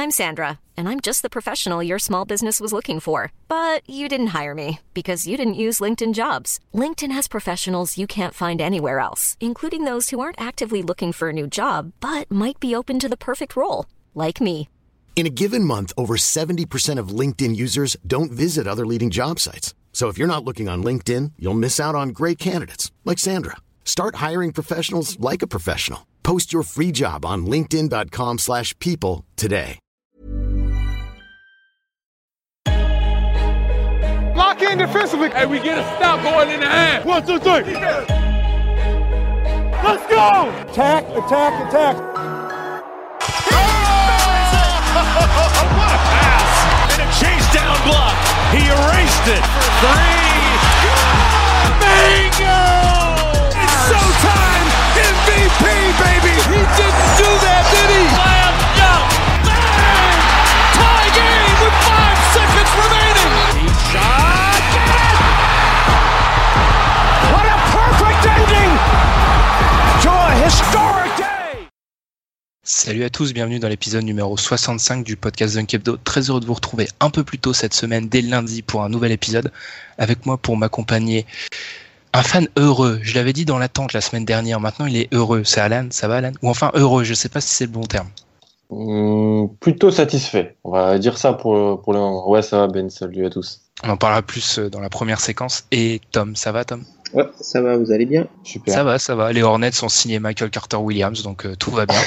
I'm Sandra, and I'm just the professional your small business was looking for. But you didn't hire me because you didn't use LinkedIn Jobs. LinkedIn has professionals you can't find anywhere else, including those who aren't actively looking for a new job, but might be open to the perfect role, like me. In a given month, over 70% of LinkedIn users don't visit other leading job sites. So if you're not looking on LinkedIn, you'll miss out on great candidates like Sandra. Start hiring professionals like a professional. Post your free job on linkedin.com/people today. Lock in defensively. Hey, we get a stop going in the half. 1, 2, 3. Let's go. Attack, attack, attack. What a pass! And a chase down block. He erased it. 3. Bingo! It's showtime! MVP, baby! He didn't do that, did he? Slam dunk! Bang! Tie game with 5 seconds remaining! He shot! What a perfect ending to a historic day! Salut à tous, bienvenue dans l'épisode numéro 65 du podcast Dunk Hebdo. Très heureux de vous retrouver un peu plus tôt cette semaine, dès le lundi, pour un nouvel épisode. Avec moi pour m'accompagner, un fan heureux. Je l'avais dit dans l'attente la semaine dernière, maintenant il est heureux. C'est Alan, ça va Alan? Ou enfin heureux, je sais pas si c'est le bon terme. Plutôt satisfait, on va dire ça pour le moment. Ouais, ça va Ben, salut à tous. On en parlera plus dans la première séquence. Et Tom, ça va Tom? Ouais, ça va, vous allez bien? Super. Ça va. Les Hornets sont signés Michael Carter-Williams, donc tout va bien.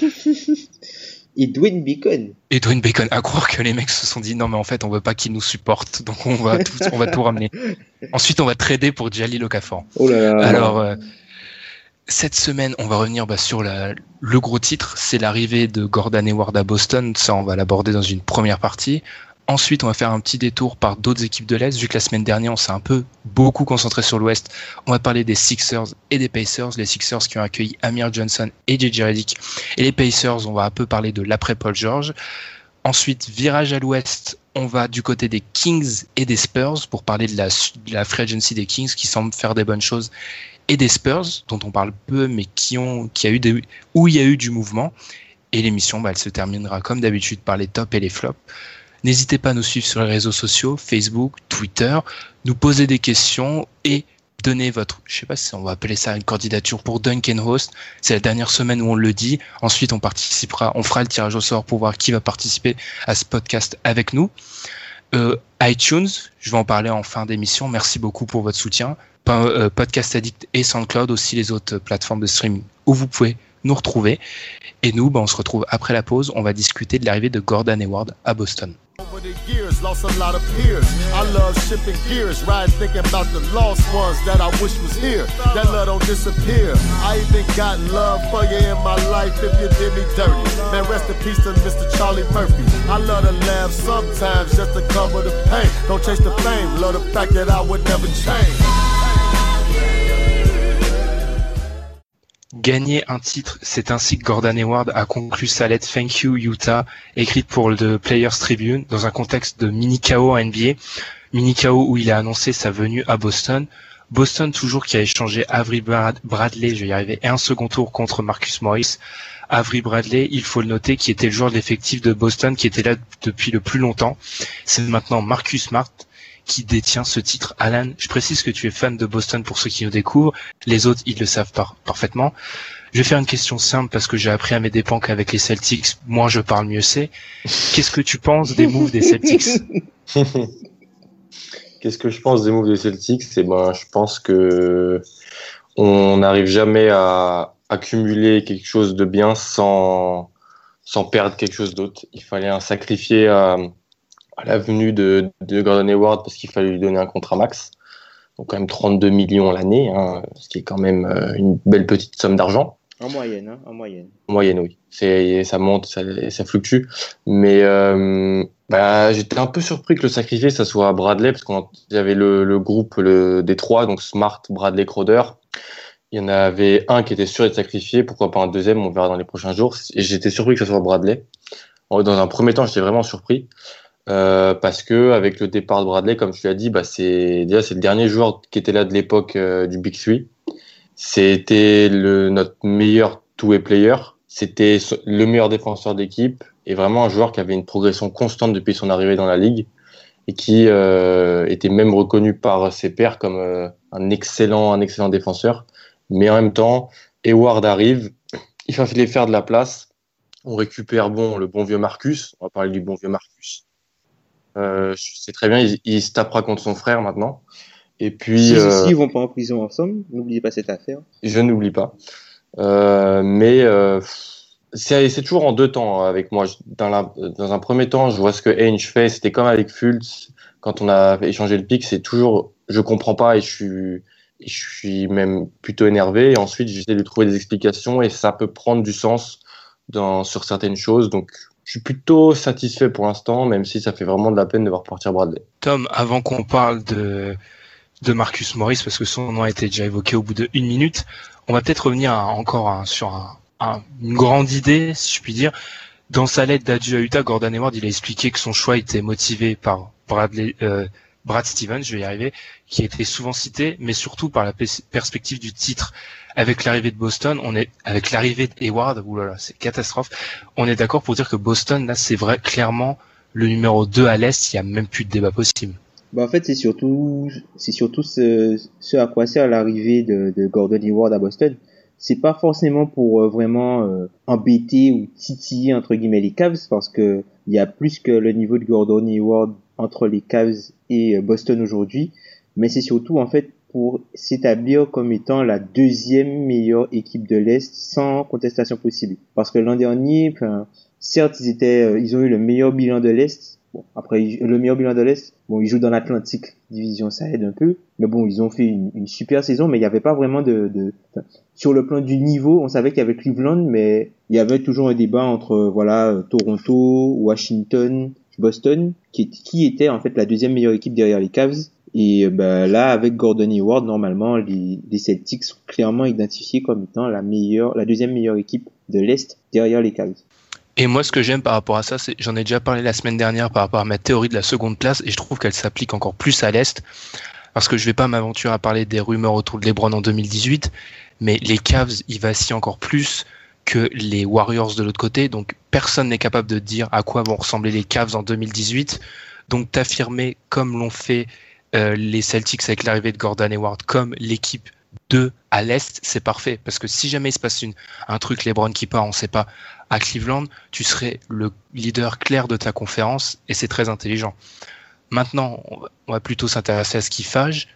Et Dwayne Bacon. Et Dwayne Bacon, à croire que les mecs se sont dit non mais en fait on veut pas qu'ils nous supportent, donc on va tout ramener. Ensuite on va trader pour Jalil Okafor. Oh là là. Alors cette semaine on va revenir sur le gros titre, c'est l'arrivée de Gordon Hayward à Boston, ça on va l'aborder dans une première partie. Ensuite, on va faire un petit détour par d'autres équipes de l'Est. Vu que la semaine dernière, on s'est beaucoup concentré sur l'Ouest, on va parler des Sixers et des Pacers. Les Sixers qui ont accueilli Amir Johnson et JJ Redick. Et les Pacers, on va un peu parler de l'après Paul George. Ensuite, virage à l'Ouest, on va du côté des Kings et des Spurs pour parler de la free agency des Kings qui semble faire des bonnes choses, et des Spurs dont on parle peu, mais où il y a eu du mouvement. Et l'émission, elle se terminera comme d'habitude par les tops et les flops. N'hésitez pas à nous suivre sur les réseaux sociaux, Facebook, Twitter, nous poser des questions et donner je sais pas si on va appeler ça une candidature pour Dunk & Host. C'est la dernière semaine où on le dit. Ensuite, on fera le tirage au sort pour voir qui va participer à ce podcast avec nous. iTunes, je vais en parler en fin d'émission. Merci beaucoup pour votre soutien. Podcast Addict et SoundCloud, aussi les autres plateformes de streaming où vous pouvez nous retrouver. Et nous, on se retrouve après la pause. On va discuter de l'arrivée de Gordon Hayward à Boston. Over the years, lost a lot of peers. I love shipping gears, right? Thinking about the lost ones that I wish was here. That love don't disappear. I even got love for you in my life if you did me dirty. Man, rest in peace to Mr. Charlie Murphy. I love to laugh sometimes just to cover the pain. Don't chase the fame, love the fact that I would never change. Gagner un titre, c'est ainsi que Gordon Hayward a conclu sa lettre Thank You Utah, écrite pour le Players Tribune, dans un contexte de mini-KO en NBA. Mini-KO où il a annoncé sa venue à Boston. Boston toujours qui a échangé Avery Bradley, je vais y arriver, et un second tour contre Marcus Morris. Avery Bradley, il faut le noter, qui était le joueur de l'effectif de Boston, qui était là depuis le plus longtemps. C'est maintenant Marcus Smart qui détient ce titre. Alan, je précise que tu es fan de Boston pour ceux qui nous découvrent. Les autres, ils le savent parfaitement. Je vais faire une question simple parce que j'ai appris à mes dépens qu'avec les Celtics, moins je parle, mieux c'est. Qu'est-ce que tu penses des moves des Celtics? Qu'est-ce que je pense des moves des Celtics? Je pense que on n'arrive jamais à accumuler quelque chose de bien sans perdre quelque chose d'autre. Il fallait un sacrifier à la venue de Gordon Hayward parce qu'il fallait lui donner un contrat max, donc quand même 32 millions l'année, ce qui est quand même une belle petite somme d'argent. En moyenne. En moyenne, oui. Ça monte, ça fluctue, mais j'étais un peu surpris que le sacrifié ça soit Bradley parce qu'il y avait le groupe des trois, donc Smart, Bradley, Crowder. Il y en avait un qui était sûr d'être sacrifié, pourquoi pas un deuxième, on verra dans les prochains jours. Et j'étais surpris que ça soit Bradley. Dans un premier temps, j'étais vraiment surpris. Parce que avec le départ de Bradley, comme tu l'as dit, c'est le dernier joueur qui était là de l'époque du Big Three. C'était notre meilleur two-way player. C'était le meilleur défenseur d'équipe et vraiment un joueur qui avait une progression constante depuis son arrivée dans la ligue et qui était même reconnu par ses pairs comme un excellent défenseur. Mais en même temps, Hayward arrive, il fallait faire de la place. On récupère le bon vieux Marcus. On va parler du bon vieux Marcus. Je sais très bien, il se tapera contre son frère maintenant. Et puis, si ils vont pas en prison ensemble, n'oubliez pas cette affaire. Je n'oublie pas. C'est toujours en deux temps avec moi. Dans un premier temps, je vois ce que Ainge fait. C'était comme avec Fultz quand on a échangé le pick. C'est toujours, je comprends pas et je suis même plutôt énervé. Et ensuite, j'essaie de trouver des explications et ça peut prendre du sens sur certaines choses. Donc, je suis plutôt satisfait pour l'instant, même si ça fait vraiment de la peine de voir partir Bradley. Tom, avant qu'on parle de Marcus Morris, parce que son nom a été déjà évoqué au bout de 1 minute, on va peut-être revenir sur une grande idée, si je puis dire. Dans sa lettre d'adieu à Utah, Gordon Hayward, il a expliqué que son choix était motivé par Brad Stevens, je vais y arriver, qui a été souvent cité, mais surtout par la perspective du titre. Avec l'arrivée de Boston, avec l'arrivée d'Hayward, oulala, c'est catastrophe. On est d'accord pour dire que Boston, là, c'est vrai, clairement, le numéro 2 à l'Est, il n'y a même plus de débat possible. En fait, c'est surtout ce à quoi sert l'arrivée de Gordon Hayward à Boston. C'est pas forcément pour vraiment embêter ou titiller entre guillemets les Cavs, parce que il y a plus que le niveau de Gordon Hayward entre les Cavs et Boston aujourd'hui, mais c'est surtout en fait pour s'établir comme étant la deuxième meilleure équipe de l'Est sans contestation possible. Parce que l'an dernier, certes, ils ont eu le meilleur bilan de l'Est. Bon, après, le meilleur bilan de l'Est, ils jouent dans l'Atlantic Division, ça aide un peu. Mais bon, ils ont fait une super saison, mais il n'y avait pas vraiment sur le plan du niveau, on savait qu'il y avait Cleveland, mais il y avait toujours un débat entre, Toronto, Washington, Boston, qui était en fait la deuxième meilleure équipe derrière les Cavs. Et là, avec Gordon Hayward, normalement, les Celtics sont clairement identifiés comme étant la deuxième meilleure équipe de l'Est derrière les Cavs. Et moi, ce que j'aime par rapport à ça, c'est, j'en ai déjà parlé la semaine dernière par rapport à ma théorie de la seconde place, et je trouve qu'elle s'applique encore plus à l'Est, parce que je vais pas m'aventurer à parler des rumeurs autour de LeBron en 2018, mais les Cavs, ils vacillent encore plus que les Warriors de l'autre côté, donc personne n'est capable de dire à quoi vont ressembler les Cavs en 2018, donc t'affirmer comme l'ont fait les Celtics avec l'arrivée de Gordon Hayward comme l'équipe 2 à l'Est, c'est parfait, parce que si jamais il se passe un truc LeBron qui part, on sait pas, à Cleveland, tu serais le leader clair de ta conférence et c'est très intelligent. Maintenant, on va plutôt s'intéresser à ce qui fâche,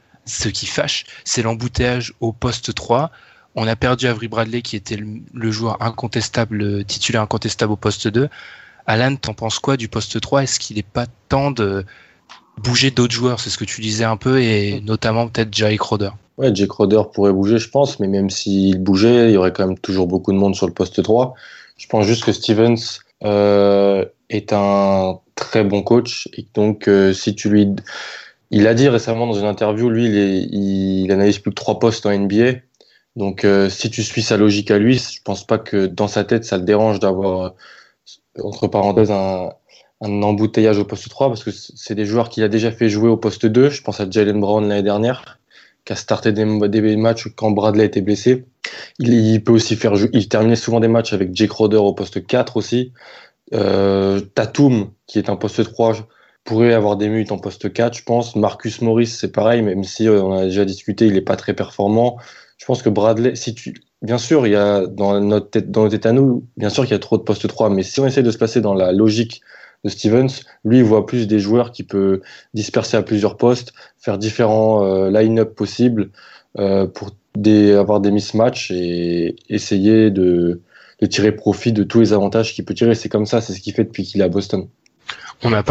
c'est l'embouteillage au poste 3. On a perdu Avery Bradley qui était le joueur incontestable, titulaire incontestable au poste 2. Alan, t'en penses quoi du poste 3 ? Est-ce qu'il n'est pas temps de bouger d'autres joueurs ? C'est ce que tu disais un peu, et notamment peut-être Jay Crowder. Ouais, Jay Crowder pourrait bouger, je pense, mais même s'il bougeait, il y aurait quand même toujours beaucoup de monde sur le poste 3. Je pense juste que Stevens est un très bon coach, et donc si tu lui... Il a dit récemment dans une interview, lui, il analyse plus que 3 postes en NBA. Donc si tu suis sa logique à lui, je pense pas que dans sa tête ça le dérange d'avoir, entre parenthèses, un embouteillage au poste 3, parce que c'est des joueurs qu'il a déjà fait jouer au poste 2. Je pense à Jaylen Brown l'année dernière, qui a starté des matchs quand Bradley était blessé. Il peut aussi il terminait souvent des matchs avec Jay Crowder au poste 4 aussi. Tatum, qui est un poste 3, pourrait avoir des minutes en poste 4, je pense. Marcus Morris, c'est pareil, même si on a déjà discuté, il est pas très performant. Je pense que Bradley, bien sûr, il y a dans notre tête à nous, bien sûr qu'il y a trop de poste 3, mais si on essaie de se placer dans la logique de Stevens, lui, il voit plus des joueurs qui peuvent disperser à plusieurs postes, faire différents line-up possibles pour avoir des mismatchs et essayer de tirer profit de tous les avantages qu'il peut tirer. C'est comme ça, c'est ce qu'il fait depuis qu'il est à Boston. Tu en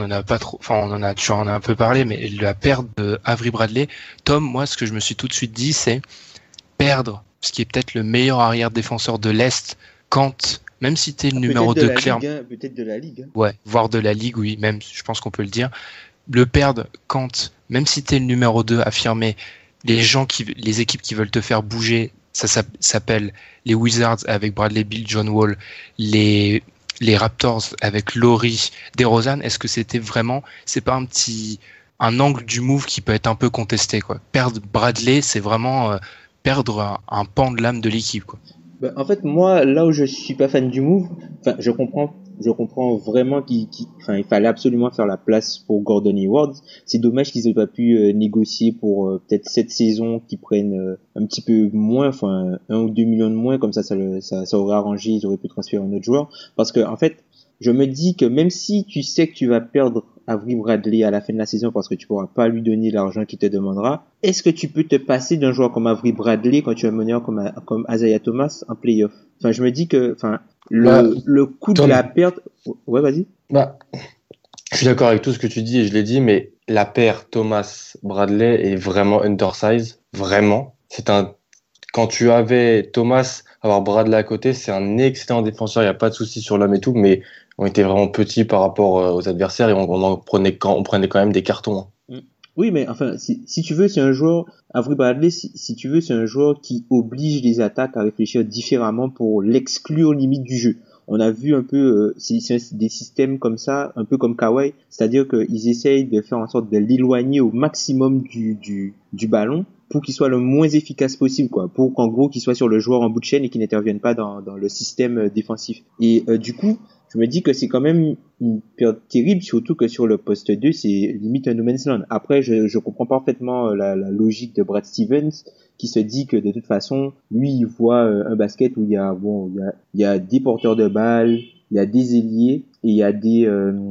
as un peu parlé, mais la perte de Avery Bradley, Tom, moi, ce que je me suis tout de suite dit, c'est perdre ce qui est peut-être le meilleur arrière défenseur de l'Est quand, même si t'es le numéro 2 clair, peut-être de la ligue. Ouais, voire de la ligue, oui, même, je pense qu'on peut le dire. Le perdre quand, même si t'es le numéro 2 affirmé, les équipes qui veulent te faire bouger, ça s'appelle les Wizards avec Bradley Beal, John Wall, les Raptors avec Laurie, DeRozan. Est-ce que c'était vraiment, c'est pas un angle du move qui peut être un peu contesté, quoi. Perdre Bradley, c'est vraiment perdre un pan de l'âme de l'équipe, quoi. En fait, moi, là où je suis pas fan du move, je comprends je comprends vraiment qu'il fallait absolument faire la place pour Gordon Hayward. C'est dommage qu'ils aient pas pu négocier pour peut-être cette saison, qu'ils prennent un petit peu moins, 1 ou 2 millions de moins, comme ça aurait arrangé, ils auraient pu transférer un autre joueur. Parce que en fait, je me dis que même si tu sais que tu vas perdre Avery Bradley à la fin de la saison parce que tu pourras pas lui donner l'argent qu'il te demandera, est-ce que tu peux te passer d'un joueur comme Avery Bradley quand tu as un meneur comme Isaiah Thomas en playoff? Enfin, je me dis que, le coût de la perte, ouais, vas-y. Je suis d'accord avec tout ce que tu dis et je l'ai dit, mais la paire Thomas Bradley est vraiment undersize, vraiment. Quand tu avais Thomas, avoir Bradley à côté, c'est un excellent défenseur, il n'y a pas de souci sur l'homme et tout, mais on était vraiment petits par rapport aux adversaires et on prenait quand même des cartons. Hein. Oui, mais enfin, si tu veux, c'est un joueur, Avery Bradley, si tu veux, c'est un joueur qui oblige les attaques à réfléchir différemment pour l'exclure limite du jeu. On a vu un peu des systèmes comme ça, un peu comme Kawhi, c'est-à-dire qu'ils essayent de faire en sorte de l'éloigner au maximum du ballon pour qu'il soit le moins efficace possible, quoi, pour qu'en gros qu'il soit sur le joueur en bout de chaîne et qu'il n'intervienne pas dans le système défensif. Et du coup, je me dis que c'est quand même une perte terrible, surtout que sur le poste 2, c'est limite un no man's land. Après, je comprends parfaitement la logique de Brad Stevens, qui se dit que de toute façon, lui, il voit un basket où il y a des porteurs de balles, il y a des ailiers, et il y a des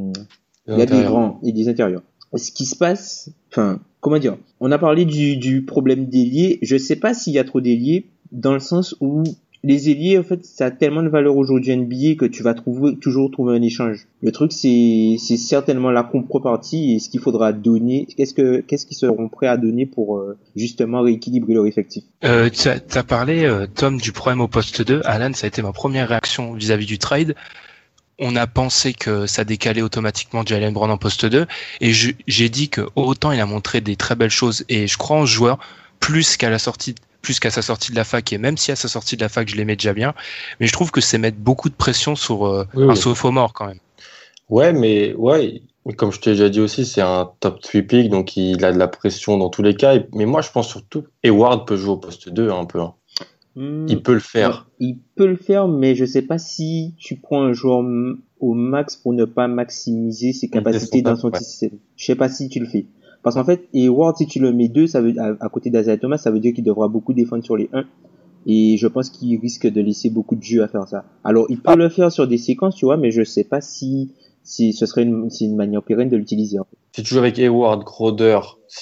grands et des intérieurs. Ce qui se passe, comment dire, on a parlé du problème d'ailier, je sais pas s'il y a trop d'ailiers, dans le sens où les ailiers, en fait, ça a tellement de valeur aujourd'hui NBA que tu vas toujours trouver un échange. Le truc, c'est certainement la contrepartie et ce qu'il faudra donner. Qu'est-ce qu'ils seront prêts à donner pour justement rééquilibrer leur effectif. T'as parlé, Tom, du problème au poste 2. Alan, ça a été ma première réaction vis-à-vis du trade. On a pensé que ça décalait automatiquement Jaylen Brown en poste 2 et j'ai dit que autant il a montré des très belles choses et je crois en ce joueur plus qu'à sa sortie de la fac, et même si à sa sortie de la fac je l'aimais déjà bien, mais je trouve que c'est mettre beaucoup de pression sur un sophomore quand même. Mais comme je t'ai déjà dit aussi, c'est un top 3 pick, donc il a de la pression dans tous les cas, mais moi je pense surtout Hayward peut jouer au poste 2 un peu. Il peut le faire. Il peut le faire, mais je sais pas si tu prends un joueur au max pour ne pas maximiser ses capacités dans son système. Je sais pas si tu le fais. Parce qu'en fait, Hayward, si tu le mets 2, ça veut, à côté d'Isaiah Thomas, ça veut dire qu'il devra beaucoup défendre sur les 1. Et je pense qu'il risque de laisser beaucoup de jus à faire ça. Alors, il peut le faire sur des séquences, tu vois, mais je sais pas si ce serait une manière pérenne de l'utiliser. En fait. Si tu joues avec Hayward, Crowder,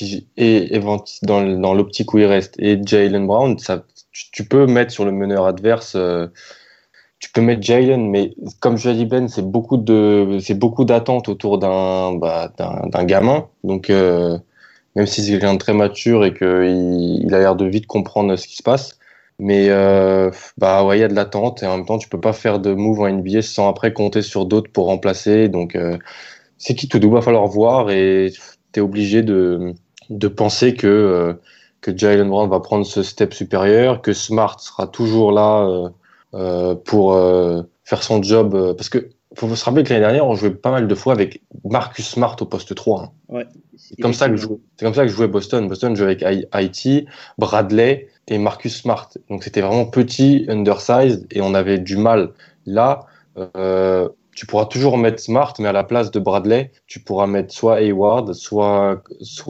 et dans l'optique où il reste, et Jaylen Brown, tu peux mettre sur le meneur adverse, tu peux mettre Jaylen, mais comme je l'ai dit Ben, c'est beaucoup d'attentes autour d'un gamin. Donc même si c'est quelqu'un de très mature et qu'il a l'air de vite comprendre ce qui se passe, mais il y a de l'attente et en même temps tu peux pas faire de move en NBA sans après compter sur d'autres pour remplacer. Donc c'est qui tout doux, va falloir voir et t'es obligé de penser que Jaylen Brown va prendre ce step supérieur, que Smart sera toujours là. Pour faire son job, parce que faut se rappeler que l'année dernière on jouait pas mal de fois avec Marcus Smart au poste 3. Hein. Ouais. C'est comme ça que je jouais Boston. Boston jouait avec IT, Bradley et Marcus Smart. Donc c'était vraiment petit, undersized et on avait du mal. Là, tu pourras toujours mettre Smart, mais à la place de Bradley, tu pourras mettre soit Hayward, soit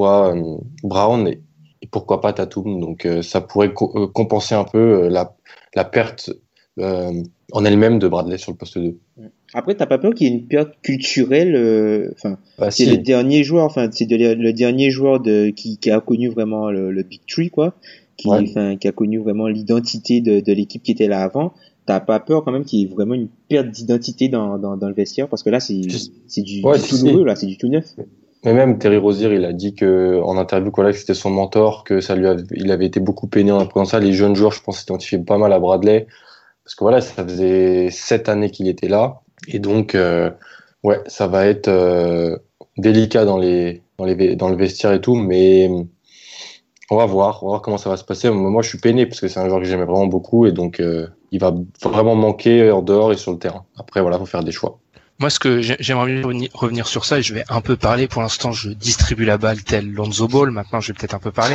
Brown et pourquoi pas Tatum. Donc ça pourrait compenser un peu la perte en elle-même de Bradley sur le poste 2. Après, t'as pas peur qu'il y ait une perte culturelle, c'est le dernier joueur, c'est le dernier joueur qui a connu vraiment le Big Three, quoi, qui a connu vraiment l'identité de l'équipe qui était là avant. T'as pas peur quand même qu'il y ait vraiment une perte d'identité dans le vestiaire, parce que là, c'est du tout nouveau, là, c'est du tout neuf. Mais même Terry Rozier, il a dit en interview que c'était son mentor, que il avait été beaucoup peiné en apprenant ça. Les jeunes joueurs, je pense, s'identifiaient pas mal à Bradley. Parce que ça faisait 7 années qu'il était là. Et donc, ça va être délicat dans le vestiaire et tout, mais on va voir comment ça va se passer. Moi, je suis peiné parce que c'est un joueur que j'aimais vraiment beaucoup et donc il va vraiment manquer en dehors et sur le terrain. Après, faut faire des choix. Moi, ce que j'aimerais revenir sur ça, et je vais un peu parler. Pour l'instant, je distribue la balle tel Lonzo Ball. Maintenant, je vais peut-être un peu parler.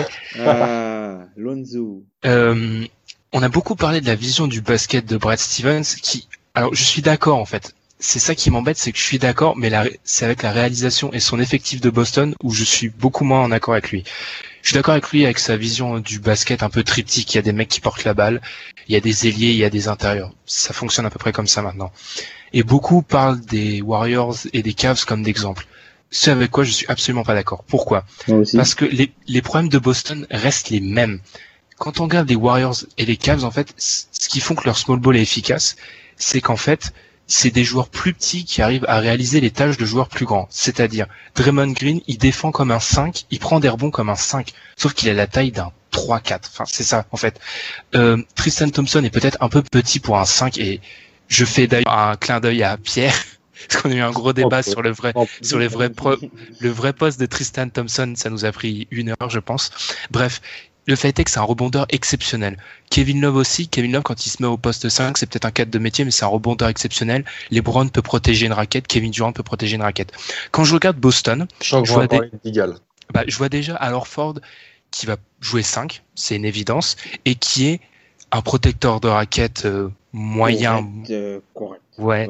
Lonzo. On a beaucoup parlé de la vision du basket de Brad Stevens alors je suis d'accord en fait. c'est ça qui m'embête, c'est que je suis d'accord, mais c'est avec la réalisation et son effectif de Boston où je suis beaucoup moins en accord avec lui. Je suis d'accord avec lui avec sa vision du basket un peu triptyque. Il y a des mecs qui portent la balle, il y a des ailiers, il y a des intérieurs. Ça fonctionne à peu près comme ça maintenant. Et beaucoup parlent des Warriors et des Cavs comme d'exemple. Ce avec quoi je suis absolument pas d'accord. Pourquoi ? Parce que les problèmes de Boston restent les mêmes. Quand on regarde les Warriors et les Cavs, en fait, ce qui font que leur small ball est efficace, c'est qu'en fait, c'est des joueurs plus petits qui arrivent à réaliser les tâches de joueurs plus grands. C'est-à-dire, Draymond Green, il défend comme un 5, il prend des rebonds comme un 5, sauf qu'il a la taille d'un 3-4. Enfin, c'est ça, en fait. Tristan Thompson est peut-être un peu petit pour un 5, et je fais d'ailleurs un clin d'œil à Pierre, parce qu'on a eu un gros débat sur le vrai poste de Tristan Thompson. Ça nous a pris 1 heure, je pense. Bref. Le fait est que c'est un rebondeur exceptionnel. Kevin Love aussi. Kevin Love, quand il se met au poste 5, c'est peut-être un cadre de métier, mais c'est un rebondeur exceptionnel. LeBron peut protéger une raquette. Kevin Durant peut protéger une raquette. Quand je regarde Boston, je vois déjà Al Horford qui va jouer 5, c'est une évidence, et qui est un protecteur de raquette moyen. Correct. Ouais,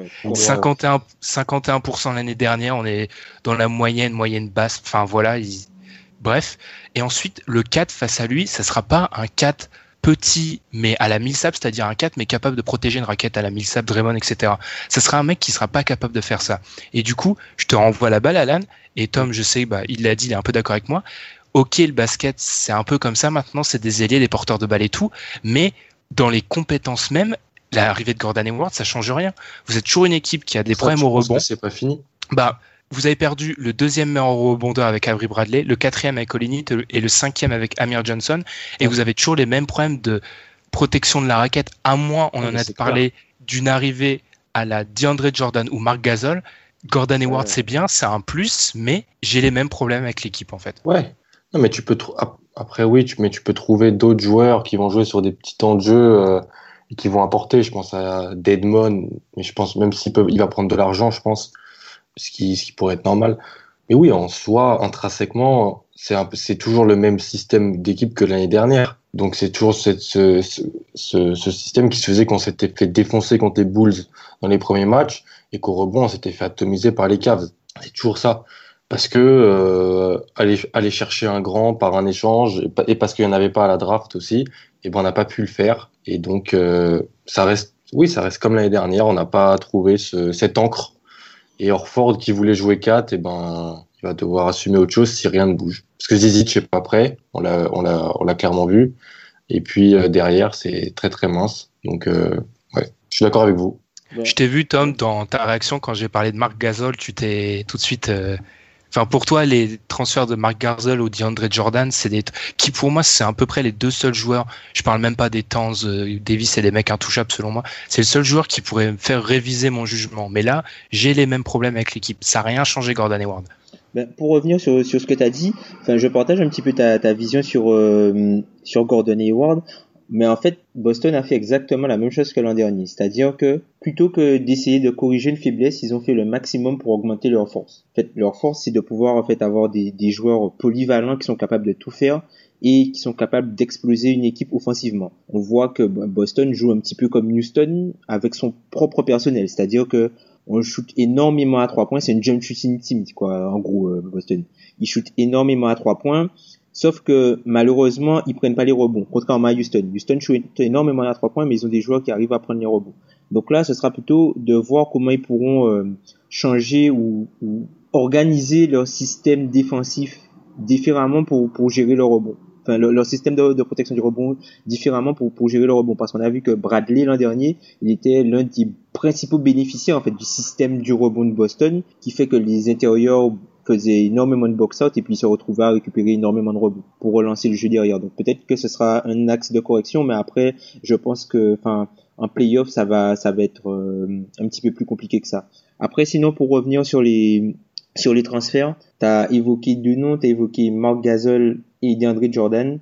51% l'année dernière. On est dans la moyenne basse. Enfin voilà. Bref, et ensuite le 4 face à lui, ça sera pas un 4 petit mais à la Millsap, c'est-à-dire un 4 mais capable de protéger une raquette à la Millsap, Draymond, etc. Ça sera un mec qui sera pas capable de faire ça. Et du coup, je te renvoie la balle, Alan, et Tom, je sais, il l'a dit, il est un peu d'accord avec moi. Ok, le basket, c'est un peu comme ça maintenant, c'est des ailiers, des porteurs de balle et tout, mais dans les compétences même, l'arrivée de Gordon Hayward, ça change rien. Vous êtes toujours une équipe qui a des problèmes au rebond. C'est pas fini. Vous avez perdu le 2e meilleur rebondeur avec Avery Bradley, le 4e avec Olynyk et le 5e avec Amir Johnson. Et vous avez toujours les mêmes problèmes de protection de la raquette, à moins, on en a parlé, d'une arrivée à la DeAndre Jordan ou Marc Gasol. Gordon Hayward, c'est bien, c'est un plus, mais j'ai les mêmes problèmes avec l'équipe, en fait. Ouais. Non, mais tu peux trouver d'autres joueurs qui vont jouer sur des petits temps de jeu et qui vont apporter. Je pense à Dedmon, mais je pense même il va prendre de l'argent, je pense. Ce qui pourrait être normal. Mais oui, en soi, intrinsèquement, c'est toujours le même système d'équipe que l'année dernière. Donc c'est toujours ce système qui se faisait qu'on s'était fait défoncer contre les Bulls dans les premiers matchs et qu'au rebond, on s'était fait atomiser par les Cavs. C'est toujours ça. Parce que aller chercher un grand par un échange et parce qu'il n'y en avait pas à la draft aussi, et on n'a pas pu le faire. Et donc ça reste comme l'année dernière. On n'a pas trouvé cette encre. Et Horford qui voulait jouer 4, il va devoir assumer autre chose si rien ne bouge. Parce que Zizic n'est pas prêt, on l'a clairement vu. Et puis derrière, c'est très très mince. Donc je suis d'accord avec vous. Je t'ai vu, Tom, dans ta réaction quand j'ai parlé de Marc Gasol, tu t'es tout de suite... pour toi, les transferts de Marc Gasol ou DeAndre Jordan, qui pour moi, c'est à peu près les 2 seuls joueurs. Je parle même pas des Towns, Davis et des mecs intouchables selon moi. C'est le seul joueur qui pourrait me faire réviser mon jugement. Mais là, j'ai les mêmes problèmes avec l'équipe. Ça n'a rien changé, Gordon Hayward. Pour revenir sur ce que tu as dit, je partage un petit peu ta vision sur Gordon Hayward. Mais en fait, Boston a fait exactement la même chose que l'an dernier. C'est-à-dire que plutôt que d'essayer de corriger une faiblesse, ils ont fait le maximum pour augmenter leur force. En fait, leur force, c'est de pouvoir avoir des joueurs polyvalents qui sont capables de tout faire et qui sont capables d'exploser une équipe offensivement. On voit que Boston joue un petit peu comme Houston avec son propre personnel. C'est-à-dire que on shoot énormément à 3 points. C'est une jump shooting team, quoi, en gros, Boston. Ils shootent énormément à 3 points. Sauf que, malheureusement, ils prennent pas les rebonds. Contrairement à Houston. Houston shoot énormément à 3 points, mais ils ont des joueurs qui arrivent à prendre les rebonds. Donc là, ce sera plutôt de voir comment ils pourront changer ou organiser leur système défensif différemment pour gérer le rebond. Leur système de protection du rebond différemment pour gérer le rebond. Parce qu'on a vu que Bradley, l'an dernier, il était l'un des principaux bénéficiaires, en fait, du système du rebond de Boston, qui fait que les intérieurs faisait énormément de box-out et puis se retrouvait à récupérer énormément de rebonds pour relancer le jeu derrière. Donc peut-être que ce sera un axe de correction, mais après, je pense que, en play-off, ça va être un petit peu plus compliqué que ça. Après, sinon, pour revenir sur les transferts, t'as évoqué 2 noms, t'as évoqué Marc Gasol et DeAndre Jordan.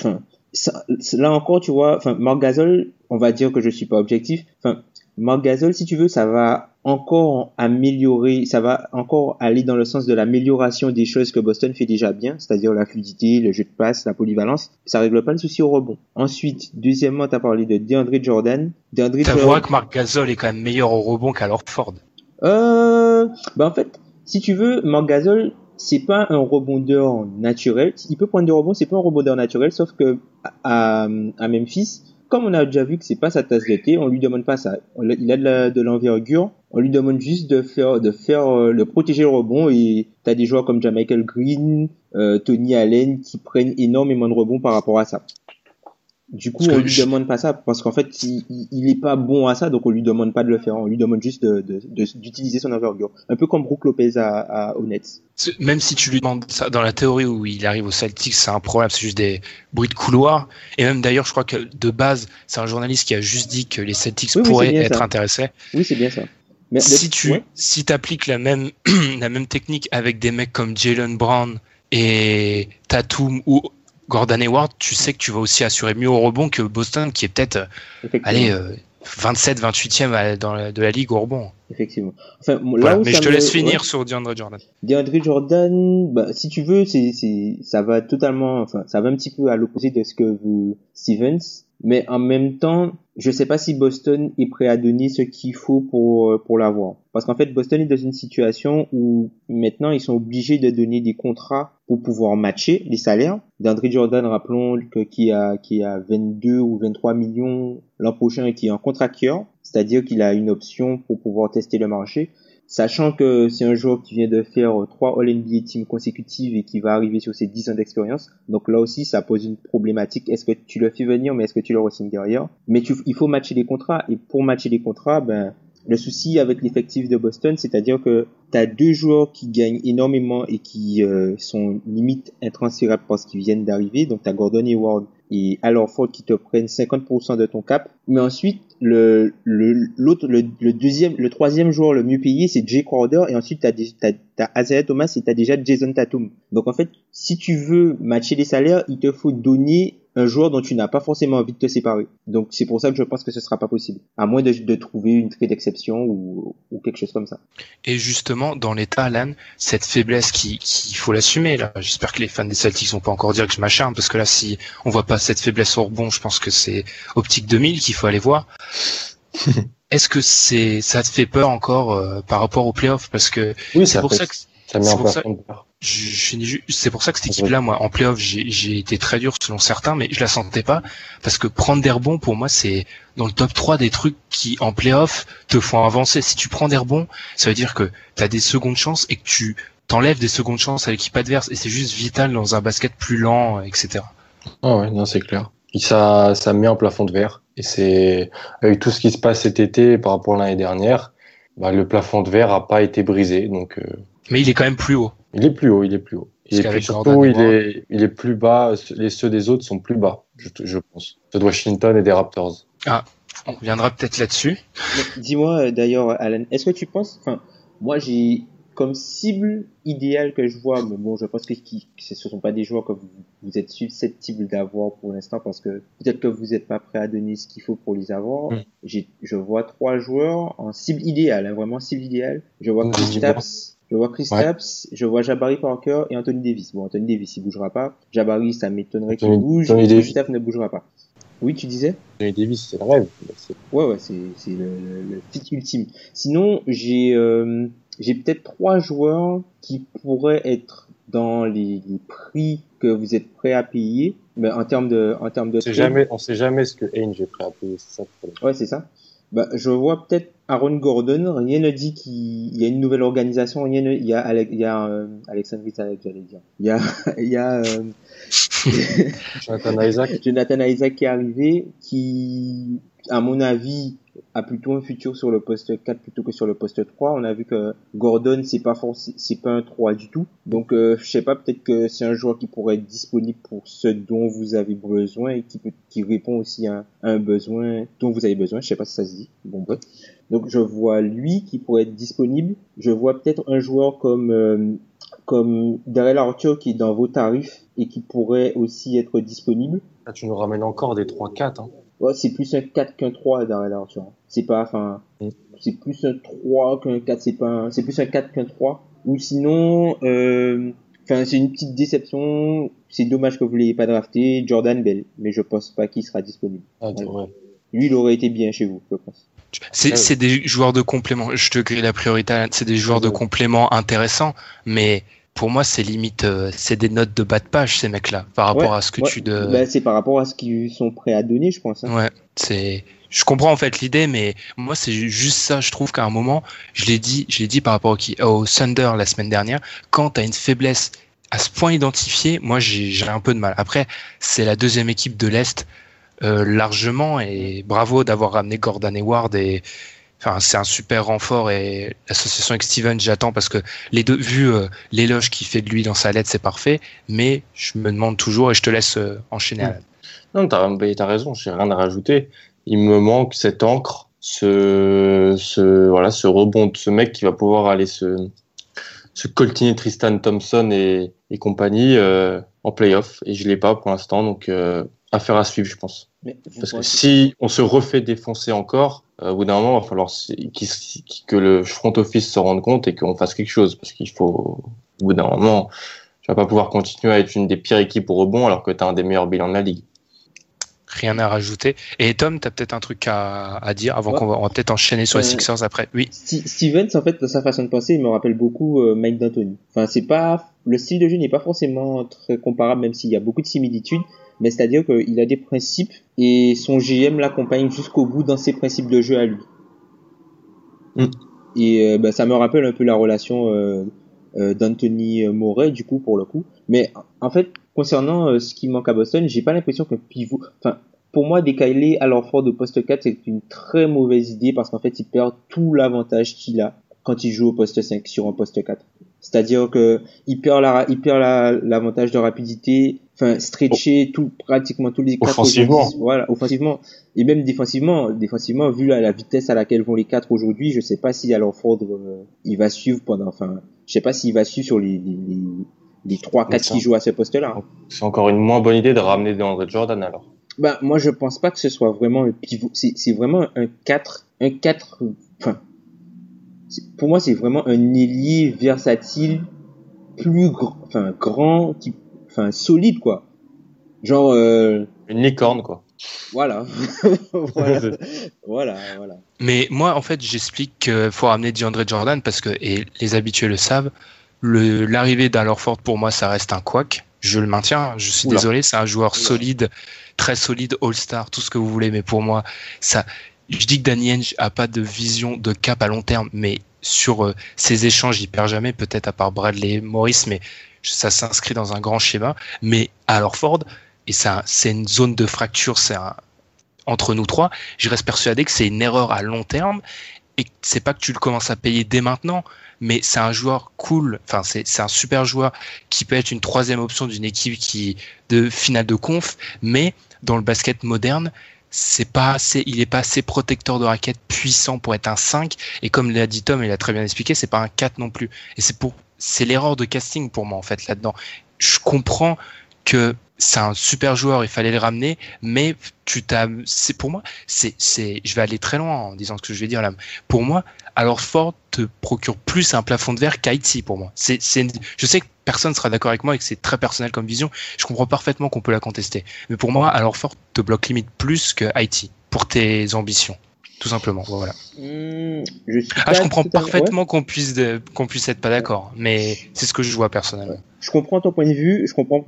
Là encore, tu vois, Marc Gasol, on va dire que je suis pas objectif. Marc Gasol, si tu veux, ça va encore améliorer, ça va encore aller dans le sens de l'amélioration des choses que Boston fait déjà bien, c'est-à-dire la fluidité, le jeu de passe, la polyvalence. Ça règle pas le souci au rebond. Ensuite, deuxièmement, t'as parlé de DeAndre Jordan. T'avoueras que Marc Gasol est quand même meilleur au rebond qu'à Horford. En fait, si tu veux, Marc Gasol, c'est pas un rebondeur naturel. Il peut prendre des rebonds, c'est pas un rebondeur naturel, sauf que à Memphis, comme on a déjà vu que c'est pas sa tasse de thé, on lui demande pas ça. Il a de l'envergure. On lui demande juste de protéger le rebond, et t'as des joueurs comme Jamichael Green, Tony Allen qui prennent énormément de rebonds par rapport à ça. Du coup, on lui demande pas ça parce qu'en fait, il est pas bon à ça, donc on lui demande pas de le faire. On lui demande juste d'utiliser son envergure. Un peu comme Brook Lopez aux Nets. Même si tu lui demandes ça, dans la théorie où il arrive aux Celtics, c'est un problème, c'est juste des bruits de couloir. Et même d'ailleurs, je crois que de base, c'est un journaliste qui a juste dit que les Celtics pourraient être intéressés. Oui, c'est bien ça. Mais si t'appliques la même technique avec des mecs comme Jaylen Brown et Tatum ou Gordon Hayward, tu sais que tu vas aussi assurer mieux au rebond que Boston, qui est peut-être 27, 28e de la ligue au rebond. Effectivement. Enfin, mais je te laisse finir sur DeAndre Jordan. DeAndre Jordan, si tu veux, ça va un petit peu à l'opposé de ce que veut Stevens. Mais en même temps, je sais pas si Boston est prêt à donner ce qu'il faut pour l'avoir. Parce qu'en fait, Boston est dans une situation où maintenant ils sont obligés de donner des contrats pour pouvoir matcher les salaires. DeAndre Jordan, rappelons qui a 22 ou 23 millions l'an prochain et qui est en contracteur. C'est-à-dire qu'il a une option pour pouvoir tester le marché. Sachant que c'est un joueur qui vient de faire 3 All-NBA teams consécutives et qui va arriver sur ses 10 ans d'expérience. Donc là aussi, ça pose une problématique. Est-ce que tu le fais venir, mais est-ce que tu le re-signes derrière? Mais il faut matcher les contrats. Et pour matcher les contrats, le souci avec l'effectif de Boston, c'est-à-dire que t'as 2 joueurs qui gagnent énormément et qui sont limite intransférables parce qu'ils viennent d'arriver. Donc t'as Gordon Hayward et Al Horford qui te prennent 50% de ton cap. Mais ensuite, le troisième joueur le mieux payé, c'est Jay Crowder, et ensuite t'as Isaiah Thomas et t'as déjà Jason Tatum. Donc en fait, si tu veux matcher les salaires, il te faut donner un joueur dont tu n'as pas forcément envie de te séparer. Donc c'est pour ça que je pense que ce sera pas possible, à moins de trouver une trade d'exception ou quelque chose comme ça. Et justement, dans l'état, Alan, cette faiblesse qu'il faut l'assumer là. J'espère que les fans des Celtics vont pas encore dire que je m'acharne, parce que là, si on voit pas cette faiblesse au rebond, je pense que c'est Optique 2000 qu'il faut aller voir. Est-ce que ça te fait peur encore par rapport aux playoffs? Parce que oui, c'est pour ça que c'est pour ça que cette équipe-là, moi, en playoff, j'ai été très dur selon certains, mais je la sentais pas, parce que prendre des rebonds, pour moi, c'est dans le top 3 des trucs qui, en playoff, te font avancer. Si tu prends des rebonds, ça veut dire que t'as des secondes chances et que tu t'enlèves des secondes chances à l'équipe adverse, et c'est juste vital dans un basket plus lent, etc. Ah ouais, non, c'est clair. Et ça met un plafond de verre. Et c'est, avec tout ce qui se passe cet été par rapport à l'année dernière, le plafond de verre a pas été brisé, donc. Mais il est quand même plus haut. Il est plus haut. Et puis surtout, il est plus bas. Ceux des autres sont plus bas, je pense. Ceux de Washington et des Raptors. Ah, on reviendra peut-être là-dessus. Mais dis-moi d'ailleurs, Alan, est-ce que tu penses, moi j'ai comme cible idéale que je vois, mais bon, je pense que ce sont pas des joueurs que vous êtes susceptibles d'avoir pour l'instant, parce que peut-être que vous n'êtes pas prêt à donner ce qu'il faut pour les avoir. Je vois 3 joueurs en cible idéale, vraiment cible idéale. Je vois Chris Tapps, je vois Jabari Parker et Anthony Davis. Bon, Anthony Davis, il bougera pas. Jabari, ça m'étonnerait qu'il bouge. Chris Tapps ne bougera pas. Oui, tu disais? Anthony Davis, c'est le rêve. Ouais, c'est le fit ultime. Sinon, j'ai peut-être 3 joueurs qui pourraient être dans les prix que vous êtes prêts à payer, mais en termes de on sait jamais ce que Ainge est prêt à payer, c'est ça. Ouais, c'est ça. Je vois peut-être Aaron Gordon. Rien ne dit qu'il y a une nouvelle organisation. Il y a Alexandre Isaac, j'allais dire. Il y a Jonathan Isaac qui est arrivé, qui, à mon avis, a plutôt un futur sur le poste 4 plutôt que sur le poste 3. On a vu que Gordon, c'est pas un 3 du tout. Donc, je sais pas, peut-être que c'est un joueur qui pourrait être disponible pour ce dont vous avez besoin et qui répond aussi à un besoin dont vous avez besoin. Je sais pas si ça se dit. Bon, bref. Donc, je vois lui qui pourrait être disponible. Je vois peut-être un joueur comme Darrell Arthur qui est dans vos tarifs et qui pourrait aussi être disponible. Là, tu nous ramènes encore des 3-4, hein. Ouais, c'est plus un 4 qu'un 3 Darrell Arthur. C'est pas, c'est plus un 3 qu'un 4, c'est plus un 4 qu'un 3. Ou sinon, c'est une petite déception. C'est dommage que vous l'ayez pas drafté, Jordan Bell. Mais je pense pas qu'il sera disponible. Ah, ouais. Lui, il aurait été bien chez vous, je pense. C'est des joueurs de complément. Je te grille la priorité. C'est des joueurs de complément intéressants, mais pour moi, c'est limite, c'est des notes de bas de page ces mecs-là par rapport à ce que c'est par rapport à ce qu'ils sont prêts à donner, je pense. Hein. Ouais, je comprends en fait l'idée, mais moi c'est juste ça. Je trouve qu'à un moment, je l'ai dit par rapport au Thunder la semaine dernière, quand t'as une faiblesse à ce point identifiée, moi j'ai un peu de mal. Après, c'est la deuxième équipe de l'Est largement, et bravo d'avoir ramené Gordon Hayward, et enfin c'est un super renfort, et l'association avec Steven, j'attends, parce que les deux, vu l'éloge qu'il fait de lui dans sa lettre, c'est parfait, mais je me demande toujours, et je te laisse enchaîner. Alan. Non, t'as raison, j'ai rien à rajouter. Il me manque cette encre, ce rebond, ce mec qui va pouvoir aller se coltiner Tristan Thompson et compagnie en play-off, et je l'ai pas pour l'instant, donc affaire à suivre, je pense. Parce que si on se refait défoncer encore, au bout d'un moment, il va falloir que le front office se rende compte et qu'on fasse quelque chose, parce qu'il faut, au bout d'un moment, tu vas pas pouvoir continuer à être une des pires équipes au rebond alors que tu as un des meilleurs bilans de la ligue. Rien à rajouter. Et Tom, tu as peut-être un truc à dire avant qu'on va peut-être enchaîner sur les Sixers après. Oui. Stevens, en fait, de sa façon de penser, il me rappelle beaucoup Mike D'Antoni. Enfin, le style de jeu n'est pas forcément très comparable, même s'il y a beaucoup de similitudes. Mais c'est-à-dire qu'il a des principes et son GM l'accompagne jusqu'au bout dans ses principes de jeu à lui. Et ça me rappelle un peu la relation d'Anthony Morey, du coup, pour le coup. Mais en fait, concernant ce qui manque à Boston, j'ai pas l'impression qu'un pivot... Enfin, pour moi, décaler à l'Horford au poste 4, c'est une très mauvaise idée, parce qu'en fait, il perd tout l'avantage qu'il a quand il joue au poste 5 sur un poste 4. C'est-à-dire que il perd l'avantage de rapidité, enfin stretcher pratiquement tous les quatre offensivement. Voilà, offensivement et même défensivement, vu la vitesse à laquelle vont les quatre aujourd'hui, je sais pas si alors Ford il va suivre je sais pas s'il va suivre sur les 3-4 qui jouent à ce poste-là. C'est encore une moins bonne idée de ramener DeAndre Jordan alors. Moi je pense pas que ce soit vraiment un pivot, c'est vraiment un 4 pour moi, c'est vraiment un ailier versatile, plus grand, solide, quoi. Genre, une licorne, quoi. Voilà. voilà. Mais moi, en fait, j'explique qu'il faut ramener DeAndre Jordan parce que, et les habitués le savent, l'arrivée d'Al Horford, pour moi, ça reste un couac. Je le maintiens, je suis désolé, c'est un joueur solide, très solide, all-star, tout ce que vous voulez, mais pour moi, ça... Je dis que Danny Ainge a pas de vision de cap à long terme, mais sur ses échanges, il perd jamais, peut-être à part Bradley Morris, mais ça s'inscrit dans un grand schéma. Mais à Horford, et c'est une zone de fracture, entre nous trois, je reste persuadé que c'est une erreur à long terme, et c'est pas que tu le commences à payer dès maintenant, mais c'est un joueur cool, enfin c'est un super joueur qui peut être une troisième option d'une équipe de finale de conf, mais dans le basket moderne, il est pas assez protecteur de raquette puissant pour être un 5, et comme l'a dit Tom, il a très bien expliqué, c'est pas un 4 non plus, et c'est l'erreur de casting pour moi en fait là-dedans. Je comprends que c'est un super joueur, il fallait le ramener, mais c'est pour moi, je vais aller très loin en disant ce que je vais dire là. Pour moi, alors Ford te procure plus un plafond de verre qu'Haïti pour moi. Je sais que personne sera d'accord avec moi et que c'est très personnel comme vision. Je comprends parfaitement qu'on peut la contester. Mais pour moi, alors Ford te bloque limite plus que Haïti pour tes ambitions. Tout simplement, voilà. Je comprends parfaitement qu'on puisse être pas d'accord, mais c'est ce que je vois personnellement. Je comprends ton point de vue,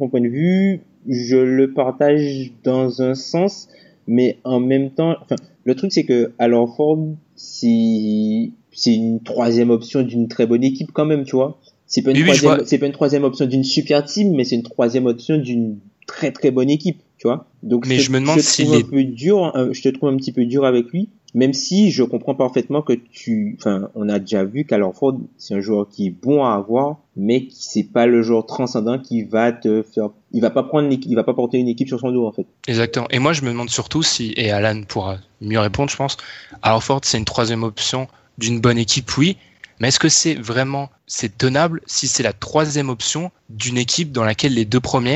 je le partage dans un sens, mais en même temps, le truc c'est que alors Ford, c'est une troisième option d'une très bonne équipe quand même, tu vois. C'est pas une troisième option d'une super team, mais c'est une troisième option d'une très très bonne équipe, tu vois. Donc mais je me demande si je te trouve un petit peu dur avec lui. Même si je comprends parfaitement que on a déjà vu qu'Al Horford, c'est un joueur qui est bon à avoir, mais qui c'est pas le joueur transcendant qui va il va pas porter une équipe sur son dos, en fait. Exactement. Et moi, je me demande surtout et Alan pourra mieux répondre, je pense, Al Horford, c'est une troisième option d'une bonne équipe, oui, mais est-ce que c'est tenable si c'est la troisième option d'une équipe dans laquelle une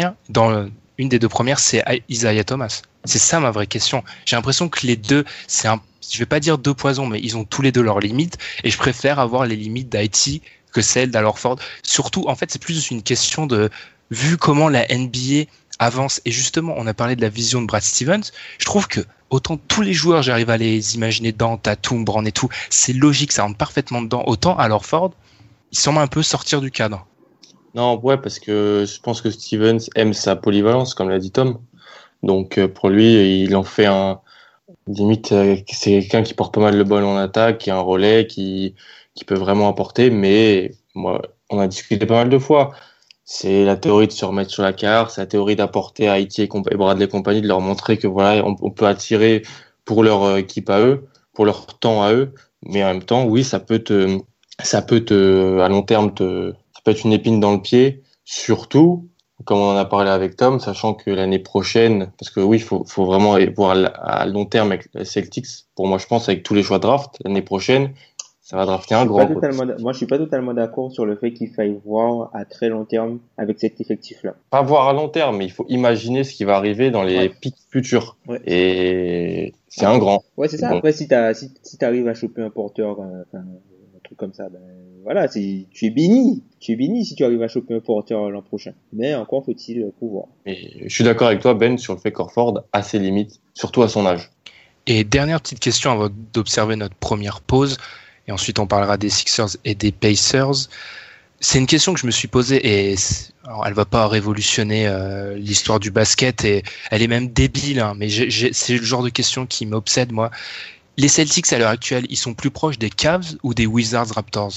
des deux premières, c'est Isaiah Thomas? C'est ça ma vraie question. J'ai l'impression que les deux, je vais pas dire deux poisons, mais ils ont tous les deux leurs limites, et je préfère avoir les limites d'Haïti que celles d'Al Horford. Surtout, en fait, c'est plus une question vu comment la NBA avance, et justement, on a parlé de la vision de Brad Stevens, je trouve que autant tous les joueurs, j'arrive à les imaginer dedans, Tatum, Brown et tout, c'est logique, ça rentre parfaitement dedans. Autant, alors Ford, il semble un peu sortir du cadre. Non, ouais, parce que je pense que Stevens aime sa polyvalence, comme l'a dit Tom. Donc, pour lui, il en fait limite, c'est quelqu'un qui porte pas mal le ballon en attaque, qui a un relais, qui peut vraiment apporter, mais moi, on a discuté pas mal de fois. C'est la théorie de se remettre sur la carte, c'est la théorie d'apporter à Haïti et Bradley et compagnie, de leur montrer que voilà, on peut attirer pour leur équipe à eux, pour leur temps à eux, mais en même temps, oui, ça peut à long terme ça peut être une épine dans le pied, surtout, comme on en a parlé avec Tom, sachant que l'année prochaine, parce que oui, faut vraiment voir à long terme avec les Celtics, pour moi, je pense, avec tous les choix de draft, l'année prochaine, ça va drafter un grand. Moi, je suis pas totalement d'accord sur le fait qu'il faille voir à très long terme avec cet effectif-là. Pas voir à long terme, mais il faut imaginer ce qui va arriver dans les pics futurs. Ouais. Et c'est un grand. Ouais, c'est ça. Bon. Après, si t'arrives à choper un porteur, un truc comme ça, ben voilà, tu es béni. Tu es béni si tu arrives à choper un porteur l'an prochain. Mais encore faut-il pouvoir. Et je suis d'accord avec toi, Ben, sur le fait qu'Horford a ses limites, surtout à son âge. Et dernière petite question avant d'observer notre première pause. Et ensuite, on parlera des Sixers et des Pacers. C'est une question que je me suis posée et alors, elle va pas révolutionner l'histoire du basket et elle est même débile, hein, mais c'est le genre de question qui m'obsède, moi. Les Celtics, à l'heure actuelle, ils sont plus proches des Cavs ou des Wizards Raptors?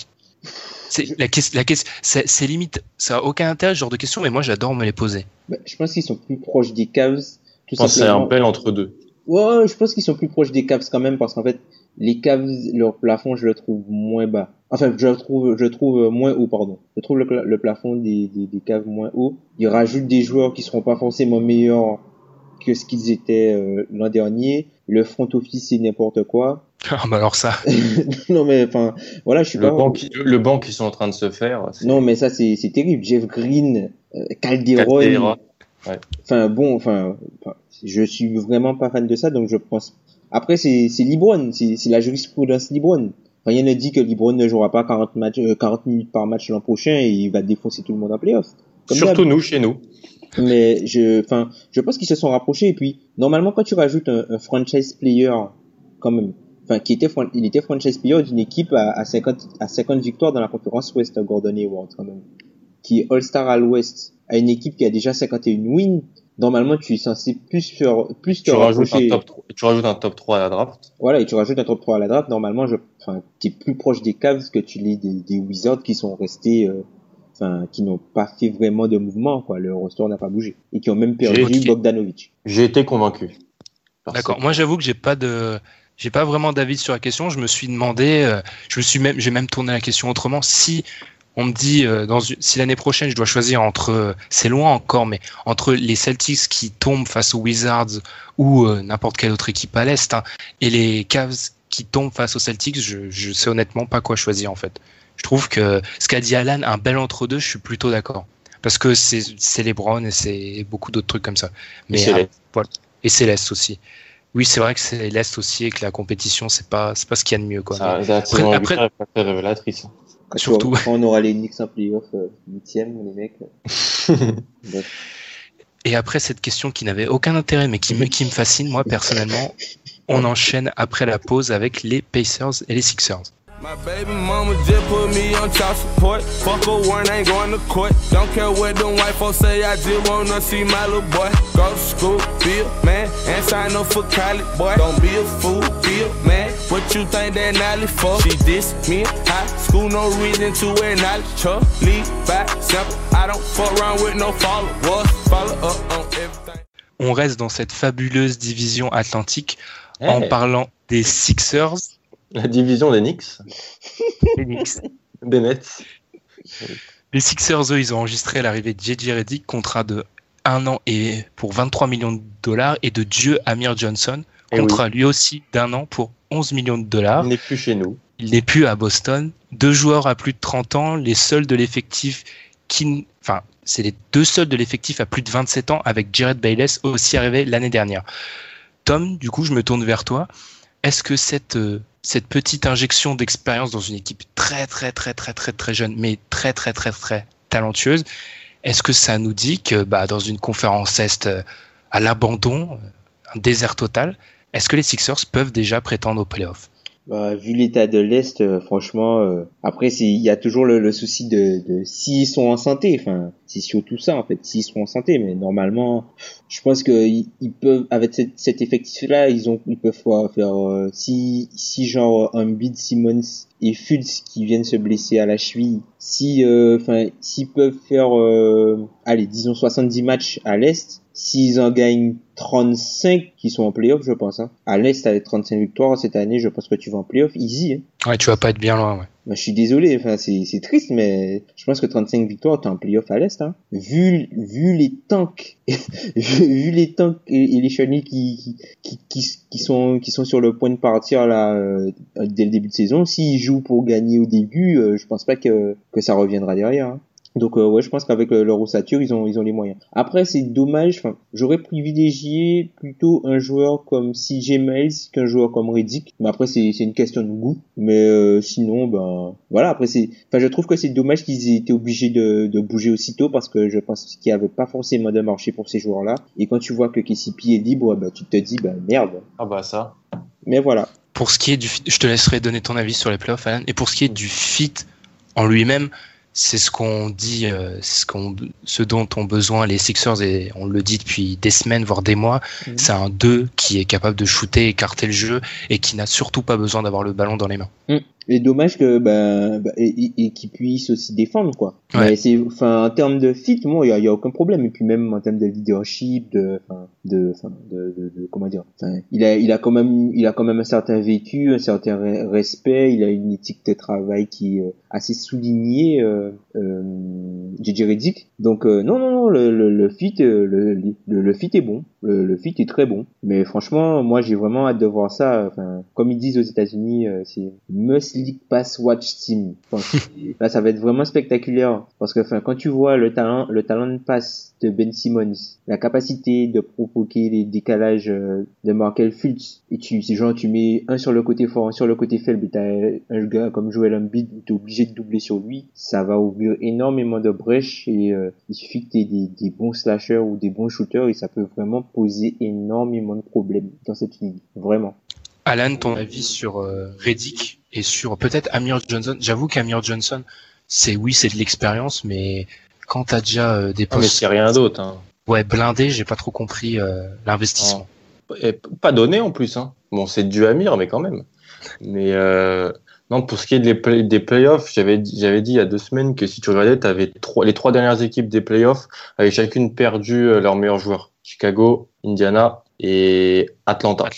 C'est limite, ça a aucun intérêt, ce genre de question, mais moi, j'adore me les poser. Je pense qu'ils sont plus proches des Cavs. Je pense que c'est un bel entre deux. Ouais, je pense qu'ils sont plus proches des Cavs quand même, parce qu'en fait, les Cavs, leur plafond, je le trouve moins bas. Enfin, je trouve moins haut, pardon. Je trouve le plafond des Cavs moins haut. Ils rajoutent des joueurs qui seront pas forcément meilleurs que ce qu'ils étaient l'an dernier. Le front office, c'est n'importe quoi. Ah, bah alors ça. Non, mais enfin, voilà, je suis pas... Le banc qu'ils sont en train de se faire. Non, mais ça, c'est terrible. Jeff Green, Calderon. Ouais. Je suis vraiment pas fan de ça, donc je pense. Après, c'est LeBron, c'est la jurisprudence LeBron. Rien ne dit que LeBron ne jouera pas 40 minutes par match l'an prochain et il va défoncer tout le monde en playoff. Surtout nous, chez nous. Mais je pense qu'ils se sont rapprochés et puis, normalement, quand tu rajoutes un franchise player, quand même, il était franchise player d'une équipe à 50 victoires dans la conférence Ouest, Gordon Hayward, quand même, qui est All-Star à l'Ouest, à une équipe qui a déjà 51 wins. Normalement, tu es censé tu rajoutes un top 3 à la draft. Voilà, et tu rajoutes un top 3 à la draft. Normalement, t'es plus proche des Cavs que tu l'es des Wizards qui sont restés, qui n'ont pas fait vraiment de mouvement, quoi. Le roster n'a pas bougé. Et qui ont même perdu Bogdanovic. J'ai été convaincu. D'accord. Moi, j'avoue que j'ai pas vraiment d'avis sur la question. Je me suis demandé, j'ai même tourné la question autrement. Si on me dit, si l'année prochaine je dois choisir c'est loin encore, mais entre les Celtics qui tombent face aux Wizards ou n'importe quelle autre équipe à l'Est, hein, et les Cavs qui tombent face aux Celtics, je sais honnêtement pas quoi choisir en fait. Je trouve que ce qu'a dit Alan, un bel entre-deux, je suis plutôt d'accord. Parce que c'est les Browns et c'est beaucoup d'autres trucs comme ça. Mais voilà. Et c'est l'Est aussi. Oui, c'est vrai que c'est l'Est aussi et que la compétition, c'est pas ce qu'il y a de mieux, quoi. Après, révélatrice. Surtout. Quand on aura les Knicks en playoff 8e, les mecs. Et après cette question qui n'avait aucun intérêt, mais qui me fascine, moi, personnellement, on enchaîne après la pause avec les Pacers et les Sixers. My baby mama just put me on child support. Fuck a warrant, ain't going to court. Don't care what them white folks say, I just wanna see my little boy. Go to school, be a man, and sign up for college, boy. Don't be a fool, be a man. What you think that Nolly for? She dissed me in high school, no reason to acknowledge her. Lead by simple, I don't fuck around with no followers. Follow up on everything. On reste dans cette fabuleuse division atlantique en parlant des Sixers. La division des Knicks. Les Knicks. Des Nets. Les Sixers, eux, ils ont enregistré l'arrivée de J.J. Redick, contrat de 1 an et pour 23 millions de dollars, et de Dieu Amir Johnson, contrat lui aussi d'1 an pour 11 millions de dollars. Il n'est plus chez nous. Il n'est plus à Boston. 2 joueurs à plus de 30 ans, les seuls de l'effectif c'est les 2 seuls de l'effectif à plus de 27 ans, avec Jared Bayless aussi arrivé l'année dernière. Tom, du coup, je me tourne vers toi. Est-ce que cette petite injection d'expérience dans une équipe très très très très très très jeune, mais très très très très talentueuse, est-ce que ça nous dit que dans une conférence Est à l'abandon, un désert total, est-ce que les Sixers peuvent déjà prétendre aux playoffs? Bah, vu l'état de l'Est, franchement, après il y a toujours le souci de s'ils sont en santé, enfin c'est surtout ça en fait, s'ils sont en santé, mais normalement, je pense que ils peuvent avec cet effectif-là, ils peuvent faire si genre Embiid, Simmons et Fultz qui viennent se blesser à la cheville, s'ils peuvent faire allez, disons 70 matchs à l'Est, s'ils en gagnent 35 qui sont en playoff, je pense. Hein. À l'Est, avec 35 victoires cette année, je pense que tu vas en playoff easy. Hein. Ouais, tu vas pas être bien loin. Ouais. Bah, je suis désolé, enfin c'est triste, mais je pense que 35 victoires, t'es en playoff à l'Est. Hein. Vu les tanks, vu les tanks et les chenilles qui sont sur le point de partir là dès le début de saison, s'ils jouent pour gagner au début, je pense pas que ça reviendra derrière. Hein. Donc ouais, je pense qu'avec leur ossature, ils ont les moyens. Après, c'est dommage. Enfin, j'aurais privilégié plutôt un joueur comme CJ Miles qu'un joueur comme Redick. Mais après, c'est une question de goût. Mais sinon, ben voilà. Après, je trouve que c'est dommage qu'ils aient été obligés de bouger aussitôt parce que je pense qu'il y avait pas forcément de marché pour ces joueurs-là. Et quand tu vois que KCP est libre, bah tu te dis, bah merde. Ah bah ça. Mais voilà. Pour ce qui est je te laisserai donner ton avis sur les playoffs, Alan. Et pour ce qui est du fit en lui-même. C'est ce qu'on dit, ce dont ont besoin les Sixers et on le dit depuis des semaines voire des mois. C'est un 2 qui est capable de shooter, écarter le jeu et qui n'a surtout pas besoin d'avoir le ballon dans les mains. Et dommage que et qu'il puisse aussi défendre quoi. Ouais. Mais en termes de fit, moi il y a aucun problème. Et puis même en termes de leadership, comment dire. Il a quand même un certain vécu, un certain respect. Il a une éthique de travail qui est assez soulignée. JJ Redick. Donc non, le fit est bon. Le fit est très bon. Mais franchement, moi j'ai vraiment hâte de voir ça. Enfin, comme ils disent aux États-Unis, c'est must league pass watch team. Enfin, là, ça va être vraiment spectaculaire parce que, quand tu vois le talent de passe de Ben Simmons, la capacité de provoquer les décalages de Markelle Fultz, et tu mets un sur le côté fort, un sur le côté faible, et t'as un gars comme Joel Embiid où t'es obligé de doubler sur lui, ça va ouvrir énormément de brèches et il suffit que t'aies des bons slashers ou des bons shooters et ça peut vraiment poser énormément de problèmes dans cette ligue. Vraiment. Alan, ton avis sur Redick et sur peut-être Amir Johnson. J'avoue qu'Amir Johnson, c'est de l'expérience, mais quand t'as déjà des postes... mais c'est rien d'autre. Hein. Ouais, blindé, j'ai pas trop compris l'investissement. Et pas donné en plus. Hein. Bon, c'est du Amir, mais quand même. Mais non, pour ce qui est des playoffs, j'avais dit il y a 2 semaines que si tu regardais, t'avais les 3 dernières équipes des playoffs avaient chacune perdu leurs meilleurs joueurs. Chicago, Indiana et Atlanta.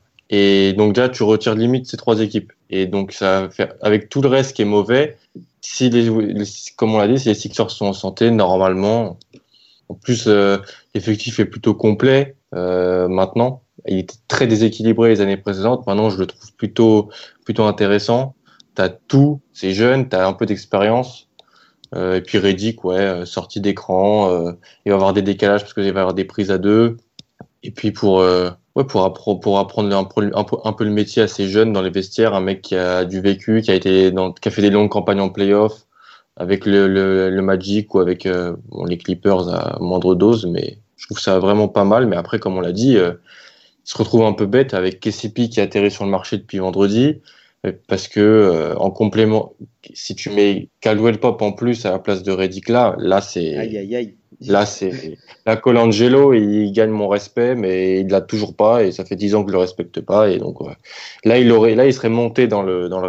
Et donc là, tu retires limite ces 3 équipes. Et donc, ça fait, avec tout le reste qui est mauvais, si comme on l'a dit, si les Sixers sont en santé, normalement, en plus, l'effectif est plutôt complet maintenant. Il était très déséquilibré les années précédentes. Maintenant, je le trouve plutôt intéressant. T'as tout, c'est jeune, t'as un peu d'expérience. Et puis Redick, sortie d'écran, il va avoir des décalages parce qu'il va y avoir des prises à 2. Et puis pour apprendre un peu le métier à ces jeunes dans les vestiaires, un mec qui a du vécu, qui a fait des longues campagnes en playoff avec le Magic ou avec les Clippers à moindre dose, mais je trouve ça vraiment pas mal. Mais après, comme on l'a dit, il se retrouve un peu bête avec KCP qui atterrit sur le marché depuis vendredi, parce que en complément, si tu mets Caldwell Pope en plus à la place de Redick là c'est aïe. Là, c'est la Colangelo, il gagne mon respect, mais il l'a toujours pas, et ça fait 10 ans que je le respecte pas, et donc là, il serait monté dans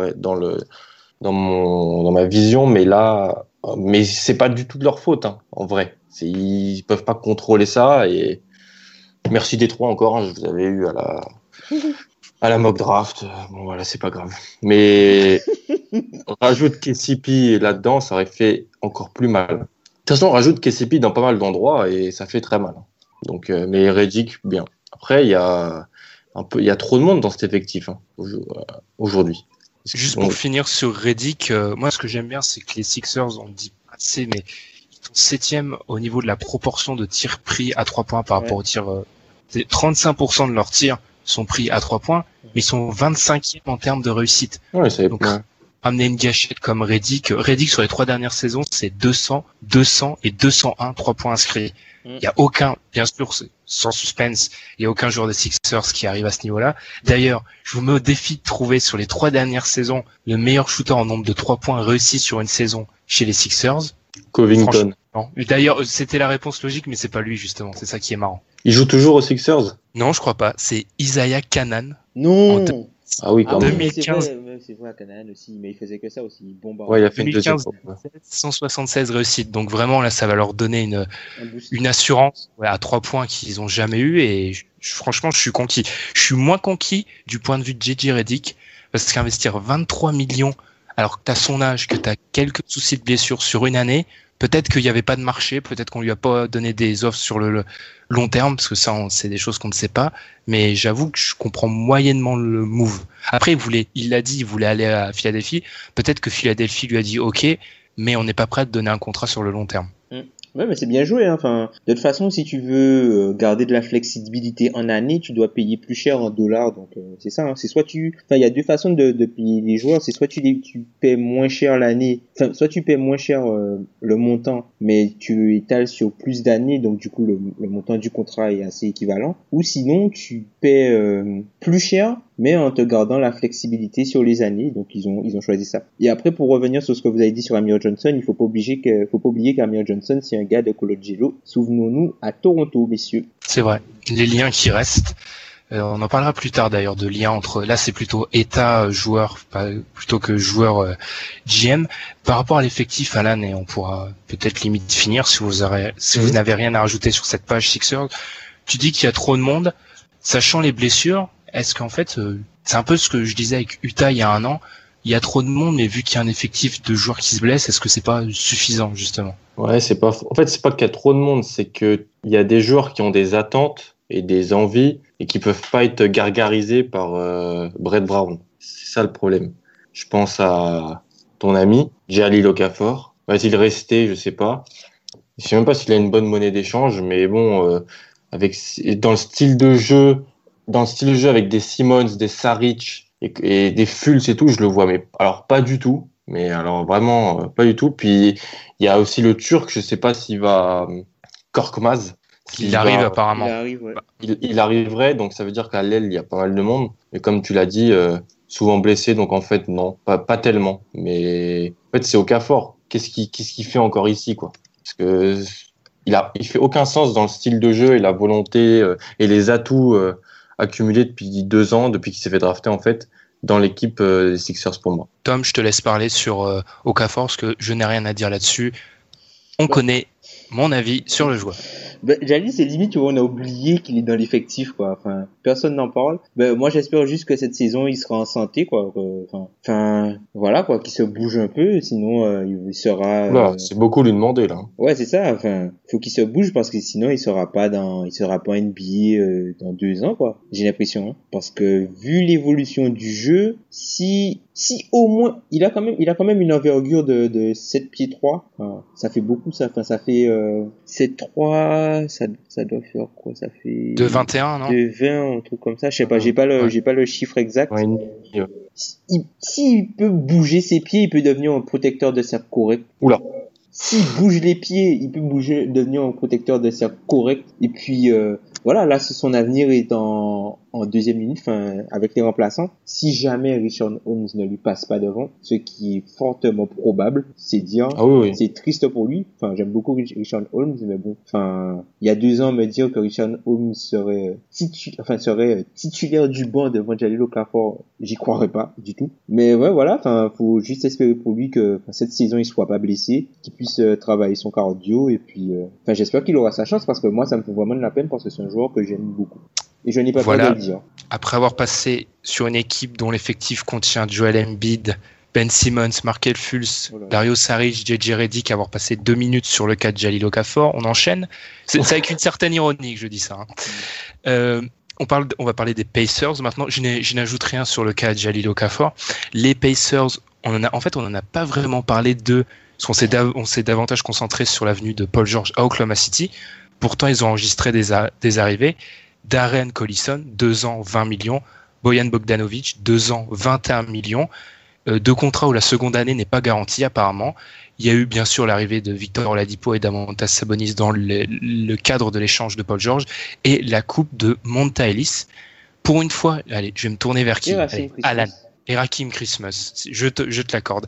ma vision, mais c'est pas du tout de leur faute, hein, en vrai. Ils peuvent pas contrôler ça, et merci Détroit encore, hein, je vous avais eu à la mock draft. Bon, voilà, c'est pas grave. Mais on rajoute KCP là-dedans, ça aurait fait encore plus mal. De toute façon, on rajoute KCP dans pas mal d'endroits et ça fait très mal. Donc, mais Redick, bien. Après, il y a trop de monde dans cet effectif aujourd'hui. Juste pour finir sur Redick, moi, ce que j'aime bien, c'est que les Sixers, on dit pas assez, mais ils sont 7e au niveau de la proportion de tirs pris à 3 points par rapport aux tirs. 35% de leurs tirs sont pris à 3 points, mais ils sont 25e en termes de réussite. Ouais, donc, amener une gâchette comme Redick sur les 3 dernières saisons, c'est 200, 200 et 201 3 points inscrits. Il y a aucun, bien sûr, sans suspense, il y a aucun joueur des Sixers qui arrive à ce niveau-là. D'ailleurs, je vous mets au défi de trouver sur les 3 dernières saisons le meilleur shooter en nombre de 3 points réussis sur une saison chez les Sixers. Covington. D'ailleurs, c'était la réponse logique, mais c'est pas lui, justement. C'est ça qui est marrant. Il joue toujours aux Sixers? Non, je crois pas. C'est Isaiah Canaan. Non. Ah oui, quand même. 2015. C'est vrai, Canaan aussi, mais il faisait que ça aussi. Ouais, il a fait 2015, 176 réussites. Donc vraiment, là, ça va leur donner une assurance à 3 points qu'ils ont jamais eu. Et franchement, je suis conquis. Je suis moins conquis du point de vue de JJ Redick, parce qu'investir 23 millions, alors que t'as son âge, que t'as quelques soucis de blessure sur une année, peut-être qu'il n'y avait pas de marché, peut-être qu'on lui a pas donné des offres sur le long terme, parce que ça, c'est des choses qu'on ne sait pas. Mais j'avoue que je comprends moyennement le move. Après, il l'a dit, il voulait aller à Philadelphie. Peut-être que Philadelphie lui a dit OK, mais on n'est pas prêt à te donner un contrat sur le long terme. Ouais, mais c'est bien joué, hein. Enfin, de toute façon, si tu veux garder de la flexibilité en année, tu dois payer plus cher en dollars. Donc, c'est ça, hein. C'est soit il y a deux façons de payer les joueurs. C'est soit tu paies moins cher l'année, enfin, soit tu paies moins cher le montant, mais tu étales sur plus d'années, donc du coup, le montant du contrat est assez équivalent. Ou sinon, tu paies plus cher, mais en te gardant la flexibilité sur les années. Donc ils ont choisi ça. Et après, pour revenir sur ce que vous avez dit sur Amir Johnson, il faut pas oublier qu'Amir Johnson, c'est un gars de Colorado. Souvenons-nous, à Toronto, messieurs. C'est vrai. Les liens qui restent. On en parlera plus tard d'ailleurs de liens entre, là c'est plutôt état joueur plutôt que joueur GM. Par rapport à l'effectif, Alan, et on pourra peut-être limite finir si vous n'avez rien à rajouter sur cette page Sixers. Tu dis qu'il y a trop de monde, sachant les blessures. Est-ce qu'en fait, c'est un peu ce que je disais avec Utah il y a un an, il y a trop de monde, mais vu qu'il y a un effectif de joueurs qui se blessent, est-ce que c'est pas suffisant, justement? Ouais, en fait, c'est pas qu'il y a trop de monde, c'est que il y a des joueurs qui ont des attentes et des envies et qui peuvent pas être gargarisés par Brett Brown. C'est ça le problème. Je pense à ton ami, Jahlil Okafor. Va-t-il rester? Je sais pas. Je sais même pas s'il a une bonne monnaie d'échange, mais bon, dans le style de jeu avec des Simmons, des Saric et des Fultz et tout, je le vois, mais alors pas du tout. Mais alors vraiment pas du tout. Puis il y a aussi le Turc, je sais pas s'il va Korkmaz. Il arrive apparemment. Il arriverait, donc ça veut dire qu'à l'aile il y a pas mal de monde. Mais comme tu l'as dit, souvent blessé, donc en fait non, pas tellement. Mais en fait c'est Okafor. Qu'est-ce qu'il fait encore ici, quoi? Parce que il fait aucun sens dans le style de jeu et la volonté et les atouts accumulés depuis 2 ans, depuis qu'il s'est fait drafter en fait dans l'équipe des Sixers pour moi. Tom, je te laisse parler sur Okafor parce que je n'ai rien à dire là-dessus. On connaît mon avis sur le joueur. Jahlil, c'est limite, tu vois, on a oublié qu'il est dans l'effectif, quoi. Enfin, personne n'en parle. Moi, j'espère juste que cette saison, il sera en santé, quoi. Enfin, voilà, quoi, qu'il se bouge un peu, sinon, il sera... Là, c'est beaucoup lui demander, là. Ouais, c'est ça. Enfin, faut qu'il se bouge parce que sinon, il sera pas NBA dans 2 ans, quoi. J'ai l'impression, hein. Parce que, vu l'évolution du jeu, si au moins, il a quand même une envergure de 7 pieds 3. Enfin, ça fait beaucoup, ça. Enfin, ça fait 7-3, ça doit faire quoi? Ça fait de 21, non? De 20, un truc comme ça. Je sais pas, j'ai pas le chiffre exact. Ouais. S'il peut bouger ses pieds, il peut devenir un protecteur de cercle correct. Oula. S'il bouge les pieds, il peut devenir un protecteur de cercle correct. Et puis voilà, là son avenir est en deuxième minute, enfin avec les remplaçants. Si jamais Richard Holmes ne lui passe pas devant, ce qui est fortement probable, c'est dire, c'est triste pour lui. Enfin, j'aime beaucoup Richard Holmes, mais bon, enfin, il y a 2 ans me dire que Richard Holmes serait titulaire du banc devant Jahlil Okafor, j'y croirais pas du tout. Mais ouais, voilà, enfin, faut juste espérer pour lui que cette saison il soit pas blessé, qu'il puisse travailler son cardio et puis, enfin, j'espère qu'il aura sa chance parce que moi ça me fait vraiment de la peine parce que c'est un joueur que j'aime beaucoup. Et je n'ai pas peur de le dire. Après avoir passé sur une équipe dont l'effectif contient Joel Embiid, Ben Simmons, Markelle Fultz, Dario Saric, JJ Redick, avoir passé 2 minutes sur le cas de Jahlil Okafor, on enchaîne. C'est avec une certaine ironie que je dis ça. Hein. On va parler des Pacers maintenant. Je n'ajoute rien sur le cas de Jahlil Okafor. Les Pacers, on en a pas vraiment parlé d'eux, parce qu'on s'est davantage concentré sur l'avenue de Paul George à Oklahoma City. Pourtant, ils ont enregistré des arrivées. Darren Collison, 2 ans, 20 millions. Bojan Bogdanovic, 2 ans, 21 millions. 2 contrats où la seconde année n'est pas garantie apparemment. Il y a eu bien sûr l'arrivée de Victor Oladipo et d'Amantas Sabonis dans le cadre de l'échange de Paul George et la coupe de Monta Ellis. Pour une fois, allez, je vais me tourner vers qui? Allez, Alan. Et Rakim Christmas, je te l'accorde.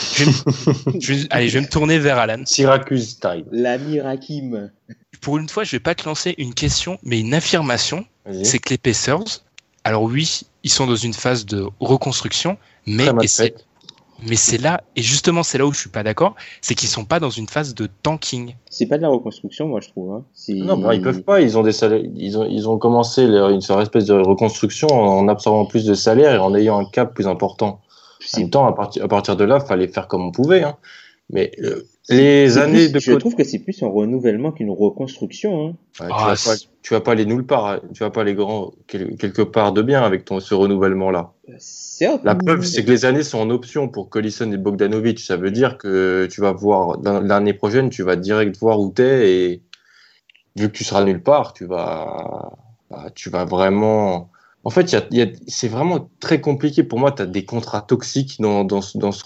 Allez, je vais me tourner vers Alan. Syracuse style. L'ami Rakim. Pour une fois, je vais pas te lancer une question, mais une affirmation. Vas-y. C'est que les Pacers, alors oui, ils sont dans une phase de reconstruction, mais c'est là, et justement c'est là où je suis pas d'accord, c'est qu'ils sont pas dans une phase de tanking. C'est pas de la reconstruction, moi je trouve. Hein. Non, bah, ils peuvent pas. Ils ont des salaires. Ils ont commencé une espèce de reconstruction en absorbant plus de salaires et en ayant un cap plus important. En même temps, à partir de là, fallait faire comme on pouvait. Hein. Mais les années je trouve que c'est plus un renouvellement qu'une reconstruction. Hein. Ouais, tu vas pas aller nulle part. Hein. Tu vas pas aller quelque part de bien avec ce renouvellement-là. Certes, la preuve, c'est que les années sont en option pour Collison et Bogdanovic. Ça veut dire que tu vas voir l'année prochaine, tu vas direct voir où t'es et vu que tu seras nulle part, tu vas vraiment. En fait, c'est vraiment très compliqué pour moi. T'as des contrats toxiques dans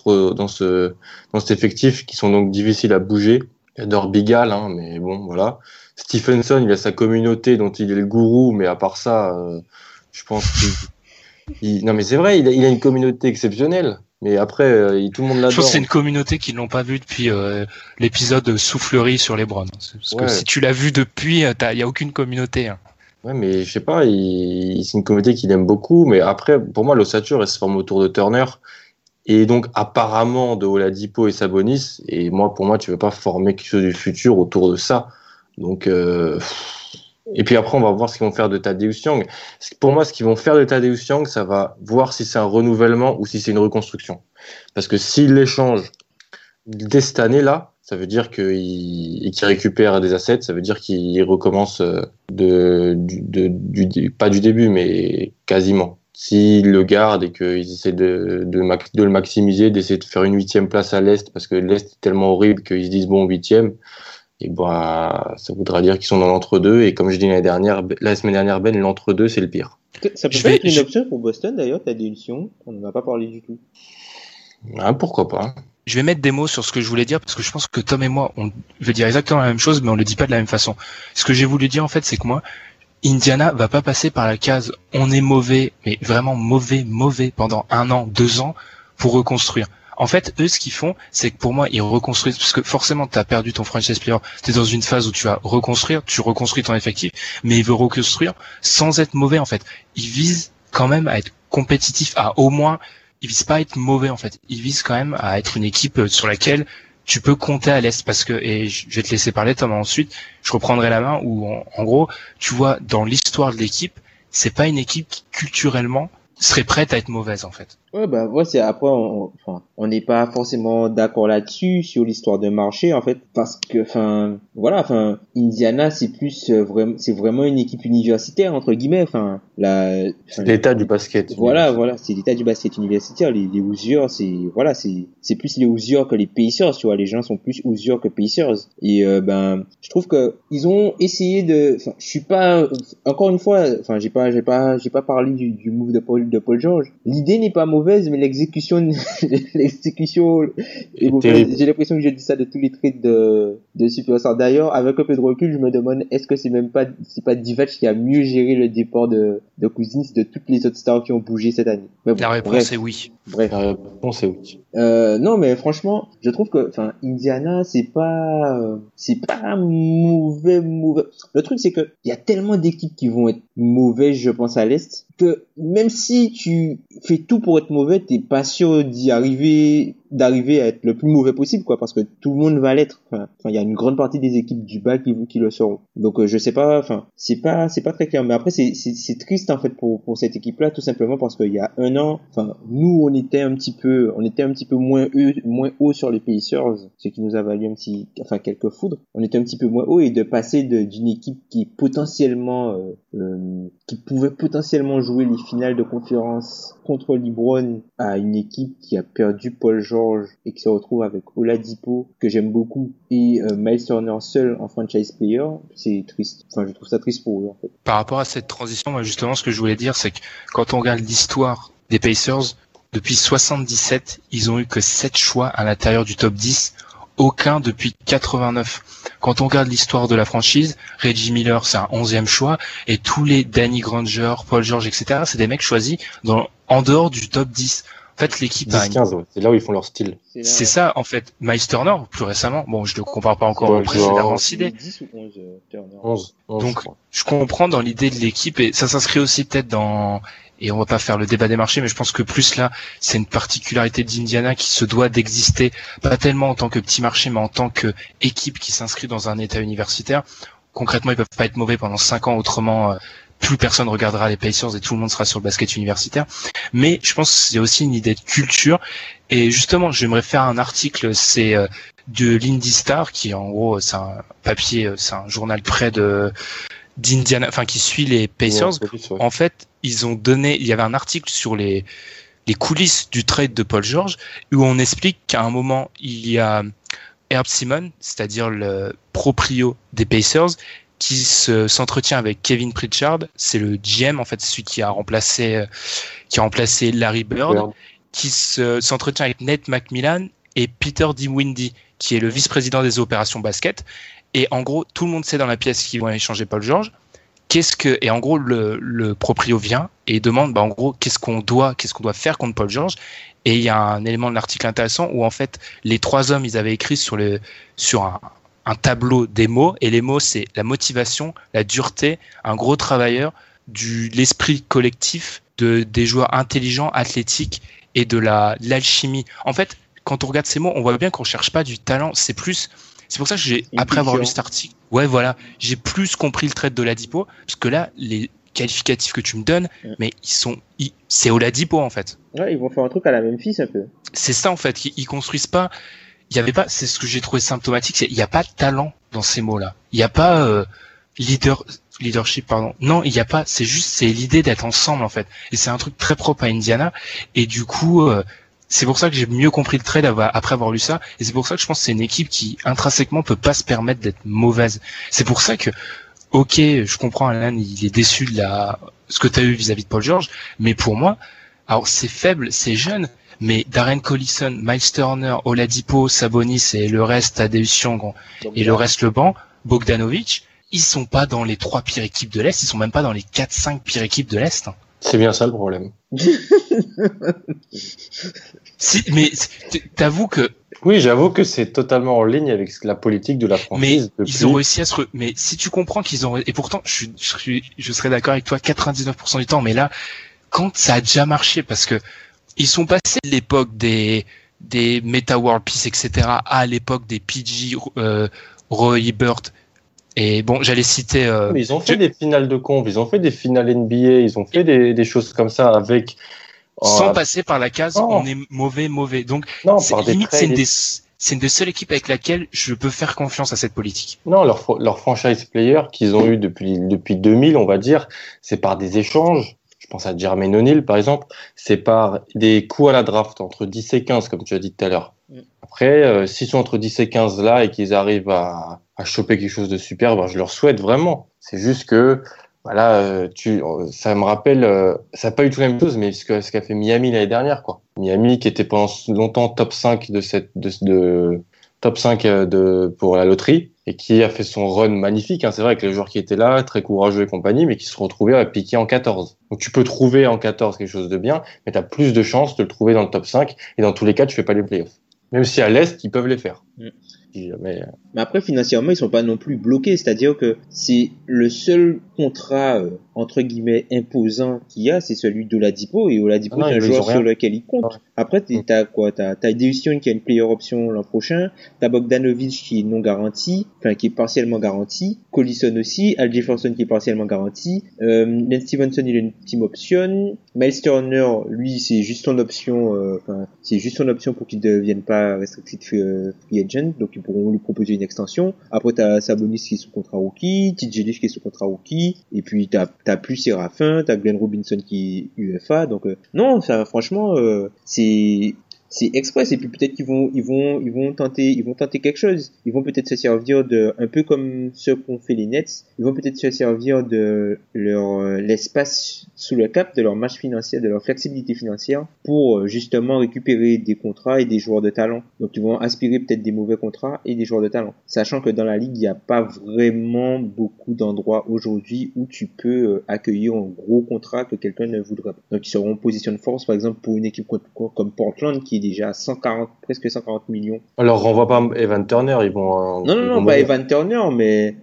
cet effectif qui sont donc difficiles à bouger. J'adore Bigal, hein, mais bon, voilà. Stephenson, il a sa communauté dont il est le gourou, mais à part ça, je pense non, mais c'est vrai, il a une communauté exceptionnelle. Mais après, tout le monde l'adore. Je pense que c'est une communauté qu'ils n'ont pas vue depuis l'épisode Soufflerie sur les Browns. Parce que si tu l'as vu depuis, il y a aucune communauté. Hein. Ouais, mais je sais pas, c'est une communauté qu'il aime beaucoup. Mais après, pour moi, l'ossature, elle se forme autour de Turner. Et donc, apparemment, de Oladipo et Sabonis. Et pour moi, tu veux pas former quelque chose du futur autour de ça. Donc, et puis après, on va voir ce qu'ils vont faire de Tadeusz Young. Pour moi, ce qu'ils vont faire de Tadeusz Young, ça va voir si c'est un renouvellement ou si c'est une reconstruction. Parce que s'ils l'échangent dès cette année-là, ça veut dire qu'ils récupèrent des assets, ça veut dire qu'ils recommencent pas du début, mais quasiment. S'ils le gardent et qu'ils essaient de le maximiser, d'essayer de faire une 8e place à l'Est, parce que l'Est est tellement horrible qu'ils se disent bon, 8e, et bah, ça voudra dire qu'ils sont dans l'entre-deux. Et comme je dis la semaine dernière, Ben, l'entre-deux, c'est le pire. Ça peut être une option pour Boston d'ailleurs, Tadeusz Young. On n'en a pas parlé du tout. Ah, pourquoi pas. Je vais mettre des mots sur ce que je voulais dire parce que je pense que Tom et moi, on veut dire exactement la même chose, mais on le dit pas de la même façon. Ce que j'ai voulu dire en fait, c'est que moi, Indiana va pas passer par la case on est mauvais, mais vraiment mauvais pendant 1 an, 2 ans pour reconstruire. En fait, eux, ce qu'ils font, c'est que pour moi, ils reconstruisent, parce que forcément, t'as perdu ton franchise player. T'es dans une phase où tu vas reconstruire, tu reconstruis ton effectif, mais ils veulent reconstruire sans être mauvais, en fait. Ils visent quand même à être compétitifs, ils visent pas à être mauvais, en fait. Ils visent quand même à être une équipe sur laquelle tu peux compter à l'Est, parce que, et je vais te laisser parler, Thomas, ensuite, je reprendrai la main, où, en gros, tu vois, dans l'histoire de l'équipe, c'est pas une équipe qui, culturellement, serait prête à être mauvaise, en fait. Ouais, bah, c'est après, on n'est pas forcément d'accord là-dessus, sur l'histoire de marché, en fait, parce que, Indiana, c'est vraiment une équipe universitaire, entre guillemets, c'est l'état du basket. Voilà, c'est l'état du basket universitaire. Les Hoosiers, c'est plus les Hoosiers que les Pacers, tu vois, les gens sont plus Hoosiers que Pacers. Et, je trouve que, ils ont essayé je suis pas, encore une fois, j'ai pas parlé du move de Paul George. L'idée n'est pas mauvaise, mais l'exécution j'ai l'impression que j'ai dit ça de tous les trades de Superstar. D'ailleurs, avec un peu de recul, je me demande est-ce que c'est pas Divac qui a mieux géré le départ de Cousins de toutes les autres stars qui ont bougé cette année. Mais bon, la réponse est oui. Bref. La réponse est oui. Non, mais franchement, je trouve que, Indiana, c'est pas mauvais. Le truc, c'est que il y a tellement d'équipes qui vont être mauvaises, je pense, à l'Est, que même si tu fais tout pour être mauvais, t'es pas sûr d'arriver à être le plus mauvais possible, quoi, parce que tout le monde va l'être. Il y a une grande partie des équipes du bas qui le seront. Donc, je sais pas, c'est pas très clair. Mais après, c'est triste, en fait, pour cette équipe-là, tout simplement parce qu'il y a 1 an, nous, on était un petit peu moins haut sur les Pacers, ce qui nous a valu quelques foudres. On était un petit peu moins haut, et de passer d'une équipe qui pouvait potentiellement jouer les finales de conférence contre LeBron à une équipe qui a perdu Paul George et qui se retrouve avec Oladipo, que j'aime beaucoup, et Miles Turner seul en franchise player, c'est triste. Je trouve ça triste pour eux, en fait. Par rapport à cette transition, moi, justement, ce que je voulais dire, c'est que quand on regarde l'histoire des Pacers, depuis 77, ils ont eu que 7 choix à l'intérieur du top 10, aucun depuis 89. Quand on regarde l'histoire de la franchise, Reggie Miller, c'est un 11e choix, et tous les Danny Granger, Paul George, etc., c'est des mecs choisis en dehors du top 10. En fait, l'équipe 10-15, ouais. C'est là où ils font leur style. C'est ça, en fait. Miles Turner, plus récemment, bon, je le compare pas encore au précédent idée. 10 ou 11 Turner. 11. Donc, je comprends dans l'idée de l'équipe, et ça s'inscrit aussi peut-être dans, et on va pas faire le débat des marchés, mais je pense que plus là, c'est une particularité d'Indiana qui se doit d'exister, pas tellement en tant que petit marché, mais en tant que équipe qui s'inscrit dans un état universitaire. Concrètement, ils peuvent pas être mauvais pendant 5 ans, autrement, plus personne regardera les Pacers et tout le monde sera sur le basket universitaire. Mais je pense que c'est aussi une idée de culture. Et justement, j'aimerais faire un article, c'est de l'Indy Star, qui en gros, c'est un papier, c'est un journal près d'Indiana, enfin qui suit les Pacers. Ouais. En fait, ils ont donné, il y avait un article sur les coulisses du trade de Paul George, où on explique qu'à un moment, il y a Herb Simon, c'est-à-dire le proprio des Pacers, qui s'entretient avec Kevin Pritchard, c'est le GM en fait, celui qui a remplacé Larry Bird, qui s'entretient avec Nate McMillan et Peter Dinwiddie, qui est le vice-président des opérations basket. Et en gros, tout le monde sait dans la pièce qu'ils vont échanger Paul George. Et en gros, le proprio vient et demande, en gros, qu'est-ce qu'on doit faire contre Paul George. Et il y a un élément de l'article intéressant où en fait, les 3 hommes, ils avaient écrit sur un tableau des mots, et les mots, c'est la motivation, la dureté, un gros travailleur, l'esprit collectif, des joueurs intelligents, athlétiques, et de l'alchimie. En fait, quand on regarde ces mots, on voit bien qu'on cherche pas du talent, c'est pour ça que après avoir lu cet article, j'ai plus compris le trade de Oladipo, parce que là, les qualificatifs que tu me donnes, mais c'est Oladipo, en fait. Ouais, ils vont faire un truc à la Memphis, un peu. C'est ça, en fait, ils construisent pas. Il y avait pas, c'est ce que j'ai trouvé symptomatique, il y a pas de talent dans ces mots-là. Il y a pas leadership, pardon. Non, il y a pas, c'est l'idée d'être ensemble en fait. Et c'est un truc très propre à Indiana. Et du coup, c'est pour ça que j'ai mieux compris le trade après avoir lu ça. Et c'est pour ça que je pense que c'est une équipe qui intrinsèquement peut pas se permettre d'être mauvaise. C'est pour ça que, ok, je comprends Alan, il est déçu de ce que tu as eu vis-à-vis de Paul George, mais pour moi, alors c'est faible, c'est jeune. Mais Darren Collison, Miles Turner, Oladipo, Sabonis et le reste, Tadeusz Young et le reste le banc, Bogdanovic, ils sont pas dans les 3 pires équipes de l'Est, ils sont même pas dans les 4-5 pires équipes de l'Est. C'est bien ça le problème. Mais t'avoues que... Oui, j'avoue que c'est totalement en ligne avec la politique de la franchise. Mais ils ont réussi mais si tu comprends qu'ils ont... Et pourtant, je serais d'accord avec toi 99% du temps, mais là, quand ça a déjà marché, parce que ils sont passés de l'époque des Meta World Peace, etc., à l'époque des PG, Roy Hibbert. Et bon, j'allais citer... Mais ils ont fait des finales de conf, ils ont fait des finales NBA, ils ont fait des choses comme ça avec... Sans passer par la case, on est mauvais. Donc, limite, c'est une des seules équipes avec laquelle je peux faire confiance à cette politique. Non, leur franchise player qu'ils ont eu depuis 2000, on va dire, c'est par des échanges. Je pense à Jermaine O'Neal, par exemple, c'est par des coups à la draft entre 10 et 15, comme tu as dit tout à l'heure. Après, s'ils sont entre 10 et 15 là et qu'ils arrivent à choper quelque chose de super, je leur souhaite vraiment. C'est juste que, voilà, ça me rappelle, ça n'a pas eu tout la même chose, mais ce qu'a fait Miami l'année dernière, quoi. Miami qui était pendant longtemps top 5 top 5 pour la loterie, et qui a fait son run magnifique, c'est vrai, avec les joueurs qui étaient là, très courageux et compagnie, mais qui se retrouvaient à piquer en 14. Donc tu peux trouver en 14 quelque chose de bien, mais tu as plus de chances de le trouver dans le top 5, et dans tous les cas, tu fais pas les playoffs. Même si à l'Est, ils peuvent les faire. Si jamais... Mais après, financièrement, ils sont pas non plus bloqués, c'est-à-dire que c'est le seul contrat, entre guillemets, imposant qu'il y a, c'est celui d'Oladipo, et Oladipo, c'est un joueur sur lequel il compte. Ouais. Après, t'as quoi? T'as Deucion qui a une player option l'an prochain, t'as Bogdanovic qui est non garanti, enfin, qui est partiellement garanti, Collison aussi, Al Jefferson qui est partiellement garanti, Lance Stevenson, il a une team option, Miles Turner, lui, c'est juste son option, c'est juste son option pour qu'il ne devienne pas restricted free agent, donc ils pourront lui proposer une extension. Après, t'as Sabonis qui est sous contrat rookie, TJ Leaf qui est sous contrat rookie, et puis t'as plus Séraphin, t'as Glenn Robinson qui est UFA, donc non, ça, franchement, c'est c'est express, et puis peut-être qu'ils vont tenter quelque chose. Ils vont peut-être se servir un peu comme ce qu'ont fait les Nets. Ils vont peut-être se servir de l'espace sous le cap, de leur marge financière, de leur flexibilité financière pour justement récupérer des contrats et des joueurs de talent. Donc ils vont aspirer peut-être des mauvais contrats et des joueurs de talent. Sachant que dans la ligue, il n'y a pas vraiment beaucoup d'endroits aujourd'hui où tu peux accueillir un gros contrat que quelqu'un ne voudrait pas. Donc ils seront en position de force, par exemple, pour une équipe comme Portland qui est déjà à presque 140 millions. Alors renvoie pas Evan Turner, ils vont... Non, pas Evan Turner, mais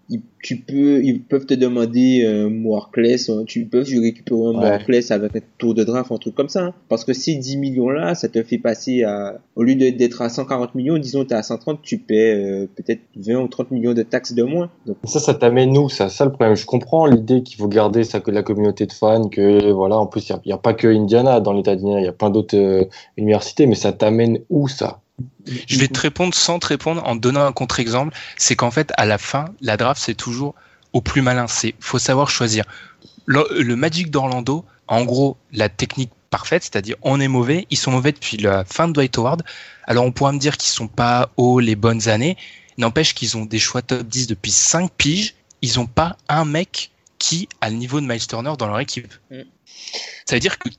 ils peuvent te demander Moarkless, tu peux récupérer un Moarkless avec un tour de draft, un truc comme ça, hein. Parce que ces 10 millions-là, ça te fait passer au lieu d'être à 140 millions, disons t'es à 130, tu paies peut-être 20 ou 30 millions de taxes de moins. Donc ça t'amène où, ça le problème. Je comprends l'idée qu'il faut garder ça, que la communauté de fans, que voilà, en plus il y a pas que Indiana dans l'État d'Indiana, il y a plein d'autres universités, mais ça t'amène où, ça? Je vais te répondre sans te répondre en donnant un contre-exemple. C'est qu'en fait, à la fin, la draft, c'est toujours au plus malin. Faut savoir choisir. Le Magic d'Orlando, en gros, la technique parfaite, c'est-à-dire on est mauvais, ils sont mauvais depuis la fin de Dwight Howard. Alors on pourra me dire qu'ils sont pas hauts les bonnes années. N'empêche qu'ils ont des choix top 10 depuis 5 piges. Ils ont pas un mec qui a le niveau de Miles Turner dans leur équipe. Ça veut dire que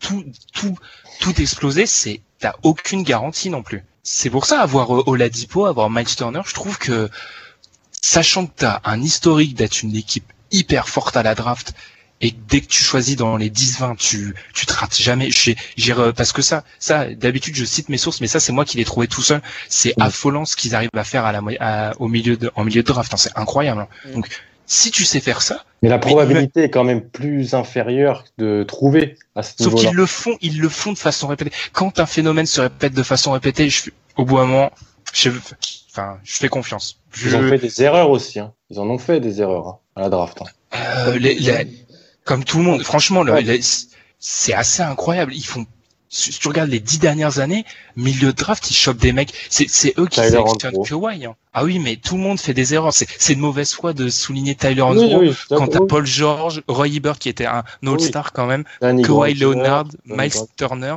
tout exploser, t'as aucune garantie non plus. C'est pour ça, avoir Oladipo, avoir Miles Turner, je trouve que, sachant que t'as un historique d'être une équipe hyper forte à la draft, et que dès que tu choisis dans les 10-20, tu te rates jamais. Parce que ça, d'habitude, je cite mes sources, mais ça, c'est moi qui l'ai trouvé tout seul. C'est affolant ce qu'ils arrivent à faire en milieu de draft, hein. C'est incroyable, hein. Donc, si tu sais faire ça. Mais la probabilité est quand même plus inférieure de trouver à ce niveau-là. Sauf qu'ils le font de façon répétée. Quand un phénomène se répète de façon répétée, au bout d'un moment, je fais confiance. Ils ont fait des erreurs aussi, hein. Ils en ont fait des erreurs, hein, à la draft, hein. Comme tout le monde, franchement, c'est assez incroyable. Si tu regardes les 10 dernières années, milieu de draft, ils chopent des mecs. C'est eux qui sélectionnent Kawhi, hein. Ah oui, mais tout le monde fait des erreurs. C'est de mauvaise foi de souligner Tyler Hansbrough quand t'as Paul George, Roy Hibbert qui était un All-Star quand même, Kawhi Leonard, Miles Turner.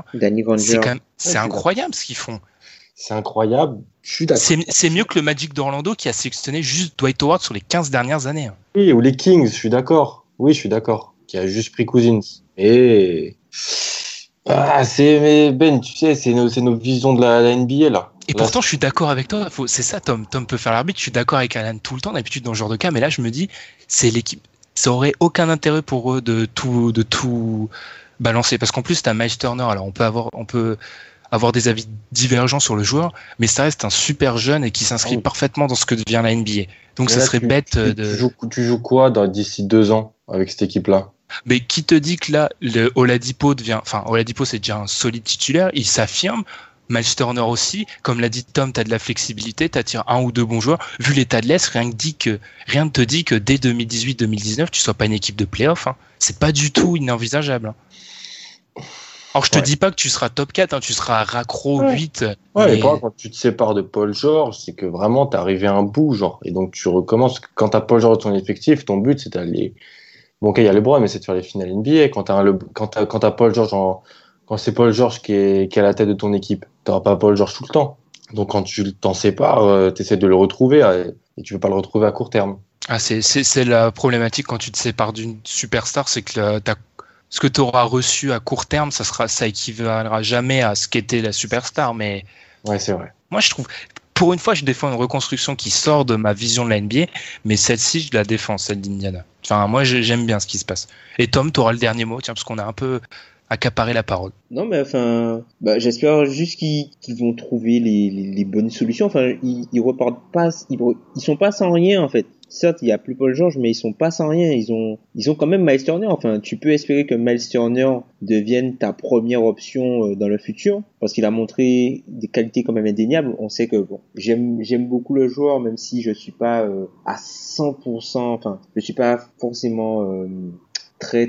C'est incroyable ce qu'ils font. C'est incroyable. Je suis d'accord. C'est mieux que le Magic d'Orlando qui a sélectionné juste Dwight Howard sur les 15 dernières années, hein. Oui, ou les Kings, je suis d'accord. Oui, je suis d'accord. Qui a juste pris Cousins. Et mais Ben, tu sais, c'est nos visions de la NBA là. Et pourtant, je suis d'accord avec toi. C'est ça, Tom peut faire l'arbitre. Je suis d'accord avec Alan tout le temps, d'habitude dans ce genre de cas. Mais là, je me dis, c'est l'équipe. Ça aurait aucun intérêt pour eux de tout balancer, parce qu'en plus, t'as Miles Turner. Alors, on peut avoir des avis divergents sur le joueur, mais ça reste un super jeune et qui s'inscrit parfaitement dans ce que devient la NBA. Donc, ça serait bête de. Tu joues quoi d'ici 2 ans avec cette équipe-là? Mais qui te dit que là, Oladipo c'est déjà un solide titulaire, il s'affirme. Miles Turner aussi, comme l'a dit Tom, t'as de la flexibilité, t'attires 1 ou 2 bons joueurs. Vu l'état de l'Est, rien ne te dit que dès 2018-2019, tu sois pas une équipe de play-off, hein. C'est pas du tout inenvisageable, hein. Alors, je te dis pas que tu seras top 4, hein, tu seras raccro 8. Ouais, mais quand tu te sépares de Paul George, c'est que vraiment t'es arrivé à un bout, genre. Et donc, tu recommences. Quand t'as Paul George dans ton effectif, ton but, c'est d'aller. Bon, ok, il y a LeBron, mais c'est de faire les finales NBA. Quand t'as Paul George quand c'est Paul George qui est à la tête de ton équipe, t'auras pas Paul George tout le temps. Donc, quand tu t'en sépares, t'essaies de le retrouver, et tu veux pas le retrouver à court terme. Ah, c'est la problématique quand tu te sépares d'une superstar, c'est que ce que tu auras reçu à court terme, ça équivalera jamais à ce qu'était la superstar, mais. Ouais, c'est vrai. Moi, je trouve, pour une fois, je défends une reconstruction qui sort de ma vision de la NBA, mais celle-ci, je la défends, celle d'Indiana. Enfin, moi, j'aime bien ce qui se passe. Et Tom, tu auras le dernier mot, tiens, parce qu'on a un peu accaparé la parole. Non, mais j'espère juste qu'ils vont trouver les bonnes solutions. Enfin, ils repartent pas, ils sont pas sans rien, en fait. Certes, il y a plus Paul George, mais ils sont pas sans rien. Ils ont quand même Miles Turner. Enfin, tu peux espérer que Miles Turner devienne ta première option dans le futur, parce qu'il a montré des qualités quand même indéniables. On sait que j'aime beaucoup le joueur, même si je suis pas à 100%. Enfin, je suis pas forcément très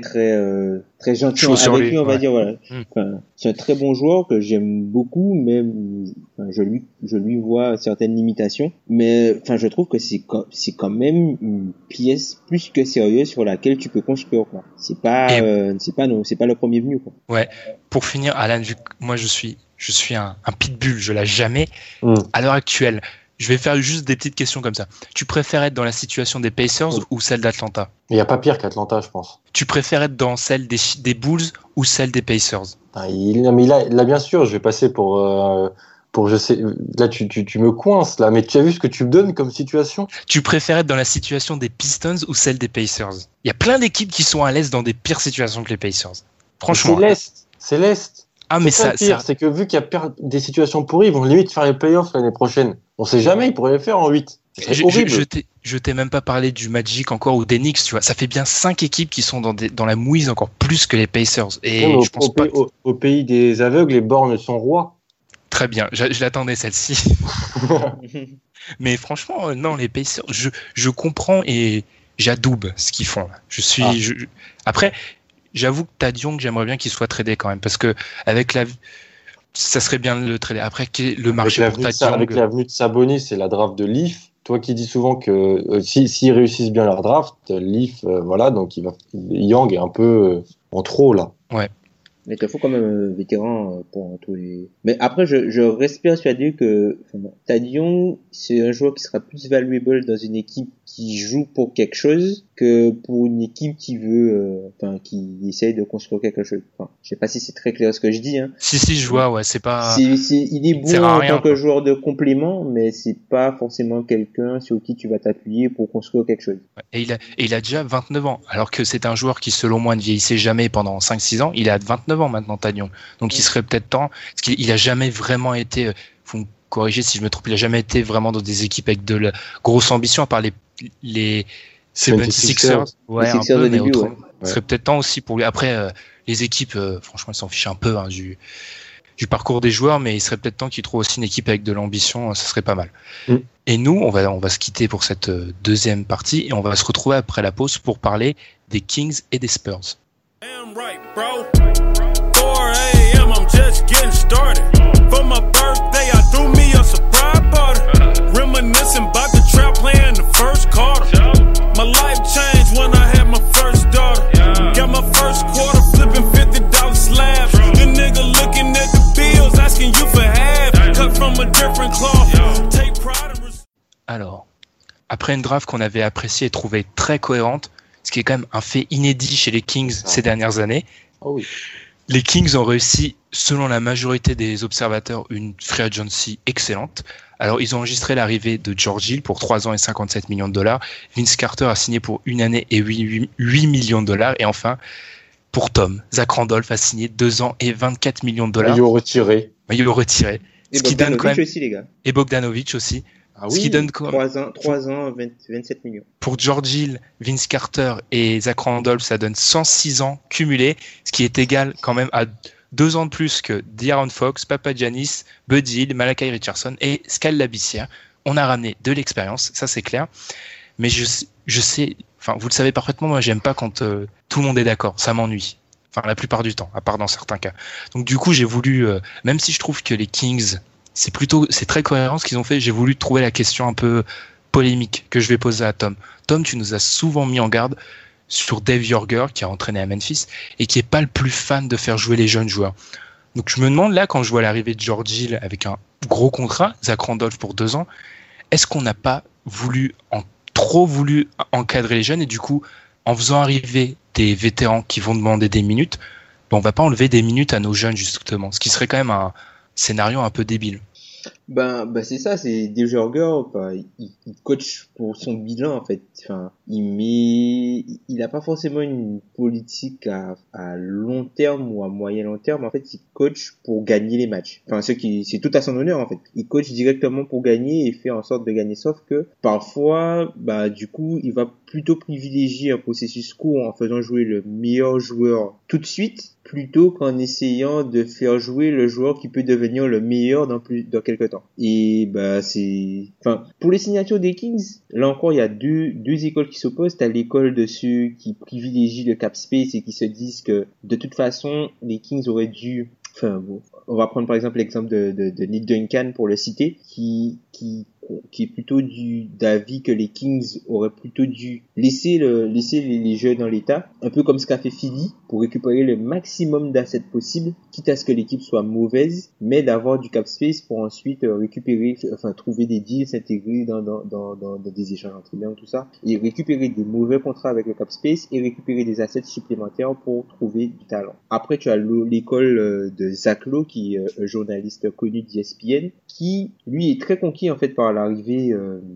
gentil avec lui, on va dire, voilà. Enfin, c'est un très bon joueur que j'aime beaucoup, mais je lui vois certaines limitations, mais enfin je trouve que c'est quand même une pièce plus que sérieuse sur laquelle tu peux construire, quoi. C'est pas le premier venu, quoi. Ouais. Pour finir, Alan, vu que moi je suis Je suis un pitbull, je lâche jamais. À l'heure actuelle, je vais faire juste des petites questions comme ça. Tu préfères être dans la situation des Pacers ou celle d'Atlanta? Il n'y a pas pire qu'Atlanta, je pense. Tu préfères être dans celle des Bulls ou celle des Pacers? Mais là, bien sûr, je vais passer pour je sais. Là, tu me coinces là, mais tu as vu ce que tu me donnes comme situation? Tu préfères être dans la situation des Pistons ou celle des Pacers? Il y a plein d'équipes qui sont à l'aise dans des pires situations que les Pacers. Franchement. C'est l'Est. Ah, mais ça, c'est que vu qu'il y a des situations pourries, ils vont limite faire les playoffs l'année prochaine. On sait jamais, ils pourraient les faire en 8. C'est horrible. Je t'ai même pas parlé du Magic encore ou des Knicks, tu vois. Ça fait bien 5 équipes qui sont dans la mouise encore plus que les Pacers. Et non, je pense pas. Au pays des aveugles, les bornes sont rois. Très bien, je l'attendais celle-ci. Mais franchement, non, les Pacers, je comprends et j'adoube ce qu'ils font. Après, j'avoue que Thad Young, j'aimerais bien qu'il soit tradé quand même, parce que ça serait bien de le trader. Après, le marché pour Thad Young... Avec l'avenue de Sabonis et la draft de Leaf, toi qui dis souvent que s'ils réussissent bien leur draft, Leaf, voilà, donc Young est un peu en trop là. Ouais. Mais il te faut quand même un vétéran pour tous les... Mais après, je reste persuadé que Thad Young, c'est un joueur qui sera plus valuable dans une équipe qui joue pour quelque chose que pour une équipe qui veut, qui essaye de construire quelque chose. Enfin, je sais pas si c'est très clair ce que je dis, hein. Si, je vois, ouais, c'est pas... il est bon en tant que joueur de complément, mais c'est pas forcément quelqu'un sur qui tu vas t'appuyer pour construire quelque chose. Et il a déjà 29 ans, alors que c'est un joueur qui, selon moi, ne vieillissait jamais pendant 5-6 ans. Il est à 29 ans maintenant, Thad Young. Donc il serait peut-être temps, parce qu'il a jamais vraiment été, faut me corriger si je me trompe, il a jamais été vraiment dans des équipes avec de la grosse ambition, à part les 76ers. Ouais, un peu, mais autrement. Ce serait peut-être temps aussi pour lui. Après, les équipes, franchement, ils s'en fichent un peu du parcours des joueurs, mais il serait peut-être temps qu'ils trouvent aussi une équipe avec de l'ambition, ça serait pas mal. Et nous, on va se quitter pour cette deuxième partie et on va se retrouver après la pause pour parler des Kings et des Spurs. Damn right, bro. 4 a.m. I'm just getting started. For my birthday, I threw me a surprise party. Reminiscing about the trap playing the first quarter. My life changed when I had my first daughter. Got my first quarter flipping $50 slabs. The nigga looking at the bills, asking you for half. Cut from a different cloth. Take pride in... Alors, après une draft qu'on avait appréciée et trouvée très cohérente, ce qui est quand même un fait inédit chez les Kings ces dernières années. Oh oui. Les Kings ont réussi, selon la majorité des observateurs, une free agency excellente. Alors, ils ont enregistré l'arrivée de George Hill pour 3 ans et $57 millions. Vince Carter a signé pour 1 année et 8 millions de dollars. Et enfin, pour Tom, Zach Randolph a signé 2 ans et $24 millions. Ils l'ont retiré. Ils l'ont retiré. Et Bogdanovic aussi, les gars. Et Bogdanovic aussi. Ah ce qui donne 3 ans, 27 millions. Pour George Hill, Vince Carter et Zach Randolph, ça donne 106 ans cumulés, ce qui est égal quand même à 2 ans de plus que De'Aaron Fox, Papagiannis, Buddy Hield, Malachi Richardson et Skal Labissière. On a ramené de l'expérience, ça c'est clair. Mais je sais, enfin vous le savez parfaitement, moi j'aime pas quand tout le monde est d'accord, ça m'ennuie. Enfin la plupart du temps, à part dans certains cas. Donc du coup j'ai voulu, même si je trouve que les Kings c'est très cohérent ce qu'ils ont fait. J'ai voulu trouver la question un peu polémique que je vais poser à Tom. Tom, tu nous as souvent mis en garde sur Dave Joerger, qui a entraîné à Memphis, et qui est pas le plus fan de faire jouer les jeunes joueurs. Donc je me demande là, quand je vois l'arrivée de George Hill avec un gros contrat, Zach Randolph pour 2 ans, est-ce qu'on n'a pas trop voulu encadrer les jeunes, et du coup, en faisant arriver des vétérans qui vont demander des minutes, on va pas enlever des minutes à nos jeunes justement, ce qui serait quand même un scénario un peu débile. C'est ça, c'est Dave Joerger, il coach pour son bilan en fait. Enfin, il a pas forcément une politique à long terme ou à moyen long terme. En fait, il coach pour gagner les matchs. Enfin, c'est tout à son honneur en fait. Il coach directement pour gagner et fait en sorte de gagner. Sauf que parfois, du coup, il va plutôt privilégier un processus court en faisant jouer le meilleur joueur tout de suite, plutôt qu'en essayant de faire jouer le joueur qui peut devenir le meilleur dans quelques temps. Et pour les signatures des Kings, là encore il y a deux écoles qui s'opposent. T'as l'école de ceux qui privilégient le cap space et qui se disent que de toute façon les Kings auraient dû, on va prendre par exemple l'exemple de Nick Duncan pour le citer, qui qui est plutôt d'avis que les Kings auraient plutôt dû laisser les jeunes en l'état, un peu comme ce qu'a fait Philly, pour récupérer le maximum d'assets possible, quitte à ce que l'équipe soit mauvaise, mais d'avoir du cap space pour ensuite trouver des deals, s'intégrer dans des échanges entre clients, tout ça, et récupérer des mauvais contrats avec le cap space et récupérer des assets supplémentaires pour trouver du talent. Après, tu as l'école de Zach Lowe, qui est un journaliste connu d'ESPN, qui lui est très conquis en fait par l'arrivée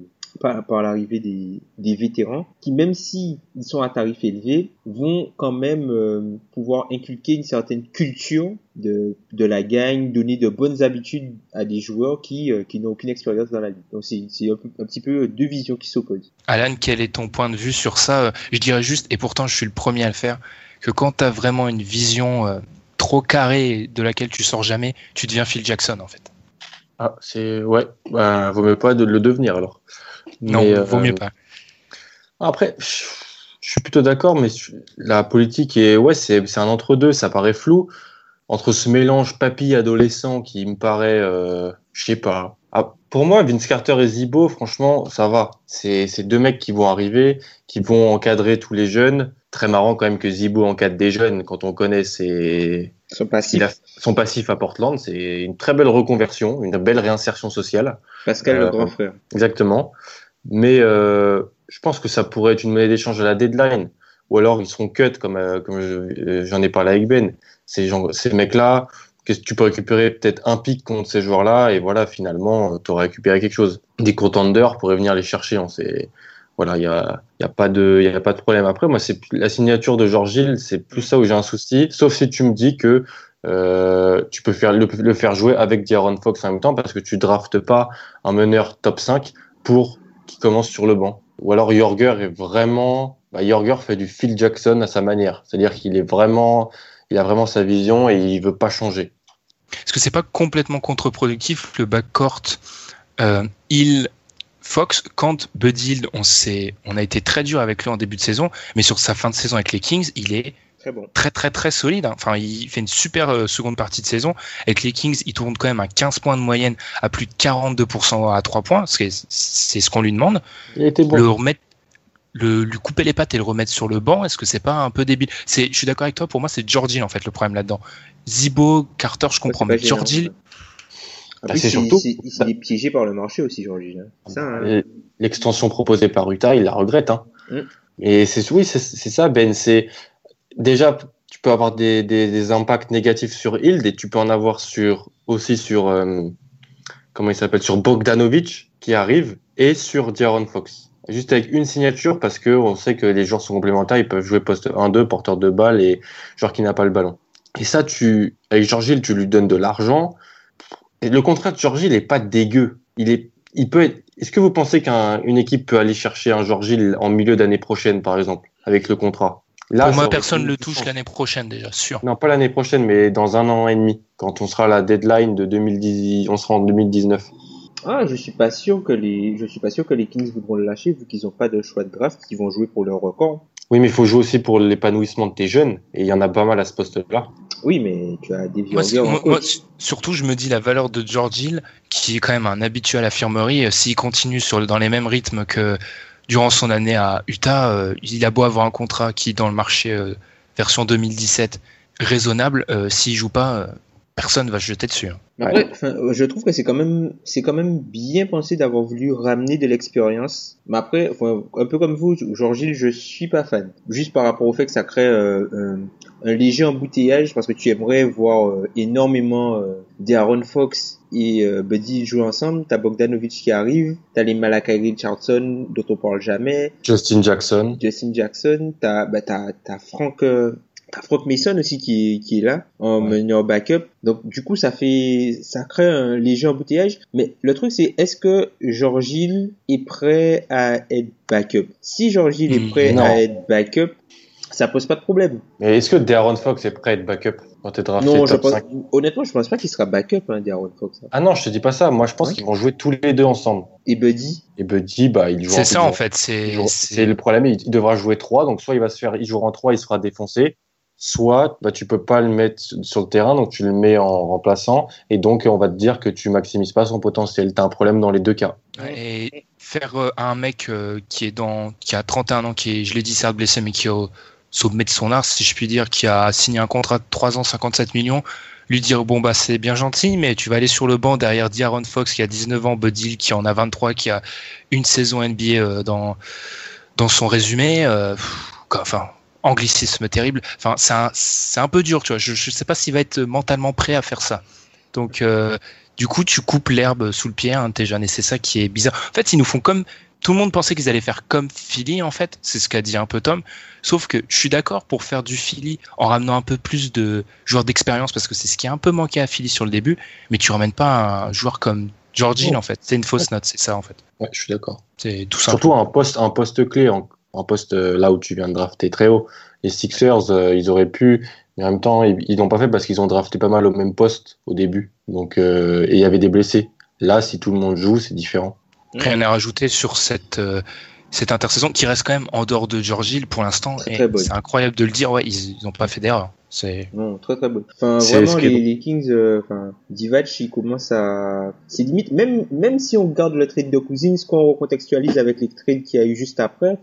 des vétérans, qui même si ils sont à tarif élevé, vont quand même pouvoir inculquer une certaine culture de la gagne, donner de bonnes habitudes à des joueurs qui n'ont aucune expérience dans la ligue. Donc c'est un petit peu deux visions qui s'opposent. Alan, quel est ton point de vue sur ça? Je dirais juste, et pourtant je suis le premier à le faire, que quand tu as vraiment une vision trop carrée de laquelle tu sors jamais, tu deviens Phil Jackson en fait. Ah, vaut mieux pas de le devenir alors. Non, vaut mieux pas. Après, je suis plutôt d'accord, mais la politique c'est un entre-deux, ça paraît flou. Entre ce mélange papy-adolescent qui me paraît, je sais pas. Ah, pour moi, Vince Carter et Zibo, franchement, ça va. C'est deux mecs qui vont arriver, qui vont encadrer tous les jeunes. Très marrant quand même que Zibo encadre des jeunes quand on connaît son passif à Portland. C'est une très belle reconversion, une belle réinsertion sociale. Pascal, le grand frère. Exactement. Mais je pense que ça pourrait être une monnaie d'échange à la deadline. Ou alors ils seront cut comme j'en ai parlé avec Ben. Ces mecs-là, qu'est-ce que tu peux récupérer peut-être un pic contre ces joueurs-là et voilà, finalement, tu aurais récupéré quelque chose. Des contenders pourraient venir les chercher. Voilà, il y a pas de problème. Après, moi, c'est la signature de George Hill, c'est plus ça où j'ai un souci. Sauf si tu me dis que tu peux le faire jouer avec De'Aaron Fox en même temps parce que tu draftes pas un meneur top 5 pour qu'il commence sur le banc. Ou alors Jorger fait du Phil Jackson à sa manière. C'est-à-dire il a vraiment sa vision et il veut pas changer. Est-ce que c'est pas complètement contre-productif le backcourt Hill-Fox quand Buddy Hield, on a été très dur avec lui en début de saison, mais sur sa fin de saison avec les Kings, il est très bon, très très très solide. Enfin, il fait une super seconde partie de saison. Avec les Kings, il tourne quand même à 15 points de moyenne, à plus de 42% à 3 points, c'est ce qu'on lui demande. Il était bon. Lui couper les pattes et le remettre sur le banc, est-ce que c'est pas un peu débile? Je suis d'accord avec toi, pour moi c'est George Hill en fait le problème là-dedans. Zibo, Carter, je comprends, mais George Hill... C'est surtout... Il est piégé par le marché aussi, George Hill. L'extension proposée par Utah, il la regrette. Hein. Et c'est ça, Ben. Déjà, tu peux avoir des impacts négatifs sur Hild et tu peux en avoir aussi sur Bogdanovic qui arrive et sur De'Aaron Fox. Juste avec une signature parce que on sait que les joueurs sont complémentaires, ils peuvent jouer poste 1-2, porteur de balle et joueur qui n'a pas le ballon. Et ça, avec George Hill, tu lui donnes de l'argent. Et le contrat de George Hill n'est pas dégueu. Est-ce que vous pensez qu'une équipe peut aller chercher un George Hill en milieu d'année prochaine, par exemple, avec le contrat? Là, pour moi, personne ne le touche l'année prochaine, déjà, sûr. Non, pas l'année prochaine, mais dans 1 an et demi, quand on sera à la deadline de 2010, on sera en 2019. Ah, je suis pas sûr que les Kings voudront le lâcher vu qu'ils ont pas de choix de draft, qu'ils vont jouer pour leur record. Oui, mais il faut jouer aussi pour l'épanouissement de tes jeunes, et il y en a pas mal à ce poste-là. Oui, mais tu as des vieux moi, surtout, je me dis la valeur de George Hill, qui est quand même un habitué à l'infirmerie, s'il continue dans les mêmes rythmes que durant son année à Utah, il a beau avoir un contrat qui, dans le marché version 2017, raisonnable, s'il joue pas, personne va se jeter dessus. Après, je trouve que c'est quand même bien pensé d'avoir voulu ramener de l'expérience. Mais après, un peu comme vous, George Hill, je suis pas fan. Juste par rapport au fait que ça crée un léger embouteillage parce que tu aimerais voir énormément De'Aaron Fox et Buddy jouer ensemble. T'as Bogdanovic qui arrive, t'as les Malachi Richardson dont on parle jamais, Justin Jackson, t'as Frank Mason aussi qui est là en meneur backup. Donc du coup ça crée un léger embouteillage. Mais le truc c'est, est-ce que George Hill est prêt à être backup? Si George Hill est prêt à être backup, ça pose pas de problème. Mais est-ce que De'Aaron Fox est prêt à être backup quand t'es drafté top 5? Honnêtement, je pense pas qu'il sera backup, De'Aaron Fox. Ah non, je te dis pas ça. Moi, je pense qu'ils vont jouer tous les deux ensemble. Et Buddy, il joue. C'est ça en fait. C'est le problème. Il devra jouer 3. Donc soit il jouera en 3, il sera défoncé. soit tu peux pas le mettre sur le terrain, donc tu le mets en remplaçant, et donc on va te dire que tu maximises pas son potentiel. Tu as un problème dans les deux cas. Et faire un mec qui a 31 ans, je l'ai dit, certes blessé, mais qui est au sommet de son art, si je puis dire, qui a signé un contrat de 3 ans, 57 millions, lui dire c'est bien gentil, mais tu vas aller sur le banc derrière De'Aaron Fox qui a 19 ans, Bud Hill qui en a 23, qui a une saison NBA dans son résumé, anglicisme terrible. Enfin, c'est un peu dur, tu vois. Je sais pas s'il va être mentalement prêt à faire ça. Donc, du coup, tu coupes l'herbe sous le pied, t'es jeune, et c'est ça qui est bizarre. En fait, ils nous font comme tout le monde pensait qu'ils allaient faire comme Philly, en fait. C'est ce qu'a dit un peu Tom. Sauf que je suis d'accord pour faire du Philly en ramenant un peu plus de joueurs d'expérience, parce que c'est ce qui a un peu manqué à Philly sur le début. Mais tu ramènes pas un joueur comme George Hill, en fait. C'est une fausse note, c'est ça, en fait. Ouais, je suis d'accord. C'est tout simple. Surtout un poste clé, un poste là où tu viens de drafter très haut. Les Sixers, ils auraient pu, mais en même temps, ils l'ont pas fait parce qu'ils ont drafté pas mal au même poste au début. Donc, et il y avait des blessés. Là, si tout le monde joue, c'est différent. Rien à rajouter sur cette intersaison qui reste quand même en dehors de George Hill pour l'instant. Très bonne. C'est incroyable de le dire. Ouais, ils n'ont pas fait d'erreur. Non, très très bon. Enfin, vraiment, les Kings, Divac, il commence à... C'est limite, même si on garde le trade de Cousins, qu'on recontextualise avec les trades qu'il y a eu juste après,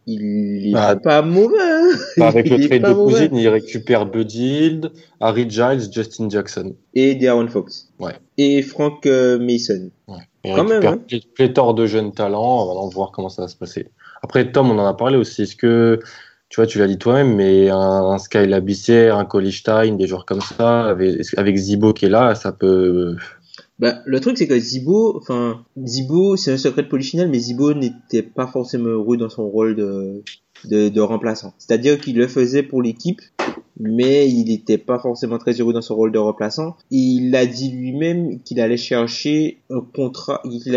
il est pas mauvais, hein. Avec le trade de Cousins, il récupère Bud Hill, Harry Giles, Justin Jackson. Et De'Aaron Fox. Ouais. Et Frank Mason. Ouais. Il récupère pléthore de jeunes talents. On va voir comment ça va se passer. Après, Tom, on en a parlé aussi. Est-ce que, tu vois, tu l'as dit toi-même, mais un Sky Labissière, un Colistein, des joueurs comme ça, avec Zibo qui est là, ça peut... Le truc, c'est que Zibo, c'est un secret de Polichinelle, mais Zibo n'était pas forcément heureux dans son rôle de remplaçant. C'est-à-dire qu'il le faisait pour l'équipe, mais il n'était pas forcément très heureux dans son rôle de remplaçant. Il a dit lui-même qu'il allait chercher un contrat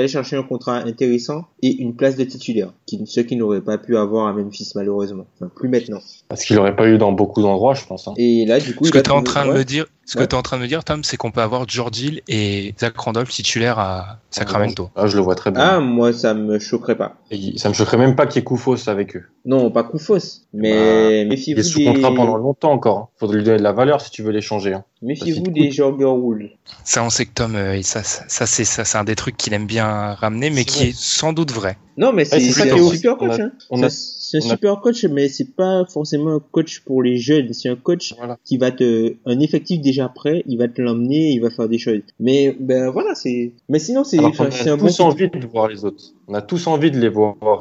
intéressant et une place de titulaire, ce qu'il n'aurait pas pu avoir à Memphis malheureusement. Enfin, plus maintenant. Parce qu'il n'aurait pas eu dans beaucoup d'endroits, je pense. Et là, du coup, ce que tu es en train de me dire, Tom, c'est qu'on peut avoir George Hill et Zach Randolph titulaires à Sacramento. Ah, je le vois très bien. Ah, moi, ça me choquerait pas. Et ça me choquerait même pas qu'il y ait Koufos avec eux. Non, pas Koufos, mais méfiez-vous des... Il est sous contrat pendant longtemps encore. Faudrait lui donner de la valeur si tu veux l'échanger. Hein. Méfiez-vous des Jorger Wool. Ça, on sait que Tom, c'est un des trucs qu'il aime bien ramener, mais qui est sans doute vrai. Non, mais c'est un super coach. C'est un super coach, mais c'est pas forcément un coach pour les jeunes. C'est un coach qui va un effectif déjà prêt, il va te l'emmener, il va faire des choses. Mais mais sinon c'est un bon. On a tous envie de voir les autres. On a tous envie de les voir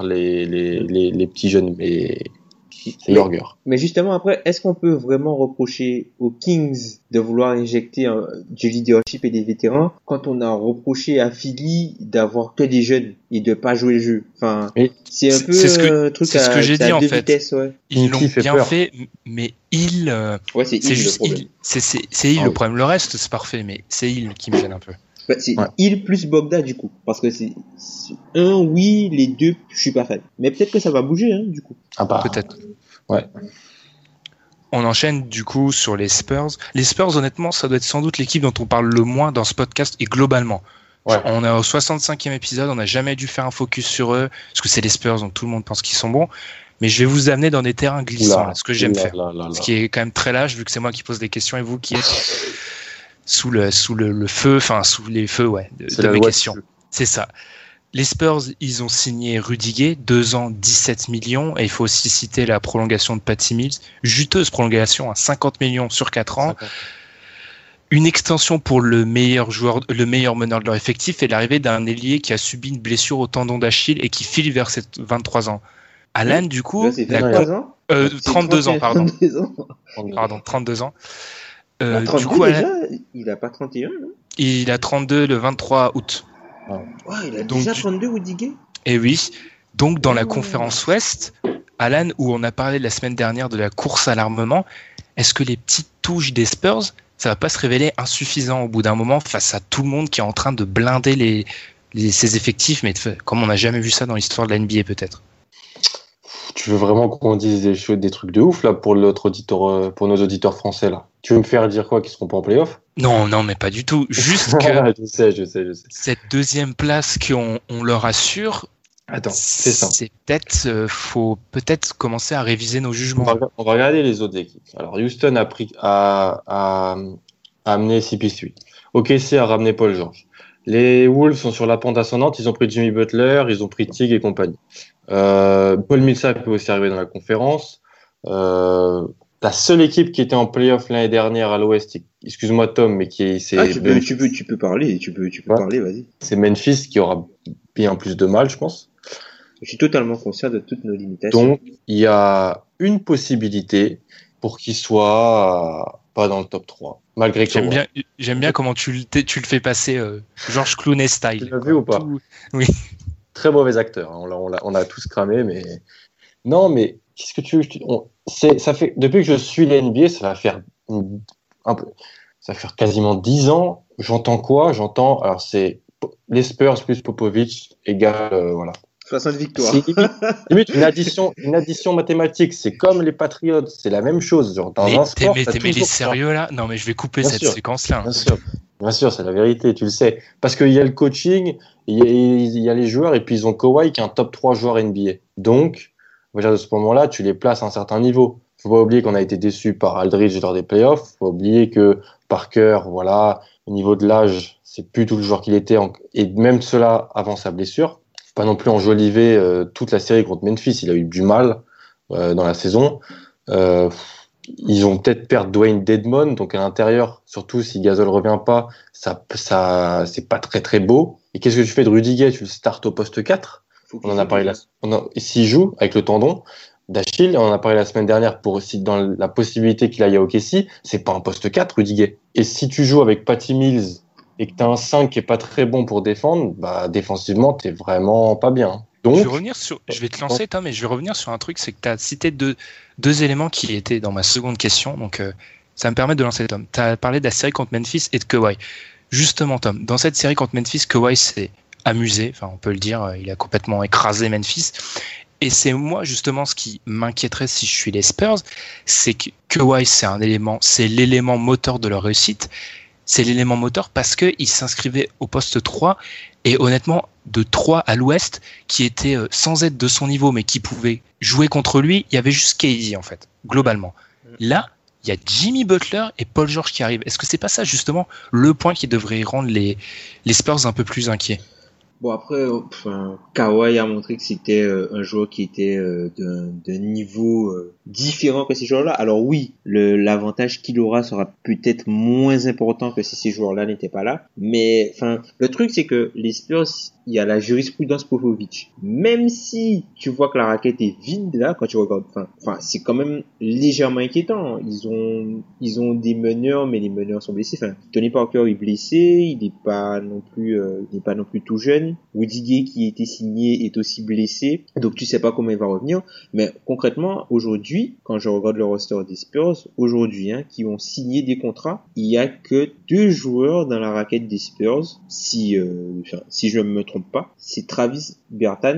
les petits jeunes, mais c'est Jorger. Mais justement après, est-ce qu'on peut vraiment reprocher aux Kings de vouloir injecter du leadership et des vétérans quand on a reproché à Philly d'avoir que des jeunes et de pas jouer le jeu? Enfin, c'est un peu un truc c'est ce que j'ai dit en fait. Vitesses, ouais. Ils l'ont bien fait, mais c'est juste Hill. C'est Hill le problème. Le reste c'est parfait, mais c'est Hill qui me gêne un peu. C'est Hill plus Bogda du coup, parce que c'est oui, les deux, je suis pas fan. Mais peut-être que ça va bouger, hein, du coup. Peut-être. Ouais. On enchaîne du coup sur les Spurs. Les Spurs, honnêtement, ça doit être sans doute l'équipe dont on parle le moins dans ce podcast et globalement. Ouais. On est au 65e épisode, on n'a jamais dû faire un focus sur eux, parce que c'est les Spurs, donc tout le monde pense qu'ils sont bons. Mais je vais vous amener dans des terrains glissants, ce que j'aime faire. Ce qui est quand même très lâche, vu que c'est moi qui pose des questions et vous qui êtes sous le feu, sous les feux, de mes questions. C'est ça. Les Spurs, ils ont signé Rudiger, 2 ans, 17 millions, et il faut aussi citer la prolongation de Patty Mills, juteuse prolongation à 50 millions sur 4 ans. Une extension pour le meilleur meneur de leur effectif et l'arrivée d'un ailier qui a subi une blessure au tendon d'Achille et qui file vers ses 23 ans. Alan, du coup, 32 ans, pardon. 32 ans. 32 du coup, déjà, Alan, il a pas 31, non? Il a 32 le 23 août. Il a déjà 32 Rudiger. Et oui. Donc, dans la conférence Ouest, Alan, où on a parlé la semaine dernière de la course à l'armement, est-ce que les petites touches des Spurs, ça va pas se révéler insuffisant au bout d'un moment face à tout le monde qui est en train de blinder ses effectifs, mais comme on n'a jamais vu ça dans l'histoire de la NBA peut-être? Tu veux vraiment qu'on dise des trucs de ouf là pour nos auditeurs français là? Tu veux me faire dire quoi, qu'ils seront pas en play-off? Non, mais pas du tout. Juste que je sais. cette deuxième place qu'on leur assure, Attends, c'est ça. C'est peut-être, faut peut-être commencer à réviser nos jugements. On va regarder les autres équipes. Alors, Houston a amené CP3. OKC a ramené Paul George. Les Wolves sont sur la pente ascendante. Ils ont pris Jimmy Butler, ils ont pris Tig et compagnie. Paul Millsap peut aussi arriver dans la conférence. La seule équipe qui était en playoff l'année dernière à l'Ouest, excuse-moi Tom, mais tu peux parler, parler, vas-y. C'est Memphis qui aura bien plus de mal, je pense. Je suis totalement conscient de toutes nos limitations. Donc, il y a une possibilité pour qu'il soit pas dans le top 3, malgré que j'aime bien comment tu le fais passer George Clooney style. Tu l'as vu ou pas? Oui. Très mauvais acteur. On a tous cramé, mais non, mais qu'est-ce que tu veux ça fait depuis que je suis la NBA, ça va faire ça va faire quasiment 10 ans. J'entends quoi? Alors c'est les Spurs plus Popovich égale voilà. 60 victoires. C'est limite une addition mathématique. C'est comme les Patriots, c'est la même chose. Genre dans un sport, mais les sérieux là? Non, mais je vais couper cette séquence-là. Bien sûr, c'est la vérité, tu le sais. Parce qu'il y a le coaching, il y a les joueurs, et puis ils ont Kawhi qui est un top 3 joueur NBA. Donc, on va dire de ce moment-là, tu les places à un certain niveau. Faut pas oublier qu'on a été déçu par Aldridge lors des playoffs. Faut pas oublier que Parker, voilà, au niveau de l'âge, c'est plus tout le joueur qu'il était, et même cela avant sa blessure. Faut pas non plus enjoliver toute la série contre Memphis. Il a eu du mal dans la saison. Ils vont peut-être perdre Dwayne Dedmon, donc à l'intérieur, surtout si Gasol revient pas, ça c'est pas très très beau. Et qu'est-ce que tu fais de Rudy Gay? Tu le startes au poste 4. On en a parlé s'il joue avec le tendon d'Achille, on en a parlé la semaine dernière pour aussi dans la possibilité qu'il aille à OKC, c'est pas un poste 4 Rudy Gay. Et si tu joues avec Patty Mills et que t'as un 5 qui est pas très bon pour défendre, bah défensivement t'es vraiment pas bien. Donc, je vais te lancer Tom, et je vais revenir sur un truc, c'est que tu as cité deux éléments qui étaient dans ma seconde question, donc ça me permet de lancer Tom. Tu as parlé de la série contre Memphis et de Kawhi. Justement Tom, dans cette série contre Memphis, Kawhi s'est amusé, enfin on peut le dire, il a complètement écrasé Memphis. Et c'est moi justement ce qui m'inquiéterait si je suis les Spurs, c'est que Kawhi c'est l'élément moteur de leur réussite. C'est l'élément moteur parce qu'il s'inscrivait au poste 3 et honnêtement de 3 à l'ouest qui était sans être de son niveau mais qui pouvait jouer contre lui, il y avait juste KD en fait, globalement. Là, il y a Jimmy Butler et Paul George qui arrivent. Est-ce que c'est pas ça justement le point qui devrait rendre les Spurs un peu plus inquiets? Bon après, Kawhi a montré que c'était un joueur qui était d'un niveau différent que ces joueurs-là. Alors oui, l'avantage qu'il aura sera peut-être moins important que si ces joueurs-là n'étaient pas là. Mais le truc c'est que les Spurs, il y a la jurisprudence Popovich. Même si tu vois que la raquette est vide là, quand tu regardes, c'est quand même légèrement inquiétant. Ils ont des meneurs, mais les meneurs sont blessés. Tony Parker est blessé, il n'est pas non plus tout jeune. Rudy Gay qui a été signé est aussi blessé, donc tu sais pas comment il va revenir. Mais concrètement, aujourd'hui, quand je regarde le roster des Spurs, aujourd'hui, qui ont signé des contrats, il y a que 2 joueurs dans la raquette des Spurs, si je ne me trompe pas, c'est Travis Bertans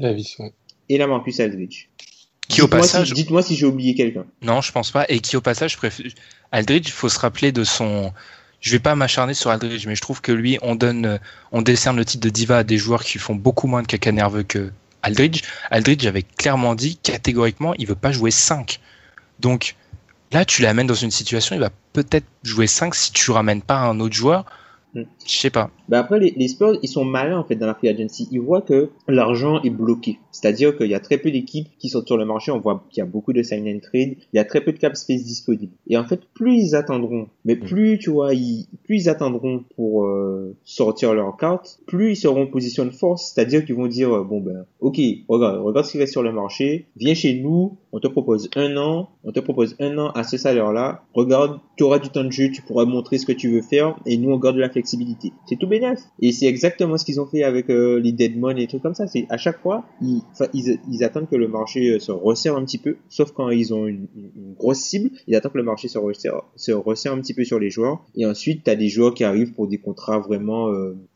et LaMarcus Aldridge. Dites-moi si j'ai oublié quelqu'un. Non, je pense pas. Et qui au passage Aldridge, il faut se rappeler de son. Je vais pas m'acharner sur Aldridge, mais je trouve que lui, on décerne le titre de diva à des joueurs qui font beaucoup moins de caca nerveux que Aldridge. Aldridge avait clairement dit, catégoriquement, il veut pas jouer 5. Donc, là, tu l'amènes dans une situation, il va peut-être jouer 5 si tu ramènes pas un autre joueur. Je sais pas. Après, les Spurs, ils sont malins, en fait, dans la free agency. Ils voient que l'argent est bloqué. C'est-à-dire qu'il y a très peu d'équipes qui sont sur le marché. On voit qu'il y a beaucoup de sign and trade. Il y a très peu de cap space disponible. Et en fait, plus ils attendront, mais plus ils attendront pour sortir leur carte, plus ils seront en position de force. C'est-à-dire qu'ils vont dire, ok, regarde ce qui reste sur le marché. Viens chez nous. On te propose un an à ce salaire-là. Regarde, tu auras du temps de jeu, tu pourras montrer ce que tu veux faire. Et nous, on garde de la flexibilité. C'est tout bénef. Et c'est exactement ce qu'ils ont fait avec les Deadmon et des trucs comme ça. C'est à chaque fois, ils attendent que le marché se resserre un petit peu, sauf quand ils ont une grosse cible. Ils attendent que le marché se resserre un petit peu sur les joueurs. Et ensuite, t'as des joueurs qui arrivent pour des contrats vraiment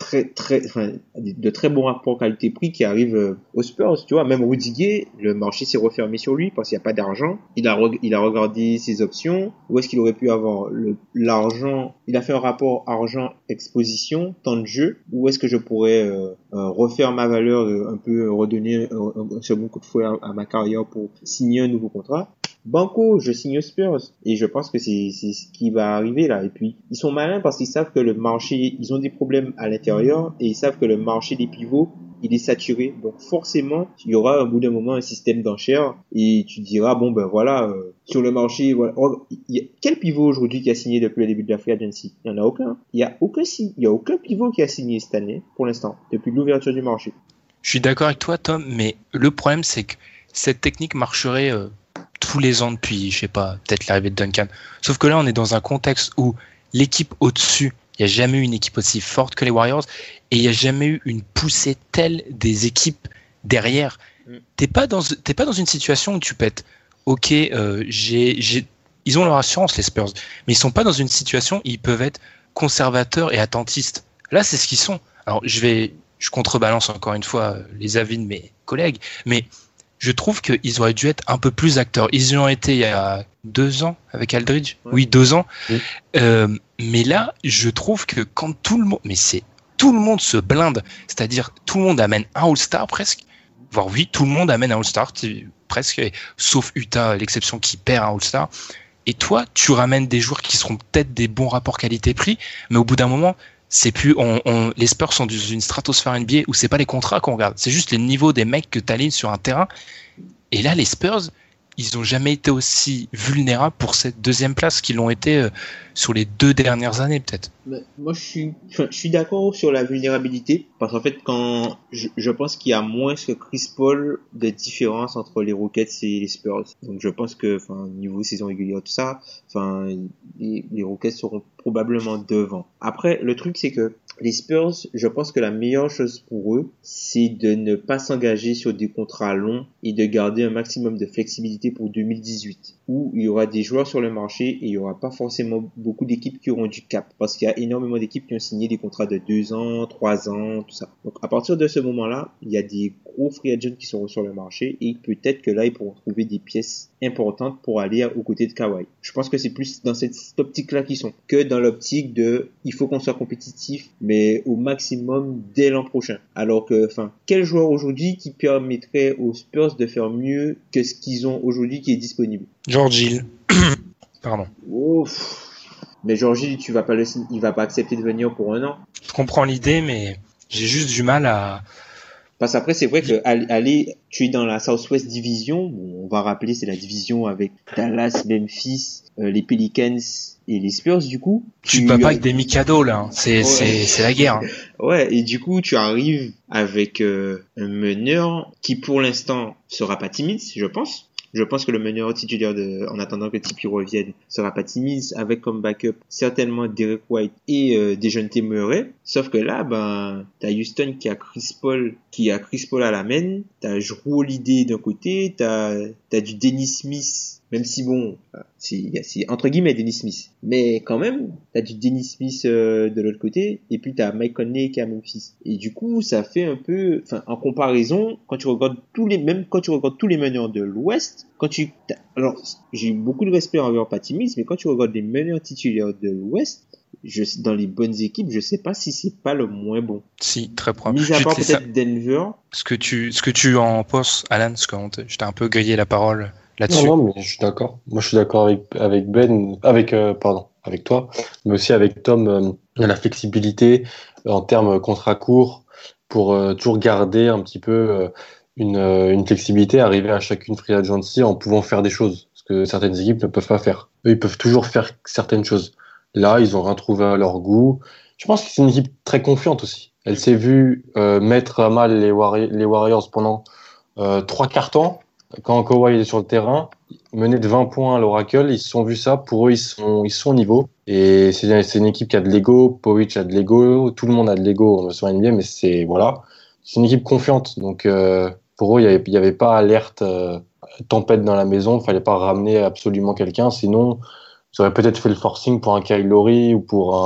de très bons rapports qualité-prix qui arrivent aux Spurs. Tu vois, même Rudy Gay, le marché s'est refermé sur lui parce qu'il n'y a pas d'argent. Il a regardé ses options. Où est-ce qu'il aurait pu avoir l'argent? Il a fait un rapport argent exposé position, temps de jeu, où est-ce que je pourrais refaire ma valeur, un peu redonner un second coup de fouet à ma carrière pour signer un nouveau contrat. Banco, je signe aux Spurs et je pense que c'est ce qui va arriver là. Et puis ils sont malins parce qu'ils savent que le marché, ils ont des problèmes à l'intérieur et ils savent que le marché des pivots il est saturé. Donc forcément, il y aura au bout d'un moment un système d'enchères et tu diras bon ben voilà sur le marché voilà. Quel pivot aujourd'hui qui a signé depuis le début de la free agency? Il y en a aucun. Il y a aucun pivot qui a signé cette année pour l'instant depuis l'ouverture du marché. Je suis d'accord avec toi Tom, mais le problème c'est que cette technique marcherait tous les ans depuis, je sais pas, peut-être l'arrivée de Duncan. Sauf que là, on est dans un contexte où l'équipe au-dessus, il n'y a jamais eu une équipe aussi forte que les Warriors et il n'y a jamais eu une poussée telle des équipes derrière. T'es pas dans une situation où tu peux être, ok, ils ont leur assurance, les Spurs, mais ils sont pas dans une situation où ils peuvent être conservateurs et attentistes. Là, c'est ce qu'ils sont. Alors, je contrebalance encore une fois les avis de mes collègues, mais je trouve qu'ils auraient dû être un peu plus acteurs. Ils y ont été il y a 2 ans avec Aldridge. Ouais. Oui, 2 ans. Oui. Mais là, je trouve que quand tout le monde se blinde, c'est-à-dire tout le monde amène un All-Star presque, voire oui, tout le monde amène un All-Star presque, sauf Utah, l'exception qui perd un All-Star. Et toi, tu ramènes des joueurs qui seront peut-être des bons rapports qualité-prix, mais au bout d'un moment, c'est plus, les Spurs sont dans une stratosphère NBA où c'est pas les contrats qu'on regarde, c'est juste les niveaux des mecs que t'alignes sur un terrain. Et là, les Spurs, ils ont jamais été aussi vulnérables pour cette deuxième place qu'ils l'ont été sur les 2 dernières années, peut-être. Moi, je suis d'accord sur la vulnérabilité, parce qu'en fait, quand je pense qu'il y a moins que Chris Paul de différence entre les Rockets et les Spurs. Donc, je pense que, niveau saison régulière, tout ça, les Rockets seront probablement devant. Après, le truc, c'est que les Spurs, je pense que la meilleure chose pour eux, c'est de ne pas s'engager sur des contrats longs et de garder un maximum de flexibilité pour 2018, où il y aura des joueurs sur le marché et il y aura pas forcément beaucoup d'équipes qui auront du cap, parce qu'il y a énormément d'équipes qui ont signé des contrats de 2 ans, 3 ans, tout ça. Donc, à partir de ce moment-là, il y a des gros free agents qui seront sur le marché et peut-être que là, ils pourront trouver des pièces importantes pour aller aux côtés de Kawhi. Je pense que c'est plus dans cette optique-là qu'ils sont que dans l'optique de il faut qu'on soit compétitif, mais au maximum dès l'an prochain. Alors que, quel joueur aujourd'hui qui permettrait aux Spurs de faire mieux que ce qu'ils ont aujourd'hui qui est disponible? George Hill. Pardon. Mais George Hill, il va pas accepter de venir pour 1 an. Je comprends l'idée, mais j'ai juste du mal à... Parce qu'après, c'est vrai que aller, tu es dans la Southwest Division. Bon, on va rappeler, c'est la division avec Dallas, Memphis, les Pelicans et les Spurs, du coup. Tu peux pas avec des Mikado, là. C'est la guerre. Hein. Ouais, et du coup, tu arrives avec un meneur qui, pour l'instant, sera pas timide, je pense. Je pense que le meneur titulaire en attendant que Tipeee revienne sera pas timide, avec comme backup certainement Derek White et Dejounte Murray. Sauf que là, t'as Houston qui a Chris Paul à la main, t'as Jrue Holiday d'un côté, t'as du Dennis Smith, même si bon, c'est entre guillemets Dennis Smith, mais quand même, t'as du Dennis Smith de l'autre côté, et puis t'as Mike Conley qui est à Memphis. Et du coup, ça fait un peu, en comparaison, quand tu regardes tous les meneurs de l'Ouest, alors, j'ai beaucoup de respect envers Patty Mills, mais quand tu regardes les meneurs titulaires de l'Ouest, dans les bonnes équipes, je sais pas si c'est pas le moins bon. Si, très probable. Mis à part peut-être Denver. Ce que tu en penses, Alan, parce que je t'ai un peu grillé la parole là-dessus. Non, mais je suis d'accord. Moi, je suis d'accord avec toi, mais aussi avec Tom. Il y a la flexibilité en termes contrat court pour toujours garder un petit peu une flexibilité, arriver à chacune free agency en pouvant faire des choses, ce que certaines équipes ne peuvent pas faire. Eux, ils peuvent toujours faire certaines choses. Là, ils ont rien trouvé à leur goût. Je pense que c'est une équipe très confiante aussi. Elle s'est vue mettre à mal les Warriors pendant 3/4 temps. Quand Kawhi est sur le terrain, mener de 20 points à l'Oracle, ils se sont vus ça. Pour eux, ils sont au niveau. Et c'est une équipe qui a de l'ego. Povic a de l'ego. Tout le monde a de l'ego sur NBA, mais c'est une équipe confiante. Donc pour eux, il y avait pas alerte tempête dans la maison. Il fallait pas ramener absolument quelqu'un, sinon ils auraient peut-être fait le forcing pour un Kyle Lowry ou pour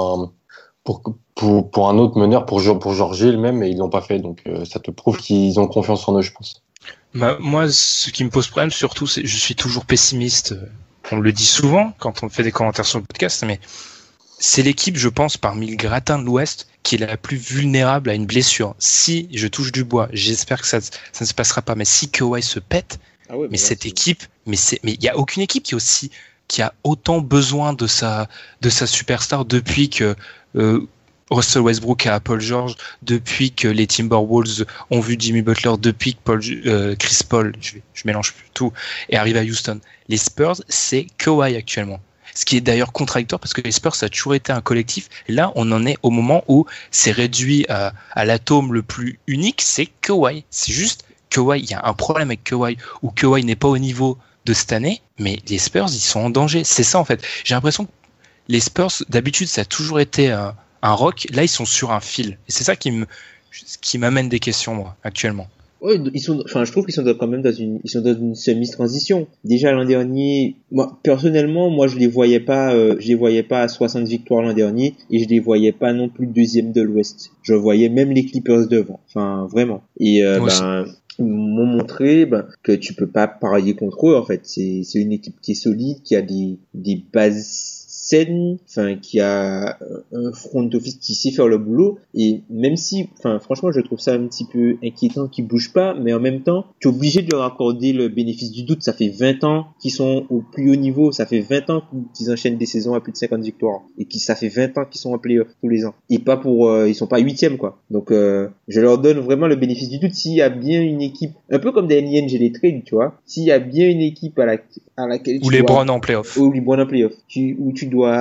un autre meneur, pour George Hill même, et ils l'ont pas fait. Donc ça te prouve qu'ils ont confiance en eux, je pense. Moi, ce qui me pose problème surtout, c'est je suis toujours pessimiste. On le dit souvent quand on fait des commentaires sur le podcast, mais c'est l'équipe, je pense, parmi le gratin de l'Ouest, qui est la plus vulnérable à une blessure. Si je touche du bois, j'espère que ça ne se passera pas, mais si Kawhi se pète, mais cette équipe, mais il y a aucune équipe qui a autant besoin de sa superstar depuis que Russell Westbrook a Paul George, depuis que les Timberwolves ont vu Jimmy Butler, depuis que Chris Paul, je mélange tout, est arrivé à Houston. Les Spurs, c'est Kawhi actuellement. Ce qui est d'ailleurs contradictoire parce que les Spurs, ça a toujours été un collectif. Et là, on en est au moment où c'est réduit à l'atome le plus unique, c'est Kawhi. C'est juste Kawhi, il y a un problème avec Kawhi, où Kawhi n'est pas au niveau de cette année, mais les Spurs, ils sont en danger. C'est ça, en fait. J'ai l'impression que les Spurs, d'habitude, ça a toujours été un rock. Là, ils sont sur un fil. Et c'est ça qui m'amène des questions, moi, actuellement. Ouais, je trouve qu'ils sont quand même dans une semi-transition. Déjà l'an dernier, moi, personnellement, je les voyais pas à 60 victoires l'an dernier, et je les voyais pas non plus deuxième de l'Ouest. Je voyais même les Clippers devant. Enfin, vraiment. Et, ils m'ont montré, que tu peux pas parier contre eux, en fait. C'est une équipe qui est solide, qui a des bases saine, qui a un front office qui sait faire le boulot, et même si, franchement, je trouve ça un petit peu inquiétant qu'ils bougent pas, mais en même temps, tu es obligé de leur accorder le bénéfice du doute. Ça fait 20 ans qu'ils sont au plus haut niveau, ça fait 20 ans qu'ils enchaînent des saisons à plus de 50 victoires, et ça fait 20 ans qu'ils sont en play-off tous les ans. Et pas ils sont pas 8e, quoi. Donc, je leur donne vraiment le bénéfice du doute. S'il y a bien une équipe, un peu comme des NG les trades, tu vois, s'il y a bien une équipe à laquelle ou les Browns en play-off. Ou les Browns en play-off. Où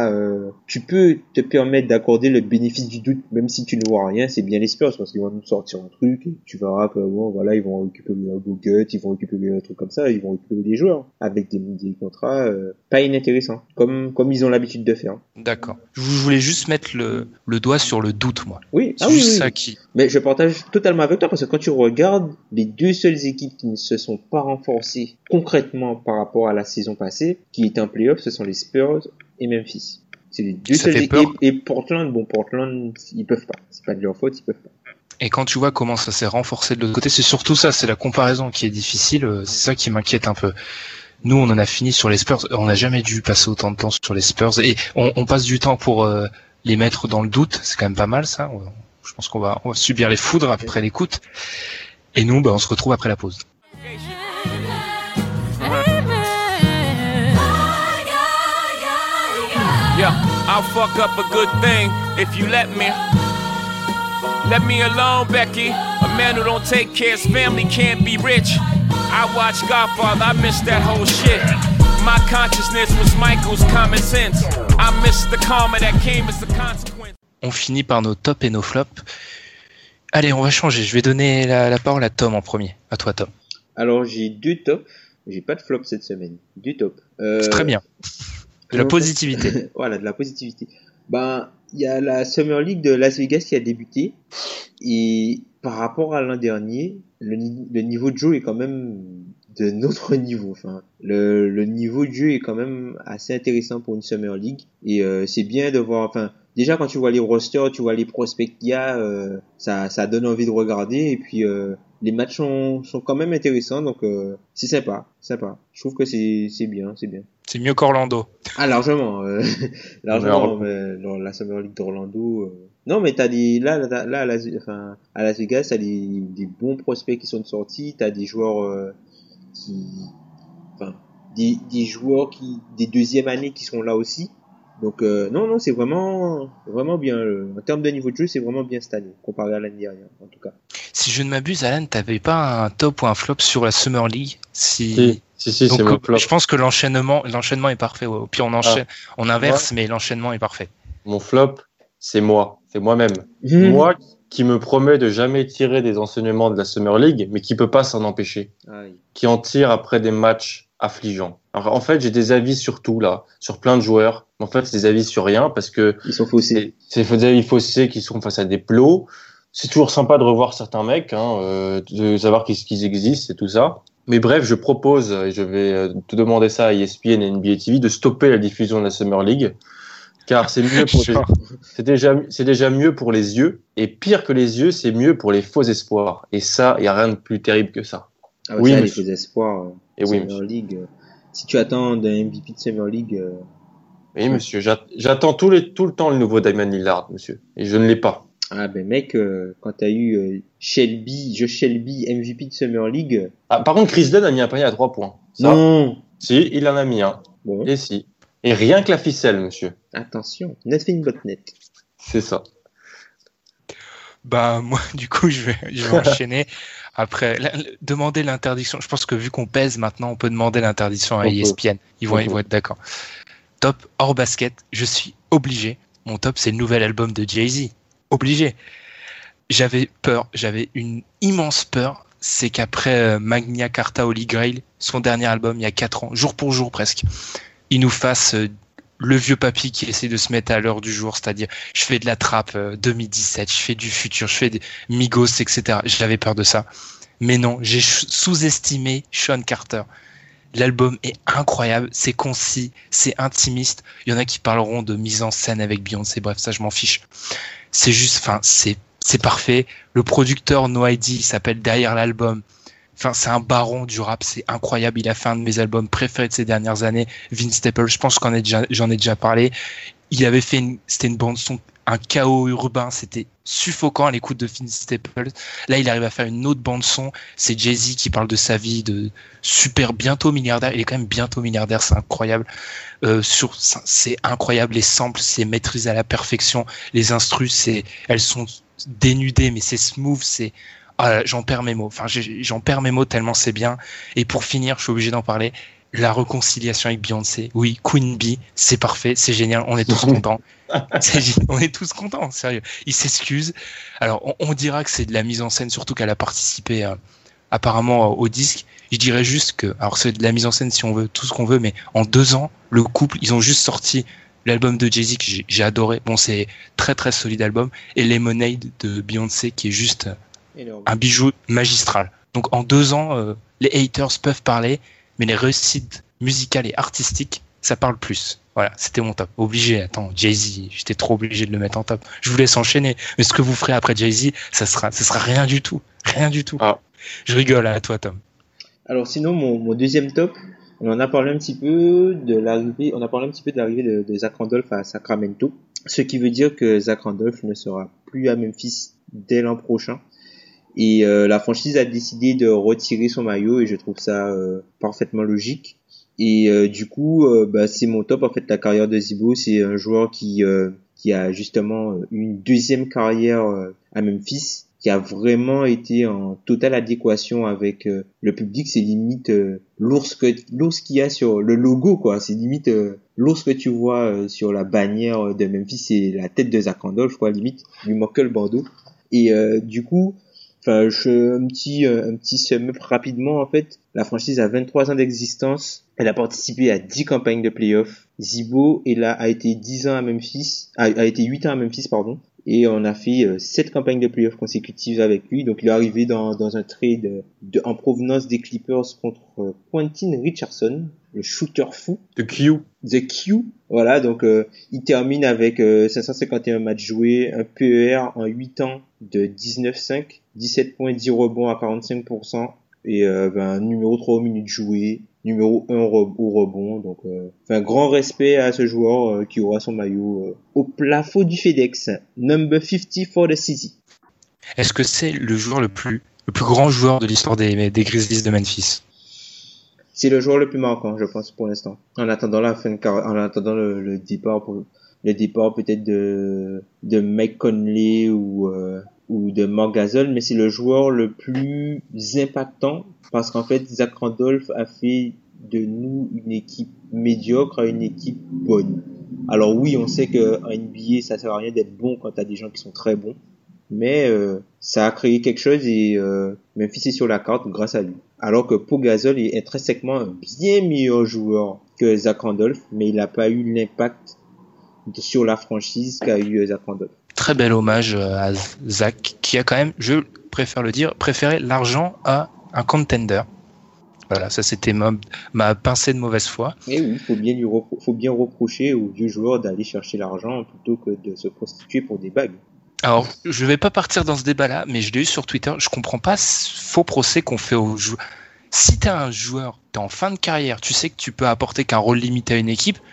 tu peux te permettre d'accorder le bénéfice du doute, même si tu ne vois rien, c'est bien les Spurs, parce qu'ils vont nous sortir un truc, et tu verras que, ils vont récupérer un Bogut, ils vont récupérer un truc comme ça, ils vont récupérer des joueurs, avec des contrats, pas inintéressants, comme ils ont l'habitude de faire. D'accord. Je voulais juste mettre le doigt sur le doute, moi. Oui. C'est juste ça qui... Mais je partage totalement avec toi, parce que quand tu regardes les deux seules équipes qui ne se sont pas renforcées concrètement par rapport à la saison passée, qui étaient en play-off, ce sont les Spurs et Memphis. C'est les deux seules équipes. Et Portland, ils peuvent pas. C'est pas de leur faute, ils peuvent pas. Et quand tu vois comment ça s'est renforcé de l'autre côté, c'est surtout ça, c'est la comparaison qui est difficile, c'est ça qui m'inquiète un peu. Nous, on en a fini sur les Spurs, on n'a jamais dû passer autant de temps sur les Spurs, et on passe du temps pour les mettre dans le doute, c'est quand même pas mal ça. Je pense qu'on va subir les foudres après l'écoute. Et nous, on se retrouve après la pause. Yeah, I'll fuck up a good thing if you let me. Let me alone, Becky. A man who don't take care of his family can't be rich. I watched Godfather, I missed that whole shit. My consciousness was Michael's common sense. I missed the karma that came as the consequence. On finit par nos tops et nos flops. Allez, on va changer. Je vais donner la parole à Tom en premier. À toi, Tom. Alors, j'ai 2 tops. J'ai pas de flop cette semaine. 2 tops. C'est très bien. De la positivité. Voilà, de la positivité. Il y a la Summer League de Las Vegas qui a débuté, et par rapport à l'an dernier, le niveau de jeu est quand même de notre niveau. Le niveau de jeu est quand même assez intéressant pour une Summer League, et c'est bien de voir. Déjà quand tu vois les rosters, tu vois les prospects qu'il y a, ça donne envie de regarder, et puis les matchs sont quand même intéressants, donc c'est sympa. Je trouve que c'est bien. C'est mieux qu'Orlando. Ah, largement. La Summer League d'Orlando. Non, mais t'as à Las Vegas, t'as des bons prospects qui sont sortis, t'as des joueurs des joueurs des deuxième année qui sont là aussi. Donc non, c'est vraiment bien. En termes de niveau de jeu, c'est vraiment bien cette année comparé à l'année dernière, en tout cas. Si je ne m'abuse, Alan, t'avais pas un top ou un flop sur la Summer League? Si, donc, c'est mon flop. Je pense que l'enchaînement est parfait. Au pire, on inverse, mais l'enchaînement est parfait. Mon flop, c'est moi-même. Moi qui me promets de jamais tirer des enseignements de la Summer League, mais qui peut pas s'en empêcher. Aïe. Qui en tire après des matchs affligeants. Alors, en fait, j'ai des avis sur tout, là, sur plein de joueurs. En fait, c'est des avis sur rien, parce que ils sont faussés. C'est des avis faussés qui sont face à des plots. C'est toujours sympa de revoir certains mecs, de savoir qu'ils existent et tout ça. Mais bref, je propose, et je vais te demander ça à ESPN et NBA TV, de stopper la diffusion de la Summer League. Car c'est mieux c'est déjà mieux pour les yeux. Et pire que les yeux, c'est mieux pour les faux espoirs. Et ça, il n'y a rien de plus terrible que ça. Ah oui, ça, les faux espoirs. Summer League. Si tu attends d'un MVP de Summer League, Oui, monsieur, j'attends tout le temps le nouveau Damian Lillard, monsieur, et je ne l'ai pas. Ah ben mec, quand t'as eu Josh Shelby, MVP de Summer League... Ah, par contre, Chris Dunn a mis un panier à 3 points. Ça, non. Si, il en a mis un. Bon. Et si. Et rien que la ficelle, monsieur. Attention, nothing but net. C'est ça. Bah moi du coup je vais enchaîner. Après demander l'interdiction. Je pense que vu qu'on pèse maintenant, on peut demander l'interdiction à ESPN. Ils vont être d'accord. Top hors basket. Je suis obligé. Mon top c'est le nouvel album de Jay-Z. Obligé. J'avais une immense peur. C'est qu'après Magna Carta Holy Grail, son dernier album il y a 4 ans, jour pour jour presque, il nous fasse le vieux papy qui essaie de se mettre à l'heure du jour, c'est-à-dire je fais de la trappe 2017, je fais du futur, je fais des Migos, etc. J'avais peur de ça. Mais non, j'ai sous-estimé Sean Carter. L'album est incroyable, c'est concis, c'est intimiste. Il y en a qui parleront de mise en scène avec Beyoncé, bref, ça je m'en fiche. C'est juste, c'est parfait. Le producteur No ID, il s'appelle derrière l'album. Enfin, c'est un baron du rap, c'est incroyable. Il a fait un de mes albums préférés de ces dernières années, Vince Staples. Je pense j'en ai déjà parlé. Il avait fait c'était une bande son, un chaos urbain. C'était suffocant à l'écoute de Vince Staples. Là, il arrive à faire une autre bande son. C'est Jay-Z qui parle de sa vie, de super bientôt milliardaire. Il est quand même bientôt milliardaire, c'est incroyable. C'est incroyable. Les samples, c'est maîtrisé à la perfection. Les instrus, elles sont dénudées, mais c'est smooth, j'en perds mes mots. Enfin, j'en perds mes mots tellement c'est bien. Et pour finir, je suis obligé d'en parler. La réconciliation avec Beyoncé. Oui, Queen Bee, c'est parfait, c'est génial. On est tous contents. On est tous contents, sérieux. Il s'excuse. Alors, on dira que c'est de la mise en scène, surtout qu'elle a participé apparemment au disque. Je dirais juste que, alors c'est de la mise en scène si on veut, tout ce qu'on veut, mais en 2 ans, le couple, ils ont juste sorti l'album de Jay-Z que j'ai adoré. Bon, c'est très très solide album. Et Lemonade de Beyoncé qui est juste un bijou magistral. Donc en 2 ans, les haters peuvent parler, mais les réussites musicales et artistiques, ça parle plus. Voilà, c'était mon top. Obligé. Attends, Jay-Z, j'étais trop obligé de le mettre en top. Je vous laisse enchaîner. Mais ce que vous ferez après Jay-Z, ça sera rien du tout. Rien du tout. Ah. Je rigole à toi, Tom. Alors sinon, mon deuxième top, on en a parlé un petit peu de l'arrivée de Zach Randolph à Sacramento. Ce qui veut dire que Zach Randolph ne sera plus à Memphis dès l'an prochain. Et la franchise a décidé de retirer son maillot et je trouve ça parfaitement logique. Et du coup, c'est mon top en fait. La carrière de Z-Bo, c'est un joueur qui a justement une deuxième carrière à Memphis, qui a vraiment été en totale adéquation avec le public. C'est limite l'ours qu'il y a sur le logo, quoi. C'est limite l'ours que tu vois sur la bannière de Memphis, c'est la tête de Zach Randolph, quoi. Limite, il lui manque que le bandeau. Et du coup, un petit sum-up rapidement, en fait. La franchise a 23 ans d'existence. Elle a participé à 10 campagnes de playoffs. Z-Bo a été 8 ans à Memphis, pardon. Et on a fait 7 campagnes de playoffs consécutives avec lui. Donc il est arrivé dans un trade en provenance des Clippers contre Quentin Richardson, le shooter fou. The Q. Voilà, donc il termine avec 551 matchs joués, un PER en 8 ans de 19,5, 17 points, 10 rebonds à 45%, et numéro 3 aux minutes jouées, numéro 1 au rebond. Donc un grand respect à ce joueur qui aura son maillot au plafond du FedEx. Number 50 for the city. Est-ce que c'est le joueur le plus grand joueur de l'histoire des Grizzlies de Memphis? C'est le joueur le plus marquant, je pense, pour l'instant. En attendant la fin de carrière, en attendant le départ peut-être de Mike Conley ou de Marc Gasol, mais c'est le joueur le plus impactant parce qu'en fait, Zach Randolph a fait de nous une équipe médiocre à une équipe bonne. Alors oui, on sait que en NBA, ça sert à rien d'être bon quand t'as des gens qui sont très bons, mais ça a créé quelque chose et Memphis est sur la carte grâce à lui. Alors que Pau Gasol est intrinsèquement un bien meilleur joueur que Zach Randolph, mais il n'a pas eu l'impact sur la franchise qu'a eu Zach Randolph. Très bel hommage à Zach, qui a quand même, je préfère le dire, préféré l'argent à un contender. Voilà, ça c'était ma pincée de mauvaise foi. Et oui, faut bien reprocher aux vieux joueurs d'aller chercher l'argent plutôt que de se prostituer pour des bagues. Alors, je vais pas partir dans ce débat-là, mais je l'ai eu sur Twitter. Je comprends pas ce faux procès qu'on fait aux joueurs. Si t'es un joueur, t'es en fin de carrière, tu sais que tu peux apporter qu'un rôle limité à une équipe,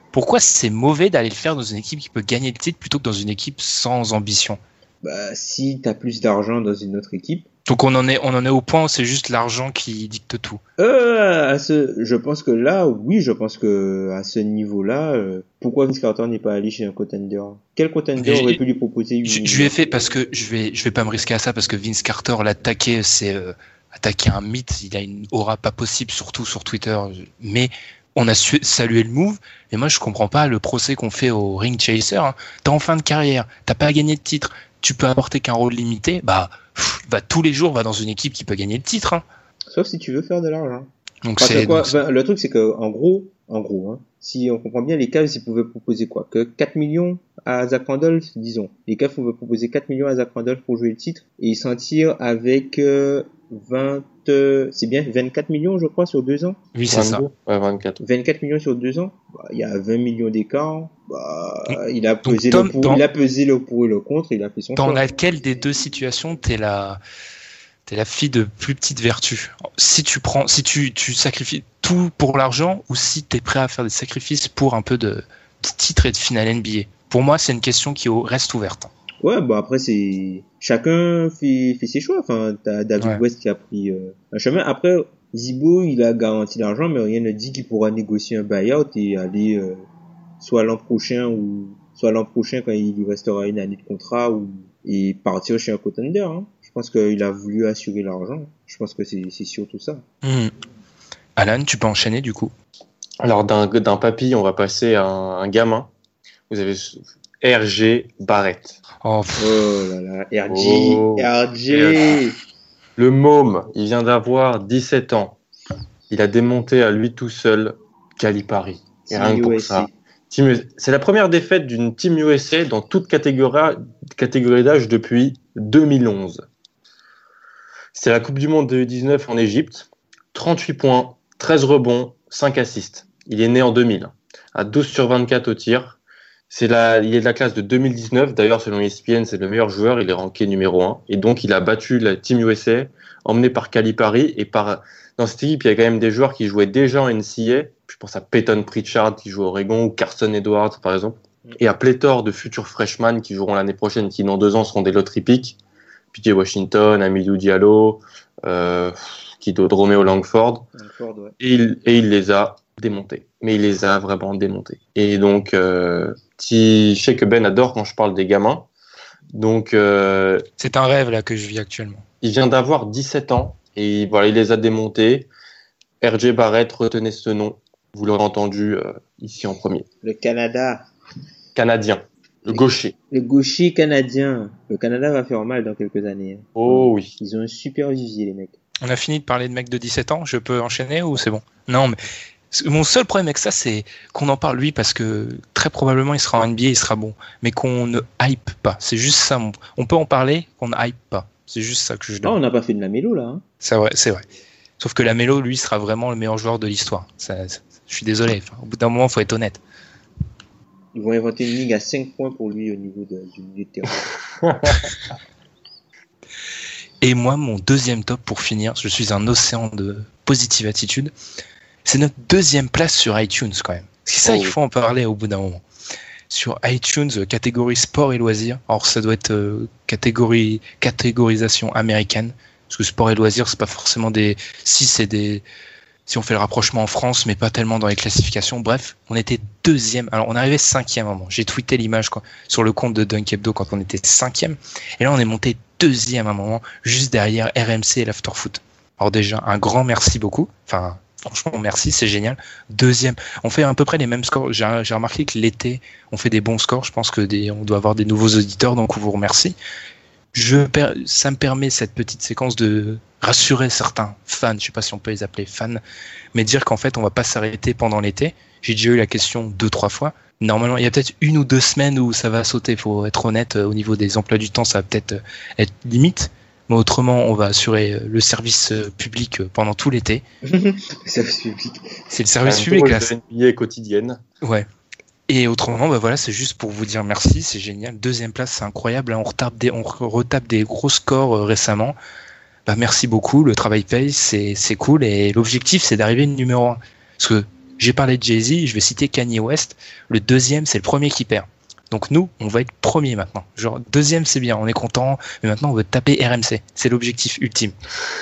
Pourquoi c'est mauvais d'aller le faire dans une équipe qui peut gagner le titre plutôt que dans une équipe sans ambition? Bah, si t'as plus d'argent dans une autre équipe. Donc on en est au point où c'est juste l'argent qui dicte tout. Je pense que là, oui, je pense que à ce niveau-là, pourquoi Vince Carter n'est pas allé chez un contender? Quel contender aurait pu lui proposer je lui ai fait parce que je vais pas me risquer à ça parce que Vince Carter l'attaquer, c'est attaquer un mythe. Il a une aura pas possible, surtout sur Twitter. Mais on a su saluer le move. Et moi, je comprends pas le procès qu'on fait au Ring Chaser. Hein. T'es en fin de carrière, t'as pas gagné de titre, tu peux apporter qu'un rôle limité. Bah tous les jours, va dans une équipe qui peut gagner le titre. Hein. Sauf si tu veux faire de l'argent. Donc le truc, c'est que en gros, hein, si on comprend bien, les Cavs, ils pouvaient proposer quoi? Que 4 millions à Zach Randolph, disons. Les Cavs pouvaient proposer 4 millions à Zach Randolph pour jouer le titre. Et ils s'en tirent avec 24 millions, je crois, sur 2 ans. Oui, c'est 22, ça. Ouais, 24. 24 millions sur 2 ans. Il y a 20 millions d'écart. Il a pesé le pour et le contre. Il a fait son choix. Dans laquelle des deux situations, t'es la fille de plus petite vertu. Si tu sacrifies tout pour l'argent ou si t'es prêt à faire des sacrifices pour un peu de titre et de finale NBA. Pour moi, c'est une question qui reste ouverte. Ouais, bah après c'est chacun fait ses choix. Enfin, t'as David West qui a pris un chemin. Après, Zibo, il a garanti l'argent, mais rien ne dit qu'il pourra négocier un buyout et aller soit l'an prochain quand il lui restera une année de contrat et partir chez un contender. Hein. Je pense qu'il a voulu assurer l'argent. Je pense que c'est surtout ça. Alan, tu peux enchaîner du coup. Alors d'un papy, on va passer à un gamin. Vous avez RJ Barrett. Oh là là, RJ. Le môme, il vient d'avoir 17 ans. Il a démonté à lui tout seul Calipari. Et rien que pour ça. C'est la première défaite d'une Team USA dans toute catégorie d'âge depuis 2011. C'est la Coupe du Monde 2019 en Égypte. 38 points, 13 rebonds, 5 assists. Il est né en 2000. À 12 sur 24 au tir. Il est de la classe de 2019. D'ailleurs, selon ESPN, c'est le meilleur joueur. Il est ranké numéro 1. Et donc, il a battu la Team USA, emmené par Calipari. Et dans cette équipe, il y a quand même des joueurs qui jouaient déjà en NCAA. Je pense à Peyton Pritchard qui joue au Oregon ou Carson Edwards, par exemple. Et à pléthore de futurs freshmen qui joueront l'année prochaine, qui dans 2 ans seront des lottery picks. PJ Washington, Amidou Diallo, Romeo Langford. Ouais. Et il les a démontés. Mais il les a vraiment démontés. Et donc, je sais que Ben adore quand je parle des gamins. Donc, c'est un rêve là que je vis actuellement. Il vient d'avoir 17 ans et voilà, il les a démontés. RJ Barrett, retenez ce nom. Vous l'aurez entendu ici en premier. Le Canada. Canadien. Le gaucher. Le gaucher canadien. Le Canada va faire mal dans quelques années. Oh oui. Ils ont un super vivier, les mecs. On a fini de parler de mecs de 17 ans. Je peux enchaîner ou c'est bon? Non, mais mon seul problème avec ça, c'est qu'on en parle lui parce que très probablement il sera en NBA, il sera bon. Mais qu'on ne hype pas. C'est juste ça. On peut en parler, qu'on ne hype pas. C'est juste ça que je demande. On n'a pas fait de Lamelo là. Hein. C'est vrai. Sauf que Lamelo, lui, sera vraiment le meilleur joueur de l'histoire. Je suis désolé. Au bout d'un moment, il faut être honnête. Ils vont inventer une ligue à 5 points pour lui au niveau du milieu de terrain. Et moi, mon deuxième top pour finir, je suis un océan de positive attitude. C'est notre 2e place sur iTunes quand même. C'est ça, il faut en parler au bout d'un moment. Sur iTunes, catégorie sport et loisirs. Alors ça doit être catégorisation américaine. Parce que sport et loisirs, c'est pas forcément si on fait le rapprochement en France, mais pas tellement dans les classifications. Bref, on était 2e. Alors, on arrivait 5e à un moment. J'ai tweeté l'image sur le compte de Dunk Hebdo quand on était 5e. Et là, on est monté 2e à un moment, juste derrière RMC et l'Afterfoot. Alors déjà, un grand merci beaucoup. Enfin, franchement, merci, c'est génial. 2e. On fait à peu près les mêmes scores. J'ai remarqué que l'été, on fait des bons scores. Je pense que on doit avoir des nouveaux auditeurs, donc on vous remercie. Ça me permet, cette petite séquence, de rassurer certains fans, je sais pas si on peut les appeler fans, mais dire qu'en fait on va pas s'arrêter pendant l'été. J'ai déjà eu la question 2-3 fois. Normalement, il y a peut-être 1 ou 2 semaines où ça va sauter, faut être honnête, au niveau des emplois du temps, ça va peut-être être limite, mais autrement on va assurer le service public pendant tout l'été. Le service public. C'est le service public là. C'est une vie quotidienne. Ouais. Et autrement, voilà, c'est juste pour vous dire merci, c'est génial. 2e place, c'est incroyable. On retape des gros scores récemment. Merci beaucoup, le travail paye, c'est cool. Et l'objectif, c'est d'arriver numéro 1. Parce que J'ai parlé de Jay-Z, je vais citer Kanye West. Le deuxième, c'est le premier qui perd. Donc nous, on va être premier maintenant. Genre, deuxième, c'est bien, on est content, mais maintenant on veut taper RMC. C'est l'objectif ultime.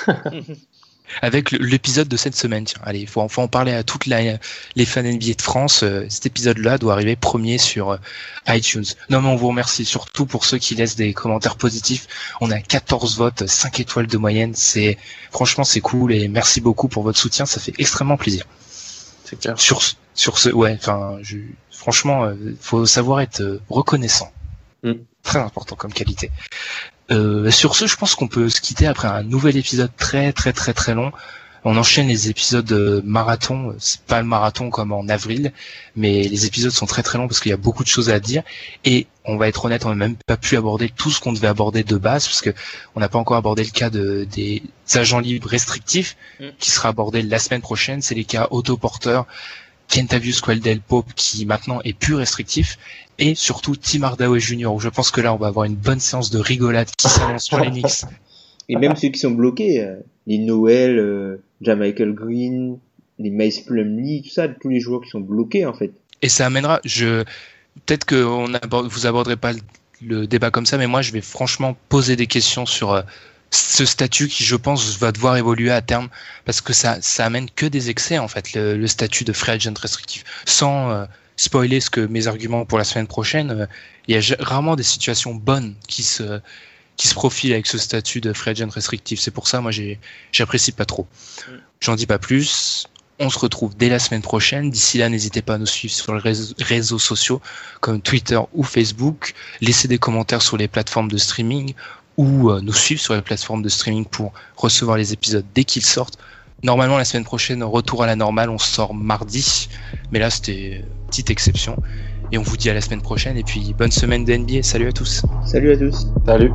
Avec l'épisode de cette semaine, tiens, allez, faut en parler à toutes les fans NBA de France. Cet épisode-là doit arriver premier sur iTunes. Non, mais on vous remercie surtout pour ceux qui laissent des commentaires positifs. On a 14 votes, 5 étoiles de moyenne. Franchement, c'est cool et merci beaucoup pour votre soutien. Ça fait extrêmement plaisir. C'est clair. Sur ce, ouais, enfin, franchement, faut savoir être reconnaissant. Très important comme qualité. Sur ce, je pense qu'on peut se quitter après un nouvel épisode très très très très long. On enchaîne les épisodes marathon. C'est pas le marathon comme en avril, mais les épisodes sont très très longs parce qu'il y a beaucoup de choses à dire. Et on va être honnête, on n'a même pas pu aborder tout ce qu'on devait aborder de base parce que on n'a pas encore abordé le cas des agents libres restrictifs qui sera abordé la semaine prochaine. C'est les cas autoporteurs. Kentavious Caldwell-Pope qui maintenant est plus restrictif et surtout Tim Hardaway Jr. où je pense que là on va avoir une bonne séance de rigolade qui s'annonce sur les Knicks. Et même ceux qui sont bloqués, les Noël, Jamichael Green, les Mace Plumlee, tout ça, tous les joueurs qui sont bloqués en fait. Et ça amènera, peut-être que vous aborderez pas le débat comme ça, mais moi je vais franchement poser des questions sur ce statut qui, je pense, va devoir évoluer à terme parce que ça amène que des excès en fait, le statut de free agent restrictif. Sans spoiler mes arguments pour la semaine prochaine, il y a rarement des situations bonnes qui se profilent avec ce statut de free agent restrictif. C'est pour ça, moi, j'apprécie pas trop. J'en dis pas plus. On se retrouve dès la semaine prochaine. D'ici là, n'hésitez pas à nous suivre sur les réseaux sociaux comme Twitter ou Facebook. Laissez des commentaires sur les plateformes de streaming ou nous suivre sur les plateformes de streaming pour recevoir les épisodes dès qu'ils sortent. Normalement, la semaine prochaine, retour à la normale, on sort mardi. Mais là, c'était une petite exception. Et on vous dit à la semaine prochaine. Et puis, bonne semaine de NBA. Salut à tous. Salut à tous. Salut.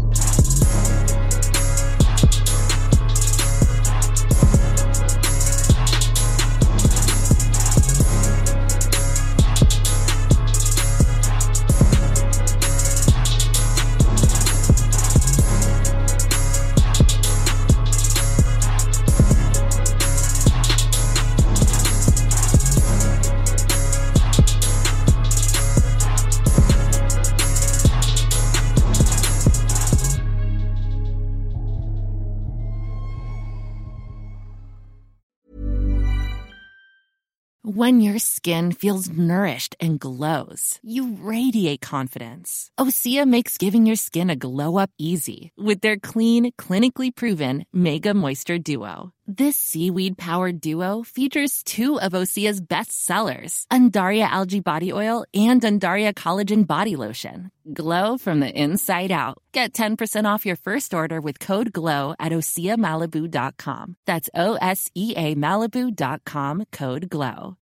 When your skin feels nourished and glows, you radiate confidence. Osea makes giving your skin a glow-up easy with their clean, clinically proven Mega Moisture Duo. This seaweed-powered duo features two of Osea's best sellers, Undaria Algae Body Oil and Undaria Collagen Body Lotion. Glow from the inside out. Get 10% off your first order with code GLOW at OseaMalibu.com. That's OSEA Malibu.com, code GLOW.